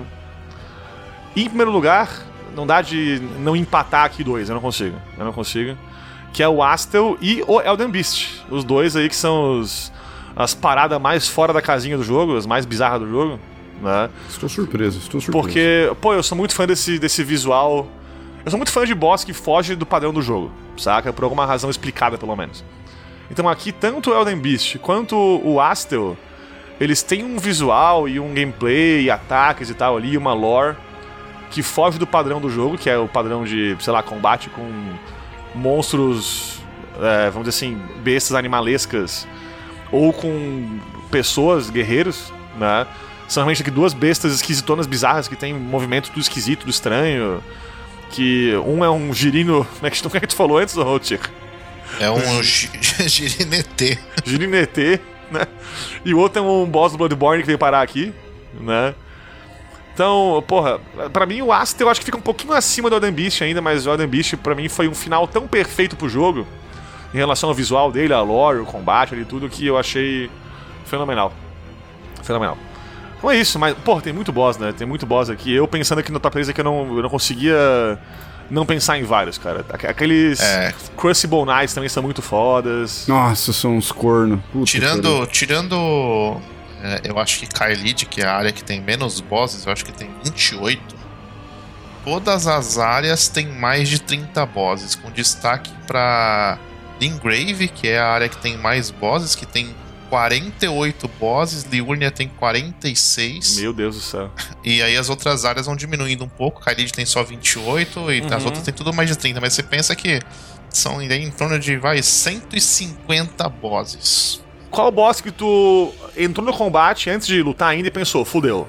E em primeiro lugar, não dá de não empatar aqui 2, eu não consigo. Que é o Astel e o Elden Beast. Os dois aí que são as paradas mais fora da casinha do jogo, as mais bizarras do jogo, né? Estou surpreso. Porque, pô, eu sou muito fã desse visual. Eu sou muito fã de boss que foge do padrão do jogo, saca? Por alguma razão explicada, pelo menos. Então aqui, tanto o Elden Beast quanto o Astel, eles têm um visual e um gameplay e ataques e tal ali, uma lore que foge do padrão do jogo, que é o padrão de, sei lá, combate com monstros vamos dizer assim, bestas animalescas ou com pessoas, guerreiros, né? São realmente aqui 2 bestas esquisitonas bizarras que tem movimento tudo esquisito, tudo estranho. Que um é um girino... Como é que tu falou antes, Rotier? É um girinetê. Girinetê, né? E o outro é um boss do Bloodborne que veio parar aqui, né? Então, porra, pra mim o Aster eu acho que fica um pouquinho acima do Elden Beast ainda, mas o Elden Beast pra mim foi um final tão perfeito pro jogo, em relação ao visual dele, a lore, o combate ali, tudo, que eu achei fenomenal. Fenomenal. Então é isso, mas, porra, tem muito boss, né? Tem muito boss aqui. Eu pensando aqui no top 3 aqui, eu não conseguia não pensar em vários, cara. Aqueles Crucible Knights também são muito fodas. Nossa, são uns corno. Tirando eu acho que Caelid, que é a área que tem menos bosses, eu acho que tem 28. Todas as áreas têm mais de 30 bosses, com destaque pra Limgrave, que é a área que tem mais bosses, que tem 48 bosses, Liurnia tem 46. Meu Deus do céu. E aí as outras áreas vão diminuindo um pouco. Caelid tem só 28 e as outras tem tudo mais de 30. Mas você pensa que são em torno de 150 bosses. Qual boss que tu entrou no combate antes de lutar ainda e pensou, fudeu?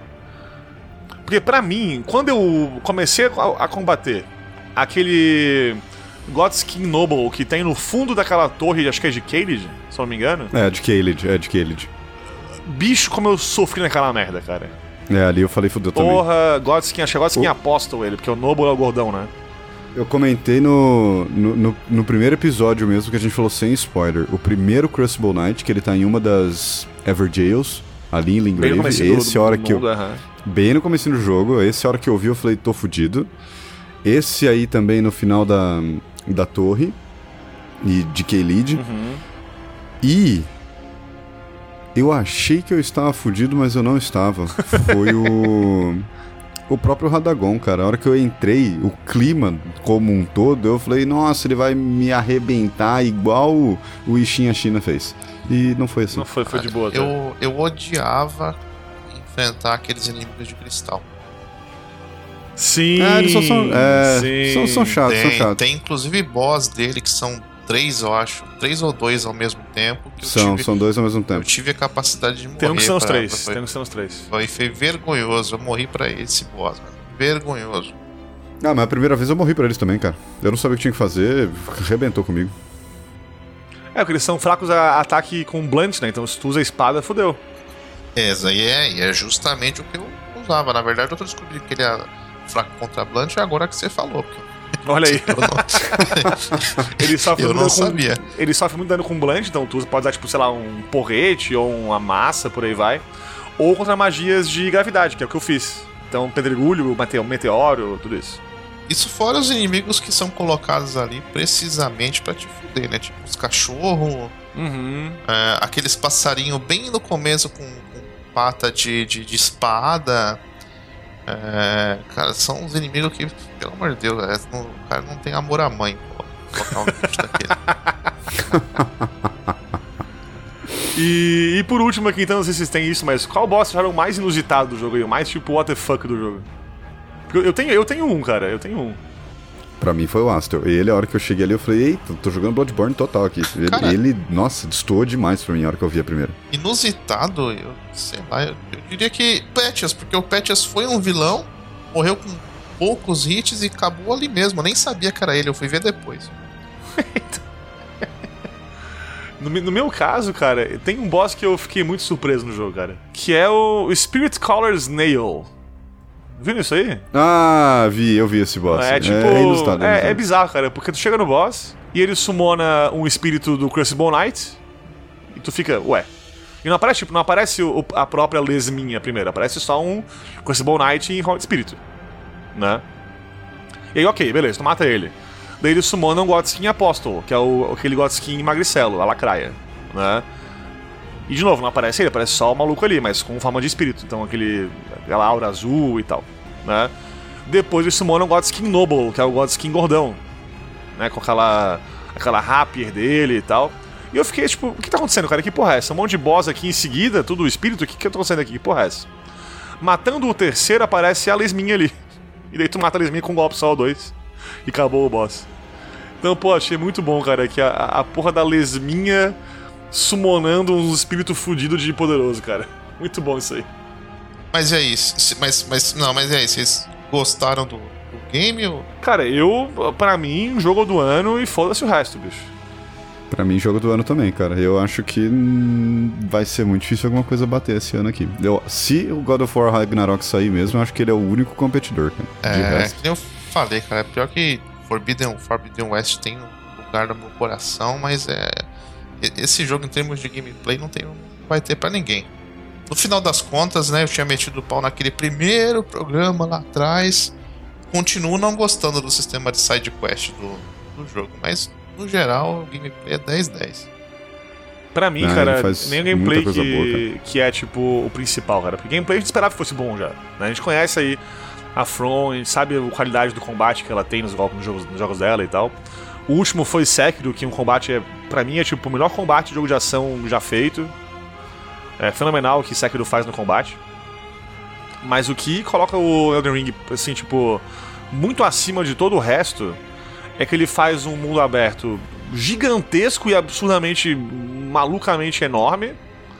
Porque pra mim, quando eu comecei a combater aquele Godskin Noble que tem no fundo daquela torre, acho que é de Caelid, se não me engano. É, de Caelid. Bicho, como eu sofri naquela merda, cara. Ali eu falei fudeu também. Porra, Godskin, acho que é Godskin Apostle ele, porque o Noble é o gordão, né? Eu comentei no primeiro episódio mesmo, que a gente falou sem spoiler. O primeiro Crucible Knight, que ele tá em uma das Everjails, ali em Limgrave. Bem no comecinho do jogo, esse hora que eu vi, eu falei, tô fudido. Esse aí também no final da torre, e de Caelid. E eu achei que eu estava fudido, mas eu não estava. Foi o próprio Radagon, cara. A hora que eu entrei, o clima como um todo, eu falei, nossa, ele vai me arrebentar igual o Ishin Ashina fez. E não foi assim. Não foi de boa. Eu odiava enfrentar aqueles inimigos de cristal. Sim. Eles só são chatos, Tem inclusive boss dele que são 3, eu acho. 3 ou 2 ao mesmo tempo. São 2 ao mesmo tempo. Eu tive a capacidade de morrer. Tem um que são os 3. Tem um que são os 3. Foi vergonhoso. Eu morri pra esse boss, mano. Vergonhoso. Mas a primeira vez eu morri pra eles também, cara. Eu não sabia o que tinha que fazer, arrebentou comigo. Porque eles são fracos a ataque com blunt, né? Então se tu usa a espada, fodeu. E é justamente o que eu usava. Na verdade, eu descobri que ele é fraco contra blunt agora que você falou. Olha aí. Eu não sabia. Ele sofre muito dano com blunt, então tu pode usar, tipo, sei lá, um porrete ou uma massa, por aí vai. Ou contra magias de gravidade, que é o que eu fiz. Então, pedregulho, meteoro, tudo isso. Isso fora os inimigos que são colocados ali precisamente pra te fuder, né? Tipo, os cachorros, aqueles passarinhos bem no começo com pata de espada. Cara, são uns inimigos que, pelo amor de Deus, o cara não tem amor à mãe, pô, colocar um bicho daquele. E por último aqui, então, não sei se vocês têm isso, mas qual boss acharam o mais inusitado do jogo aí? O mais tipo what the fuck do jogo? Porque eu tenho um, cara, eu tenho um. Pra mim foi o Aster. Ele, a hora que eu cheguei ali, eu falei, eita, tô jogando Bloodborne total aqui. Ele, nossa, destoou demais pra mim a hora que eu vi a primeira. Inusitado, eu sei lá, eu diria que Patches, porque o Patches foi um vilão, morreu com poucos hits e acabou ali mesmo. Eu nem sabia que era ele, eu fui ver depois. No meu caso, cara, tem um boss que eu fiquei muito surpreso no jogo, cara. Que é o Spirit Caller Snail. Viram isso aí? Eu vi esse boss. É bizarro, cara, porque tu chega no boss e ele summona um espírito do Crucible Knight e tu fica, ué. E não aparece, a própria lesminha primeiro, aparece só um Crucible Knight em forma de espírito, né? E aí, ok, beleza, tu mata ele. Daí ele summona um Godskin Apostle, que é aquele Godskin magricelo, a lacraia, né? E de novo, não aparece ele, aparece só o maluco ali, mas com forma de espírito. Então aquela aura azul e tal, né? Depois ele summona um Godskin Noble, que é o Godskin gordão, né? Com aquela rapier dele e tal. E eu fiquei tipo, o que tá acontecendo, cara? Que porra é essa? Um monte de boss aqui em seguida, tudo espírito, o que tá acontecendo aqui? Que porra é essa? Matando o terceiro, aparece a lesminha ali. E daí tu mata a lesminha com um golpe só ou 2. E acabou o boss. Então, pô, achei muito bom, cara, que a porra da lesminha summonando um espírito fudido de poderoso, cara. Muito bom isso aí. Mas é isso. Mas é isso. Vocês gostaram do game? Ou... Cara, pra mim, jogo do ano e foda-se o resto, bicho. Pra mim, jogo do ano também, cara. Eu acho que vai ser muito difícil alguma coisa bater esse ano aqui. Se o God of War Ragnarok sair mesmo, eu acho que ele é o único competidor, cara. De resto. Eu falei, cara, é pior que Forbidden West tem um lugar no meu coração, mas esse jogo em termos de gameplay não vai ter pra ninguém. No final das contas, né, eu tinha metido o pau naquele primeiro programa lá atrás. Continuo não gostando do sistema de side quest do jogo, mas no geral o gameplay é 10/10. Pra mim, cara, nem o gameplay que é tipo o principal, cara. Porque gameplay a gente esperava que fosse bom já, né? A gente conhece aí a From, a gente sabe a qualidade do combate que ela tem nos jogos dela e tal. O último foi Sekiro, que um combate pra mim é tipo o melhor combate de jogo de ação já feito. É fenomenal o que Sekiro faz no combate. Mas o que coloca o Elden Ring, assim, tipo, muito acima de todo o resto é que ele faz um mundo aberto gigantesco e absurdamente, malucamente enorme,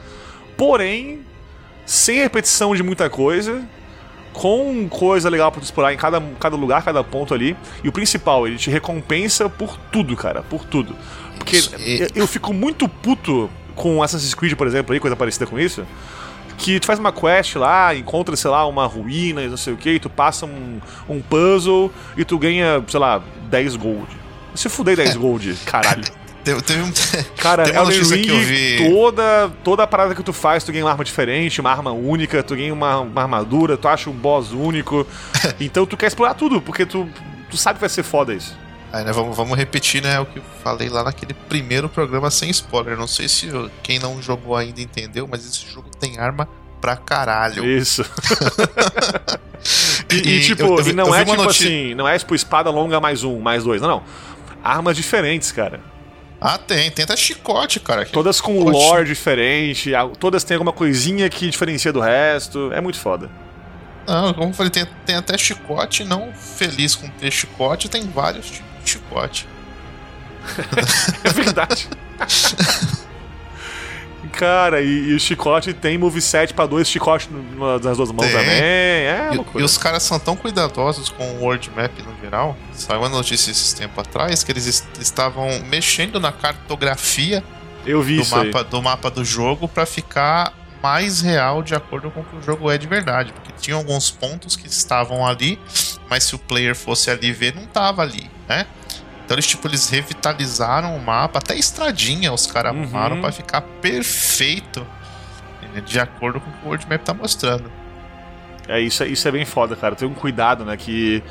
porém, sem repetição de muita coisa, com coisa legal pra tu explorar em cada lugar, cada ponto ali. E o principal, ele te recompensa por tudo, cara, por tudo. Porque eu fico muito puto com Assassin's Creed, por exemplo, aí, coisa parecida com isso, que tu faz uma quest lá, encontra, sei lá, uma ruína e não sei o que, e tu passa um puzzle e tu ganha, sei lá, 10 gold. Se eu fudei 10 gold, caralho. Cara, teve uma notícia que eu vi. Toda a parada que tu faz, tu ganha uma arma diferente, uma arma única, tu ganha uma armadura, tu acha um boss único. Então tu quer explorar tudo, porque tu sabe que vai ser foda isso. Aí, né, vamos repetir, né, o que eu falei lá naquele primeiro programa sem spoiler. Não sei se quem não jogou ainda entendeu, mas esse jogo tem arma pra caralho. Isso. e não é tipo assim, não é tipo espada longa mais 1, mais 2, não. Armas diferentes, cara. Ah, tem até chicote, cara. Todas com lore diferente, todas têm alguma coisinha que diferencia do resto. É muito foda. Não, como eu falei, tem até chicote, não feliz com ter chicote, tem vários tipos de chicote. É verdade. Cara, e o chicote tem moveset pra 2 chicotes nas 2 mãos também. É loucura. E os caras são tão cuidadosos com o world map no geral. Saiu uma notícia esses tempos atrás que eles estavam mexendo na cartografia do mapa do jogo pra ficar mais real de acordo com o que o jogo é de verdade. Porque tinha alguns pontos que estavam ali, mas se o player fosse ali ver, não tava ali, né? Então eles revitalizaram o mapa, até estradinha os caras arrumaram pra ficar perfeito, de acordo com o que o World Map tá mostrando. Isso é bem foda, cara. Tem um cuidado, né, que...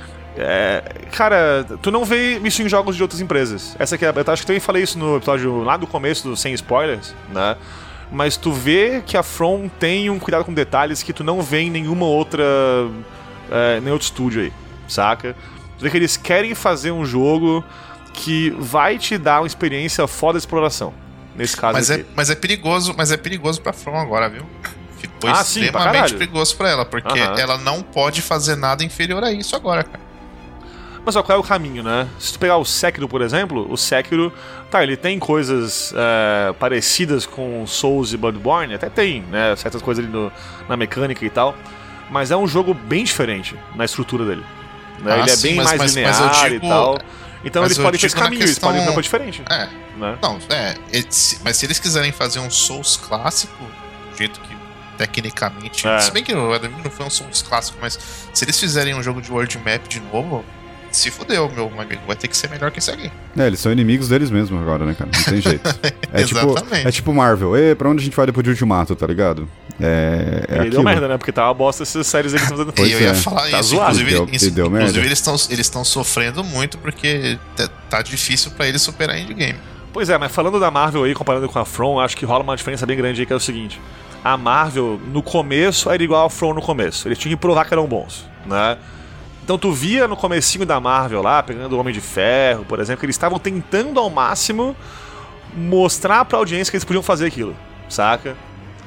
cara, tu não vê isso em jogos de outras empresas. Essa aqui, eu acho que também falei isso no episódio lá do começo, do Sem Spoilers, né? Mas tu vê que a From tem um cuidado com detalhes que tu não vê em nenhuma outra... nenhum outro estúdio aí, saca? Tu vê que eles querem fazer um jogo que vai te dar uma experiência foda de exploração. Nesse caso aqui. Mas é perigoso pra From agora, viu? Ficou extremamente perigoso pra ela, porque ela não pode fazer nada inferior a isso agora, cara. Mas qual é o caminho, né? Se tu pegar o Sekiro, por exemplo, o Sekiro, ele tem coisas parecidas com Souls e Bloodborne, até tem, né? Certas coisas ali na mecânica e tal, mas é um jogo bem diferente na estrutura dele. Né? Ele é bem mais linear e tal. Então eles podem ter esse caminho, eles podem ter uma coisa diferente. Né? Não, mas se eles quiserem fazer um Souls clássico, do jeito que tecnicamente... Se bem que o Elden Ring não foi um Souls clássico, mas se eles fizerem um jogo de world map de novo, se fudeu, meu amigo. Vai ter que ser melhor que esse aqui. Eles são inimigos deles mesmos agora, né, cara? Não tem jeito. Exatamente. É tipo Marvel. Pra onde a gente vai depois de Ultimato, tá ligado? E deu merda, né? Porque tá uma bosta essas séries aí que estão dando. Eu ia falar tá isso. Zoado. Inclusive eles estão sofrendo muito porque tá difícil pra eles superar Endgame. Pois é, mas falando da Marvel aí, comparando com a From, acho que rola uma diferença bem grande aí, que é o seguinte. A Marvel, no começo, era igual a From no começo. Eles tinham que provar que eram bons, né? Então tu via no comecinho da Marvel lá, pegando o Homem de Ferro, por exemplo, que eles estavam tentando ao máximo mostrar pra audiência que eles podiam fazer aquilo, saca?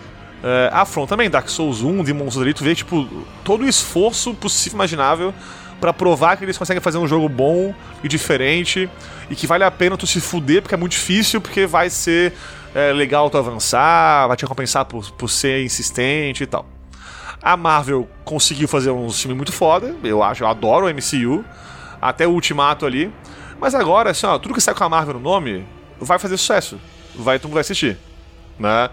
A From também, Dark Souls 1, Demon's Souls ali, tu vê, tipo, todo o esforço possível e imaginável pra provar que eles conseguem fazer um jogo bom e diferente e que vale a pena tu se fuder porque é muito difícil, porque vai ser legal tu avançar, vai te recompensar por ser insistente e tal. A Marvel conseguiu fazer um filme muito foda, eu adoro o MCU, até o Ultimato ali, mas agora, assim, ó, tudo que sai com a Marvel no nome vai fazer sucesso, todo mundo vai assistir, né?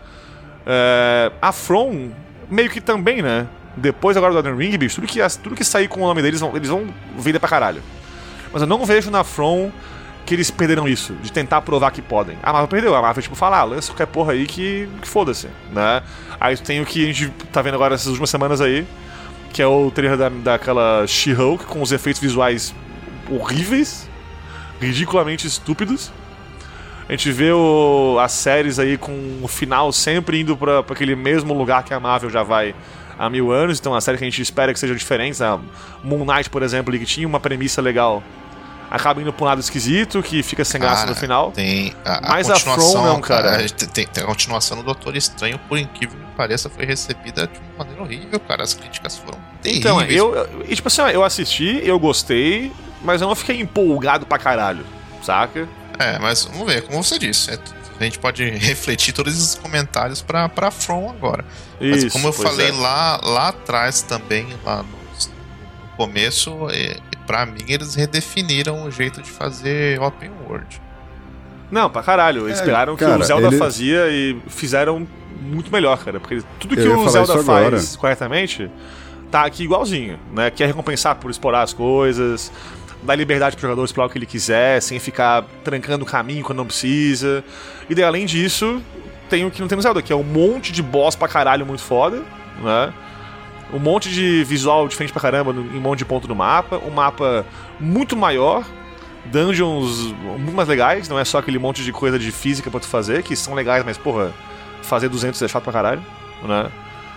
A From meio que também, né? Depois agora do Elden Ring, bicho, tudo que sair com o nome deles, eles vão vender pra caralho. Mas eu não vejo na From que eles perderam isso, de tentar provar que podem. A Marvel perdeu, a Marvel tipo, fala, lança qualquer porra aí que foda-se, né? Aí tem o que a gente tá vendo agora essas últimas semanas aí, que é o trailer daquela She-Hulk com os efeitos visuais horríveis, ridiculamente estúpidos. A gente vê as séries aí com o final sempre indo pra aquele mesmo lugar que a Marvel já vai há 1000 anos, então a série que a gente espera que sejam diferentes, a Moon Knight, por exemplo, que tinha uma premissa legal, acaba indo pra um lado esquisito, que fica sem graça no final. Mas a From não, cara. Tem a continuação do Doutor Estranho, por incrível que pareça, foi recebida de uma maneira horrível, cara. As críticas foram terríveis. Então, tipo assim, eu assisti, eu gostei, mas eu não fiquei empolgado pra caralho, saca? Mas vamos ver, como você disse, a gente pode refletir todos esses comentários pra From agora. Mas como eu falei lá atrás também, lá no começo, pra mim eles redefiniram o jeito de fazer open world. Não, pra caralho, eles esperaram que o Zelda fazia e fizeram muito melhor, cara, porque tudo que o Zelda faz corretamente tá aqui igualzinho, né? Quer recompensar por explorar as coisas, dar liberdade pro jogador explorar o que ele quiser, sem ficar trancando o caminho quando não precisa. E daí, além disso, tem o que não tem no Zelda, que é um monte de boss pra caralho muito foda, né? Um monte de visual diferente pra caramba em um monte de ponto do mapa, um mapa muito maior, dungeons muito mais legais, não é só aquele monte de coisa de física pra tu fazer, que são legais, mas porra, fazer 200 é chato pra caralho, né?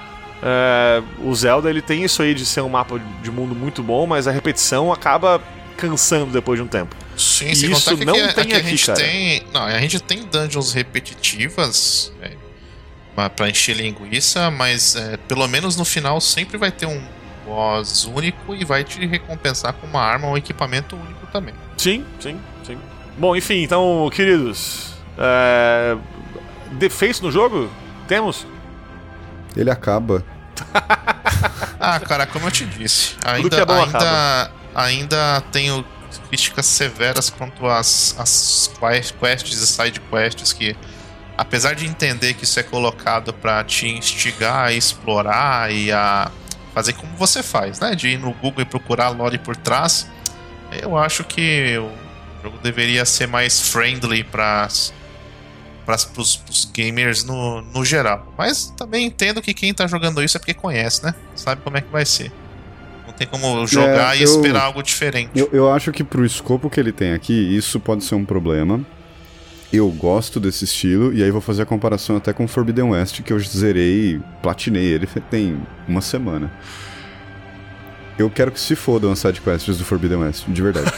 O Zelda, ele tem isso aí de ser um mapa de mundo muito bom, mas a repetição acaba cansando depois de um tempo. Sim, sem isso contar que não aqui, tem a aqui, gente cara. a gente tem dungeons repetitivas pra encher linguiça, mas pelo menos no final sempre vai ter um boss único e vai te recompensar com uma arma ou um equipamento único também. Sim. Bom, enfim, então, queridos, defeitos no jogo? Temos? Ele acaba. Cara, como eu te disse, ainda tenho críticas severas quanto às quests e side quests que, apesar de entender que isso é colocado pra te instigar a explorar e a fazer como você faz, né? De ir no Google e procurar lore por trás, eu acho que o jogo deveria ser mais friendly pros gamers no geral. Mas também entendo que quem tá jogando isso é porque conhece, né? Sabe como é que vai ser. Não tem como jogar e esperar algo diferente. Eu acho que pro escopo que ele tem aqui, isso pode ser um problema. Eu gosto desse estilo, e aí vou fazer a comparação até com Forbidden West, que eu zerei, platinei ele tem uma semana. Eu quero que se fodam as sidequests do Forbidden West, de verdade.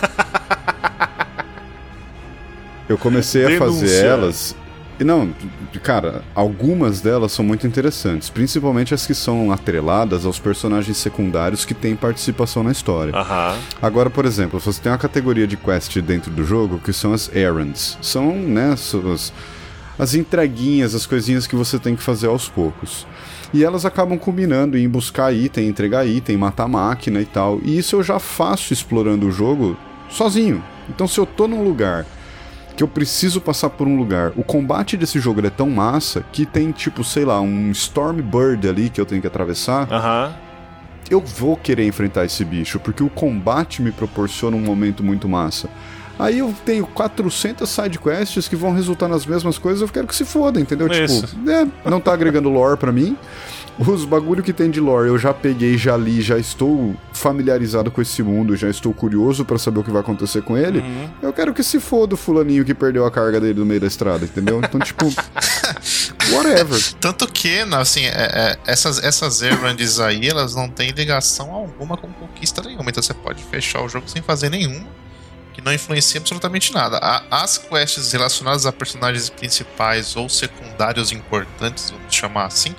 Eu comecei a fazer elas... E não, cara, algumas delas são muito interessantes, principalmente as que são atreladas aos personagens secundários que têm participação na história. Agora, por exemplo, você tem uma categoria de quest dentro do jogo que são as errands. São, né, as entreguinhas, as coisinhas que você tem que fazer aos poucos. E elas acabam combinando em buscar item, entregar item, matar máquina e tal. E isso eu já faço explorando o jogo sozinho. Então se eu tô num lugar que eu preciso passar por um lugar, o combate desse jogo é tão massa que tem tipo, sei lá, um Stormbird ali que eu tenho que atravessar. Eu vou querer enfrentar esse bicho, porque o combate me proporciona um momento muito massa. Aí eu tenho 400 sidequests que vão resultar nas mesmas coisas, eu quero que se foda, entendeu? Isso. Tipo, não tá agregando lore pra mim. Os bagulho que tem de lore eu já peguei, já li, já estou familiarizado com esse mundo, já estou curioso pra saber o que vai acontecer com ele. Eu quero que se foda o fulaninho que perdeu a carga dele no meio da estrada, entendeu? Então, tipo, whatever. Tanto que, assim, essas errands aí, elas não têm ligação alguma com conquista nenhuma. Então você pode fechar o jogo sem fazer nenhuma, que não influencia absolutamente nada. As quests relacionadas a personagens principais ou secundários importantes, vamos chamar assim,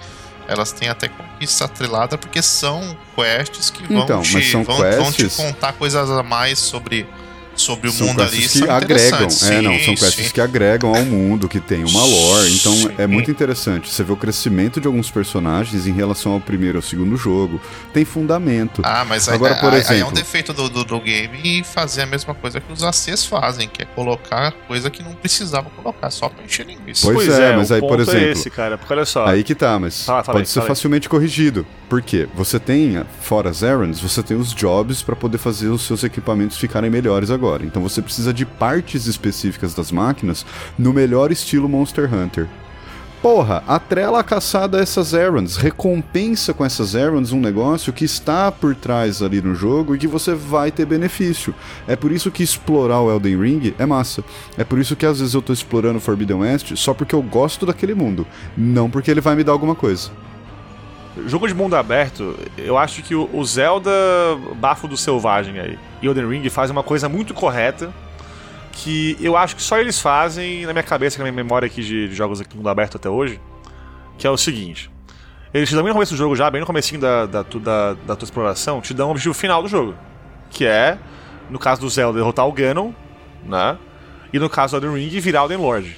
elas têm até conquista atrelada, porque são quests que vão te contar coisas a mais sobre o são mundo ali. Que agregam, são quests que agregam ao mundo, que tem uma lore, então é muito interessante. Você vê o crescimento de alguns personagens em relação ao primeiro ou segundo jogo, tem fundamento. Mas agora, por exemplo, aí é um defeito do game e fazer a mesma coisa que os ACs fazem, que é colocar coisa que não precisava colocar, só pra encher linguiça. Pois é, mas aí, por exemplo, esse, cara, porque olha só. Aí que tá, mas pode ser facilmente corrigido. Por quê? Você tem, fora as errands, você tem os jobs pra poder fazer os seus equipamentos ficarem melhores agora. Então você precisa de partes específicas das máquinas no melhor estilo Monster Hunter. Porra, atrela a caçada a essas errands, recompensa com essas errands um negócio que está por trás ali no jogo e que você vai ter benefício. É por isso que explorar o Elden Ring é massa. É por isso que às vezes eu tô explorando Forbidden West só porque eu gosto daquele mundo, não porque ele vai me dar alguma coisa. Jogo de mundo aberto, eu acho que o Zelda Bafo do Selvagem aí e Elden Ring fazem uma coisa muito correta, que eu acho que só eles fazem na minha cabeça, na minha memória aqui de jogos aqui de mundo aberto até hoje, que é o seguinte: eles te dão bem no começo do jogo, já bem no comecinho da tua exploração, te dão o objetivo final do jogo, que é, no caso do Zelda, derrotar o Ganon, né? E no caso do Elden Ring, virar o Elden Lord.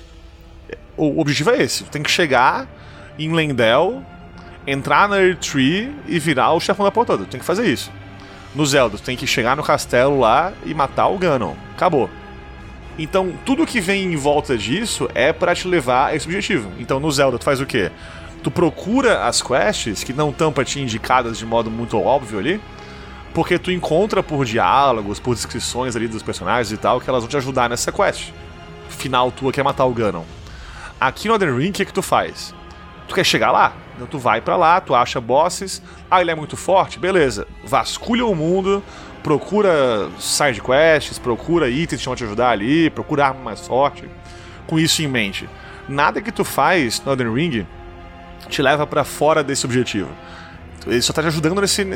O objetivo é esse: tem que chegar em Lendel, entrar na Erdtree e virar o chefão da porra toda. Tem que fazer isso. No Zelda, tu tem que chegar no castelo lá e matar o Ganon. Acabou. Então, tudo que vem em volta disso é pra te levar a esse objetivo. Então, no Zelda, tu faz o quê? Tu procura as quests que não estão pra ti indicadas de modo muito óbvio ali, porque tu encontra por diálogos, por descrições ali dos personagens e tal, que elas vão te ajudar nessa quest final tua, que é matar o Ganon. Aqui no Elden Ring, o que tu faz? Tu quer chegar lá? Então tu vai pra lá, tu acha bosses. Ele é muito forte? Beleza. Vasculha o mundo, procura side quests, procura itens que vão te ajudar ali, procura arma mais forte. Com isso em mente, nada que tu faz no Elden Ring te leva pra fora desse objetivo. Ele só tá te ajudando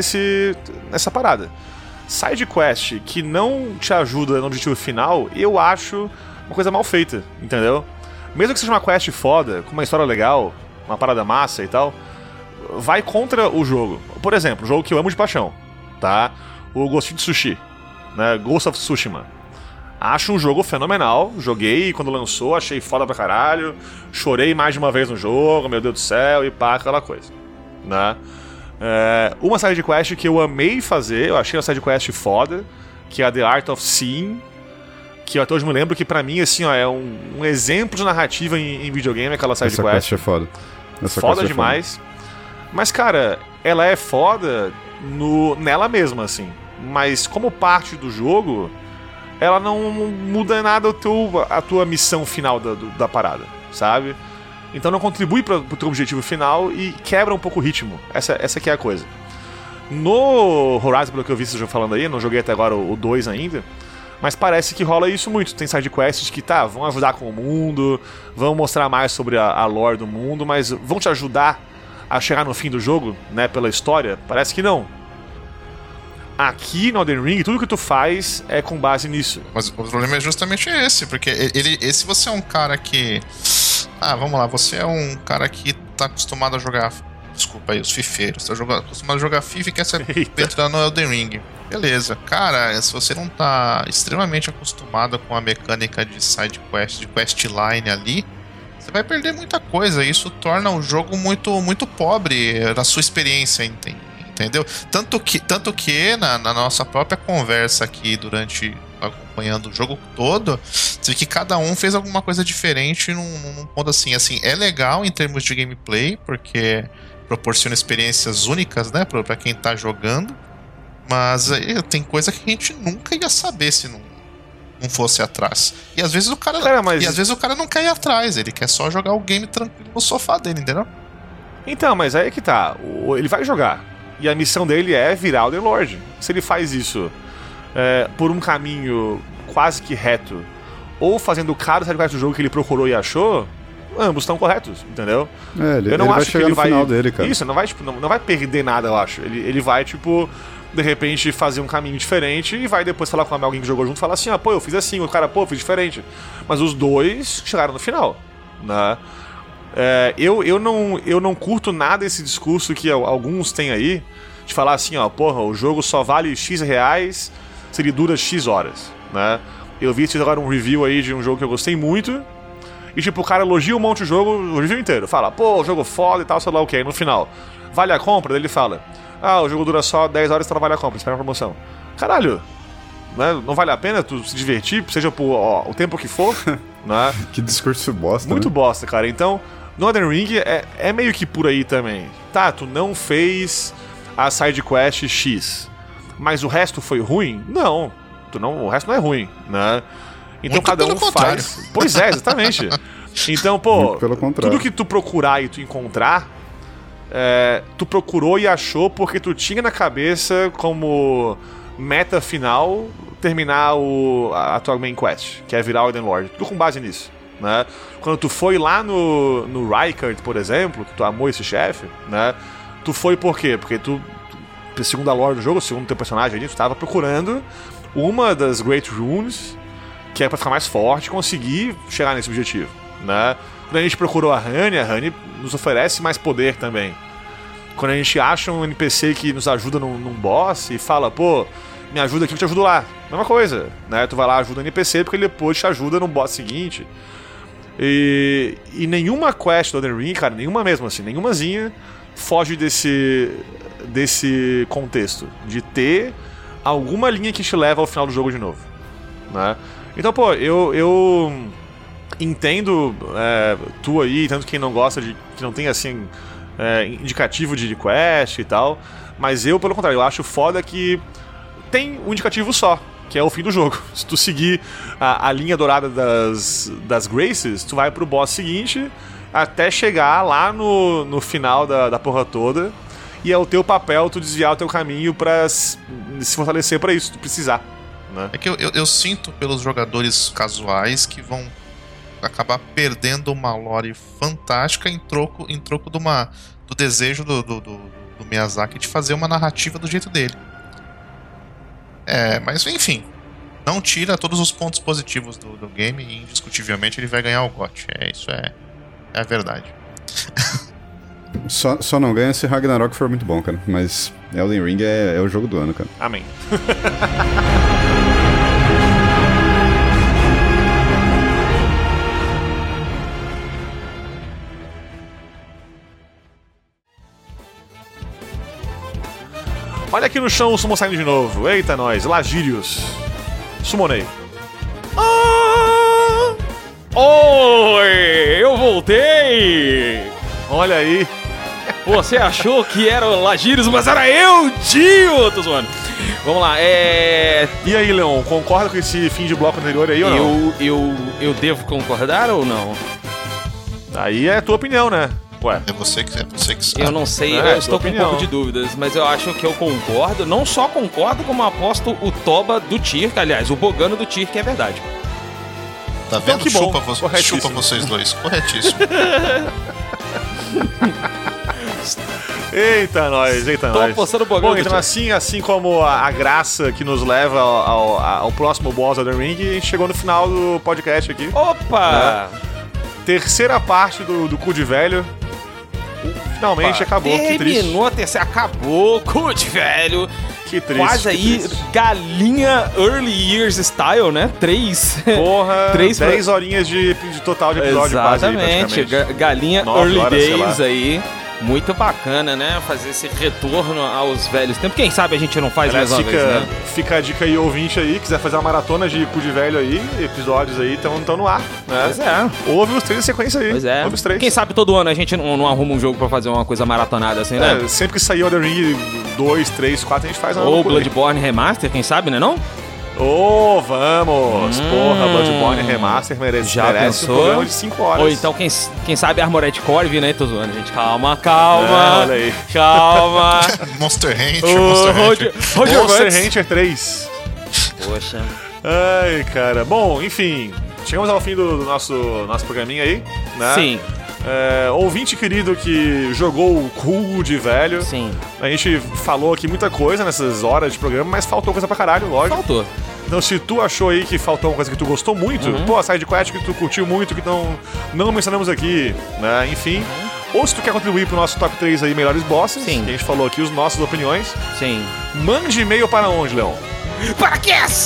nessa parada. Side quest que não te ajuda no objetivo final, eu acho uma coisa mal feita, entendeu? Mesmo que seja uma quest foda, com uma história legal, uma parada massa e tal, vai contra o jogo. Por exemplo, um jogo que eu amo de paixão, tá? O Ghost of Tsushima, né? Ghost of Tsushima. Acho um jogo fenomenal, joguei quando lançou, achei foda pra caralho, chorei mais de uma vez no jogo, meu Deus do céu, e pá, aquela coisa, né? Uma side quest que eu amei fazer, eu achei uma side quest foda, que é a The Art of Seeing, que eu até hoje me lembro que pra mim, assim, ó, é um exemplo de narrativa em videogame, aquela side quest. Essa quest é foda. Foda demais. Mas, cara, ela é foda nela mesma, assim. Mas como parte do jogo, ela não muda nada a tua missão final da parada, sabe? Então não contribui pro teu objetivo final e quebra um pouco o ritmo. Essa que é a coisa. No Horizon, pelo que eu vi vocês falando aí, não joguei até agora o 2 ainda, mas parece que rola isso muito. Tem sidequests que vão ajudar com o mundo, vão mostrar mais sobre a lore do mundo, mas vão te ajudar a chegar no fim do jogo, né, pela história? Parece que não. Aqui no Elden Ring, tudo que tu faz é com base nisso. Mas o problema é justamente esse, porque se você é um cara que... vamos lá, você é um cara que tá acostumado a jogar... Desculpa aí, os fifeiros. Tá acostumado a jogar FIFA e quer se aventurar no Elden Ring. Beleza. Cara, se você não tá extremamente acostumado com a mecânica de side quest, de questline ali, você vai perder muita coisa. Isso torna o jogo muito, muito pobre na sua experiência, entendeu? Tanto que na nossa própria conversa aqui, acompanhando o jogo todo, você vê que cada um fez alguma coisa diferente num ponto assim, é legal em termos de gameplay, porque proporciona experiências únicas, né, pra quem tá jogando, mas tem coisa que a gente nunca ia saber se não fosse atrás. E às vezes o cara não quer ir atrás, ele quer só jogar o game tranquilo no sofá dele, entendeu? Então, mas aí é que tá, ele vai jogar, e a missão dele é virar o The Lord. Se ele faz isso por um caminho quase que reto, ou fazendo o cara sair do jogo que ele procurou e achou, ambos estão corretos, entendeu? Eu não acho que ele vai... final dele, cara. Isso, não vai perder nada, eu acho. Ele vai, de repente fazer um caminho diferente e vai depois falar com alguém que jogou junto e falar assim, eu fiz assim, o cara, eu fiz diferente. Mas os dois chegaram no final, né? Eu não curto nada esse discurso que alguns têm aí, de falar assim, ó, porra, o jogo só vale X reais se ele dura X horas, né? Eu vi agora um review aí de um jogo que eu gostei muito, e tipo, o cara elogia um monte o jogo, o review inteiro, fala, pô, jogo foda e tal, sei lá o que, aí no final, vale a compra? Daí ele fala, o jogo dura só 10 horas, então não vale a compra, espera a promoção. Caralho, né? Não vale a pena tu se divertir, seja por o tempo que for, né? Que discurso bosta, muito né? Bosta, cara. Então, no Elden Ring é meio que por aí também. Tá, tu não fez a side quest X, mas o resto foi ruim? Não, o resto não é ruim, né? Então muito cada um contrário. faz. Pois é, exatamente. Então, pô, Muito pelo contrário. tudo que tu procurar e tu encontrar, tu procurou e achou porque tu tinha na cabeça como meta final terminar a tua main quest, que é virar o Elden Lord. Tudo com base nisso, né? Quando tu foi lá no Rykard, por exemplo, que tu amou esse chefe, né? Tu foi por quê? Porque tu segundo a lore do jogo, segundo teu personagem ali, tu tava procurando uma das Great Runes, que é pra ficar mais forte e conseguir chegar nesse objetivo, né? Quando a gente procurou a Honey nos oferece mais poder também. Quando a gente acha um NPC que nos ajuda num boss e fala, pô, me ajuda aqui, eu te ajudo lá. Mesma coisa, né? Tu vai lá, ajuda o NPC, porque ele depois te ajuda no boss seguinte. E nenhuma quest do Elden Ring, cara, nenhuma mesmo assim, nenhumazinha foge desse contexto, de ter alguma linha que te leva ao final do jogo de novo, né? Então, pô, eu entendo tu aí, tanto quem não gosta que não tem, assim, indicativo de quest e tal, mas eu, pelo contrário, eu acho foda que tem um indicativo só, que é o fim do jogo. Se tu seguir a linha dourada das Graces, tu vai pro boss seguinte até chegar lá no final da porra toda, e é o teu papel tu desviar o teu caminho pra se fortalecer pra isso, se tu precisar, né? É que eu sinto pelos jogadores casuais que vão acabar perdendo uma lore fantástica em troco do desejo do Miyazaki de fazer uma narrativa do jeito dele. Mas enfim, não tira todos os pontos positivos do game e indiscutivelmente ele vai ganhar o GOT. Isso é a verdade. Só não ganha se Ragnarok for muito bom, cara. Mas Elden Ring é o jogo do ano, cara. Amém. Olha aqui no chão o sumo saindo de novo. Eita, nós. Lagírios. Sumonei. Oi! Eu voltei! Olha aí. Você achou que era o Lagírios, mas era eu, tio! Tô zoando. Vamos lá, E aí, Leon, concorda com esse fim de bloco anterior aí ou não? Eu devo concordar ou não? Aí é a tua opinião, né? Ué. É você que sabe. Eu não sei, eu estou com um pouco de dúvidas, mas eu acho que eu concordo. Não só concordo, como aposto o Toba do Tirk, aliás, o Bogano do Tirk, é verdade. Tá vendo? Que bom. Chupa vocês dois. Corretíssimo. Eita, nós. Tô apostando o Bogano. Bom, então assim como a graça que nos leva ao próximo boss do Elden Ring, a gente chegou no final do podcast aqui. Opa! Terceira parte do Cu de Velho. Finalmente acabou, que triste. Terminou a terceira, acabou, Cu de Velho. Que triste. Quase aí, triste. Galinha Early Years Style, né? 10 horinhas de total de episódio. Exatamente, quase aí, Galinha 9 Early horas, Days aí. Muito bacana, né? Fazer esse retorno aos velhos tempos. Quem sabe a gente não faz mais uma vez, né? Fica a dica aí, ouvinte aí, quiser fazer uma maratona de Cu de Velho aí, episódios aí estão no ar, né? Pois é. Ouve os 3 em sequência aí. Pois é. Ouve os 3. Quem sabe todo ano a gente não arruma um jogo pra fazer uma coisa maratonada assim, né? Sempre que sair o Elden Ring 2, 3, 4, a gente faz uma Ou Bloodborne Remaster, quem sabe, né não? Vamos! Porra, Bloodborne Remaster merece um programa de 5 horas. Ou então, quem sabe Armored Core, né? Tô zoando, gente. Calma. Olha aí. Calma. Monster Hunter. Monster Hunter 3. Poxa. Ai, cara. Bom, enfim. Chegamos ao fim do nosso programinha aí, né? Sim. Ouvinte querido que jogou o Cu de Velho. Sim. A gente falou aqui muita coisa nessas horas de programa, mas faltou coisa pra caralho, lógico. Faltou. Então, se tu achou aí que faltou uma coisa que tu gostou muito, pô, a sidequest que tu curtiu muito, que não mencionamos aqui, né? Enfim. Ou se tu quer contribuir pro nosso top 3 aí, melhores bosses, Sim. que a gente falou aqui, as nossas opiniões. Sim. Mande e-mail para onde, Leon? Para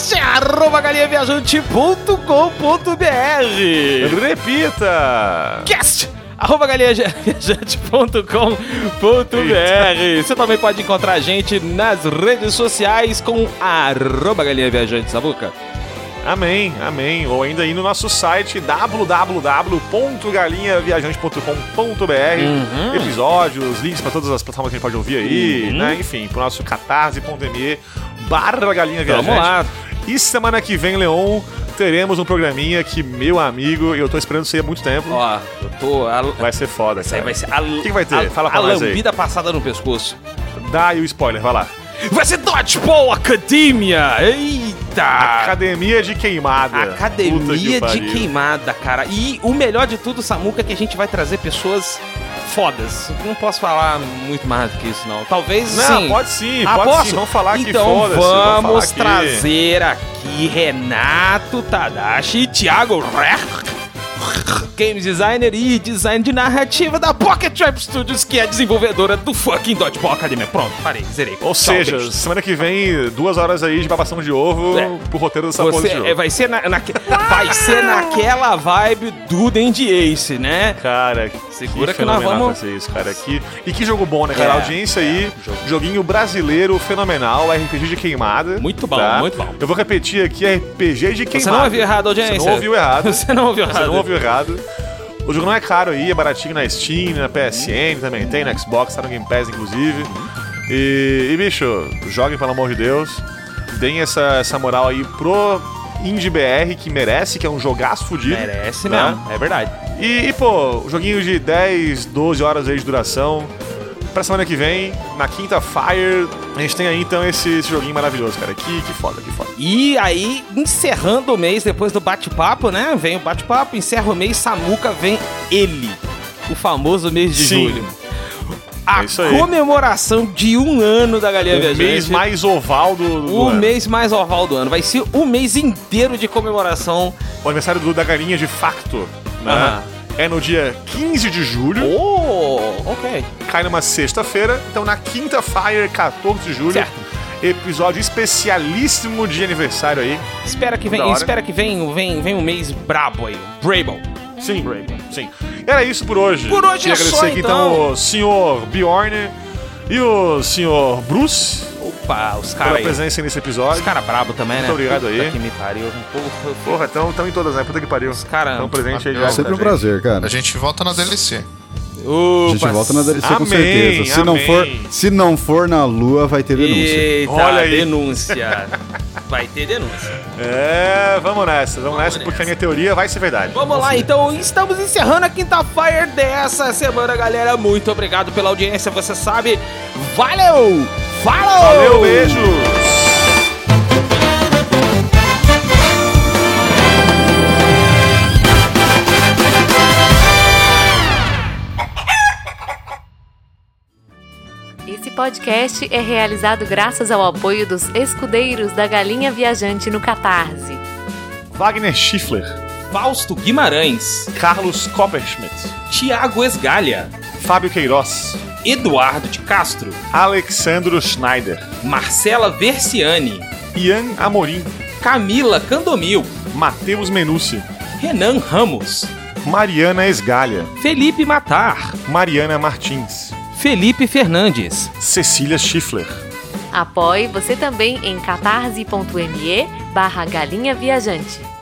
cast@galinhaviajante.com.br. Repita! cast@galinhaviajante.com.br. Você também pode encontrar a gente nas redes sociais com @galinhaviajante, Sabuca. Amém, amém. Ou ainda aí no nosso site www.galinhaviajante.com.br. Episódios, links para todas as plataformas que a gente pode ouvir aí, né? Enfim, pro nosso catarse.me/galinhaviajante. Vamos lá. E semana que vem, Leon, teremos um programinha que, meu amigo, eu tô esperando isso aí há muito tempo. Ó, eu tô... Vai ser foda, Isso aí cara. vai ser O que vai ter? Fala pra a nós aí. lambida passada no pescoço. Dá aí o spoiler, vai lá. Vai ser Dodgeball Academia! Eita! Academia de Queimada. Puta Academia que de pariu. Queimada, cara. E o melhor de tudo, Samuca, é que a gente vai trazer pessoas fodas. Não posso falar muito mais do que isso, não. Talvez, Não, sim. pode sim, Ah, pode posso? sim. Vamos falar aqui, então foda-se. vamos falar trazer aqui Renato Tadashi e Thiago Game Designer e Design de Narrativa da Pocket Trap Studios, que é desenvolvedora do fucking Dodgeball Academia. Pronto, parei, zerei. Ou Tchau, seja, beijo. semana que vem, 2 horas aí de babação de ovo pro roteiro dessa porra de jogo. Vai ser vai ser naquela vibe do Dandy Ace, né? Cara, Segura que fenomenal nós vamos- fazer isso, cara. E que jogo bom, né, cara? É, Audiência aí, joguinho brasileiro fenomenal, RPG de queimada. Muito bom, tá? muito bom. Eu vou repetir aqui, RPG de queimada. Você não ouviu errado, audiência. Você não ouviu errado. Você não ouviu errado. Você não ouviu errado. O jogo não é caro aí, é baratinho na Steam, na PSN também tem, na Xbox, tá no Game Pass, inclusive. E bicho, joguem, pelo amor de Deus. Deem essa moral aí pro Indie BR, que merece, que é um jogaço fudido. Merece né? mesmo, é verdade. E, pô, joguinho de 10, 12 horas aí de duração. Pra semana que vem, na quinta Fire, a gente tem aí então esse joguinho maravilhoso, cara. Que foda, que foda. E aí, encerrando o mês, depois do bate-papo, né? Vem o bate-papo, encerra o mês, Samuca, vem ele. O famoso mês de Sim. julho. A É isso aí. comemoração de 1 ano da Galinha O Viajante. mês mais oval do O ano. mês mais oval do ano. Vai ser o mês inteiro de comemoração. O aniversário da galinha de facto, né? Aham. É no dia 15 de julho. Oh, ok. Cai numa sexta-feira, então na quinta Fire, 14 de julho, Certo. episódio especialíssimo de aniversário aí. Espera que Da hora. vem um mês brabo aí. Brabo. Sim, sim. Era isso por hoje. Por hoje Queria é só, agradecer aqui então. o senhor Bjorn e o senhor Bruce Opa, os pela caras aí. presença nesse episódio. Os caras brabo também, né? Muito obrigado Puta aí. que me pariu. Porra, tão em todas, né? Puta que pariu. Os caras... Tão presente aí já. É sempre um com a gente. prazer, cara. A gente volta na DLC. A gente volta na DLC com Amém, certeza. amém. Se não for na Lua, vai ter denúncia. Eita, Olha aí. denúncia. Vai ter denúncia. Vamos nessa, porque nessa. a minha teoria vai ser verdade. Vamos lá, então estamos encerrando a quinta Fire dessa semana, galera. Muito obrigado pela audiência, você sabe. Valeu! Falou! Valeu, beijos! Esse podcast é realizado graças ao apoio dos escudeiros da Galinha Viajante no Catarse. Wagner Schiffler, Fausto Guimarães, Carlos Copperschmidt, Tiago Esgalha, Fábio Queiroz, Eduardo de Castro, Alexandro Schneider, Marcela Versiani, Ian Amorim, Camila Candomil, Matheus Menucci, Renan Ramos, Mariana Esgalha, Felipe Matar, Mariana Martins, Felipe Fernandes. Cecília Schiffler. Apoie você também em catarse.me/galinha viajante.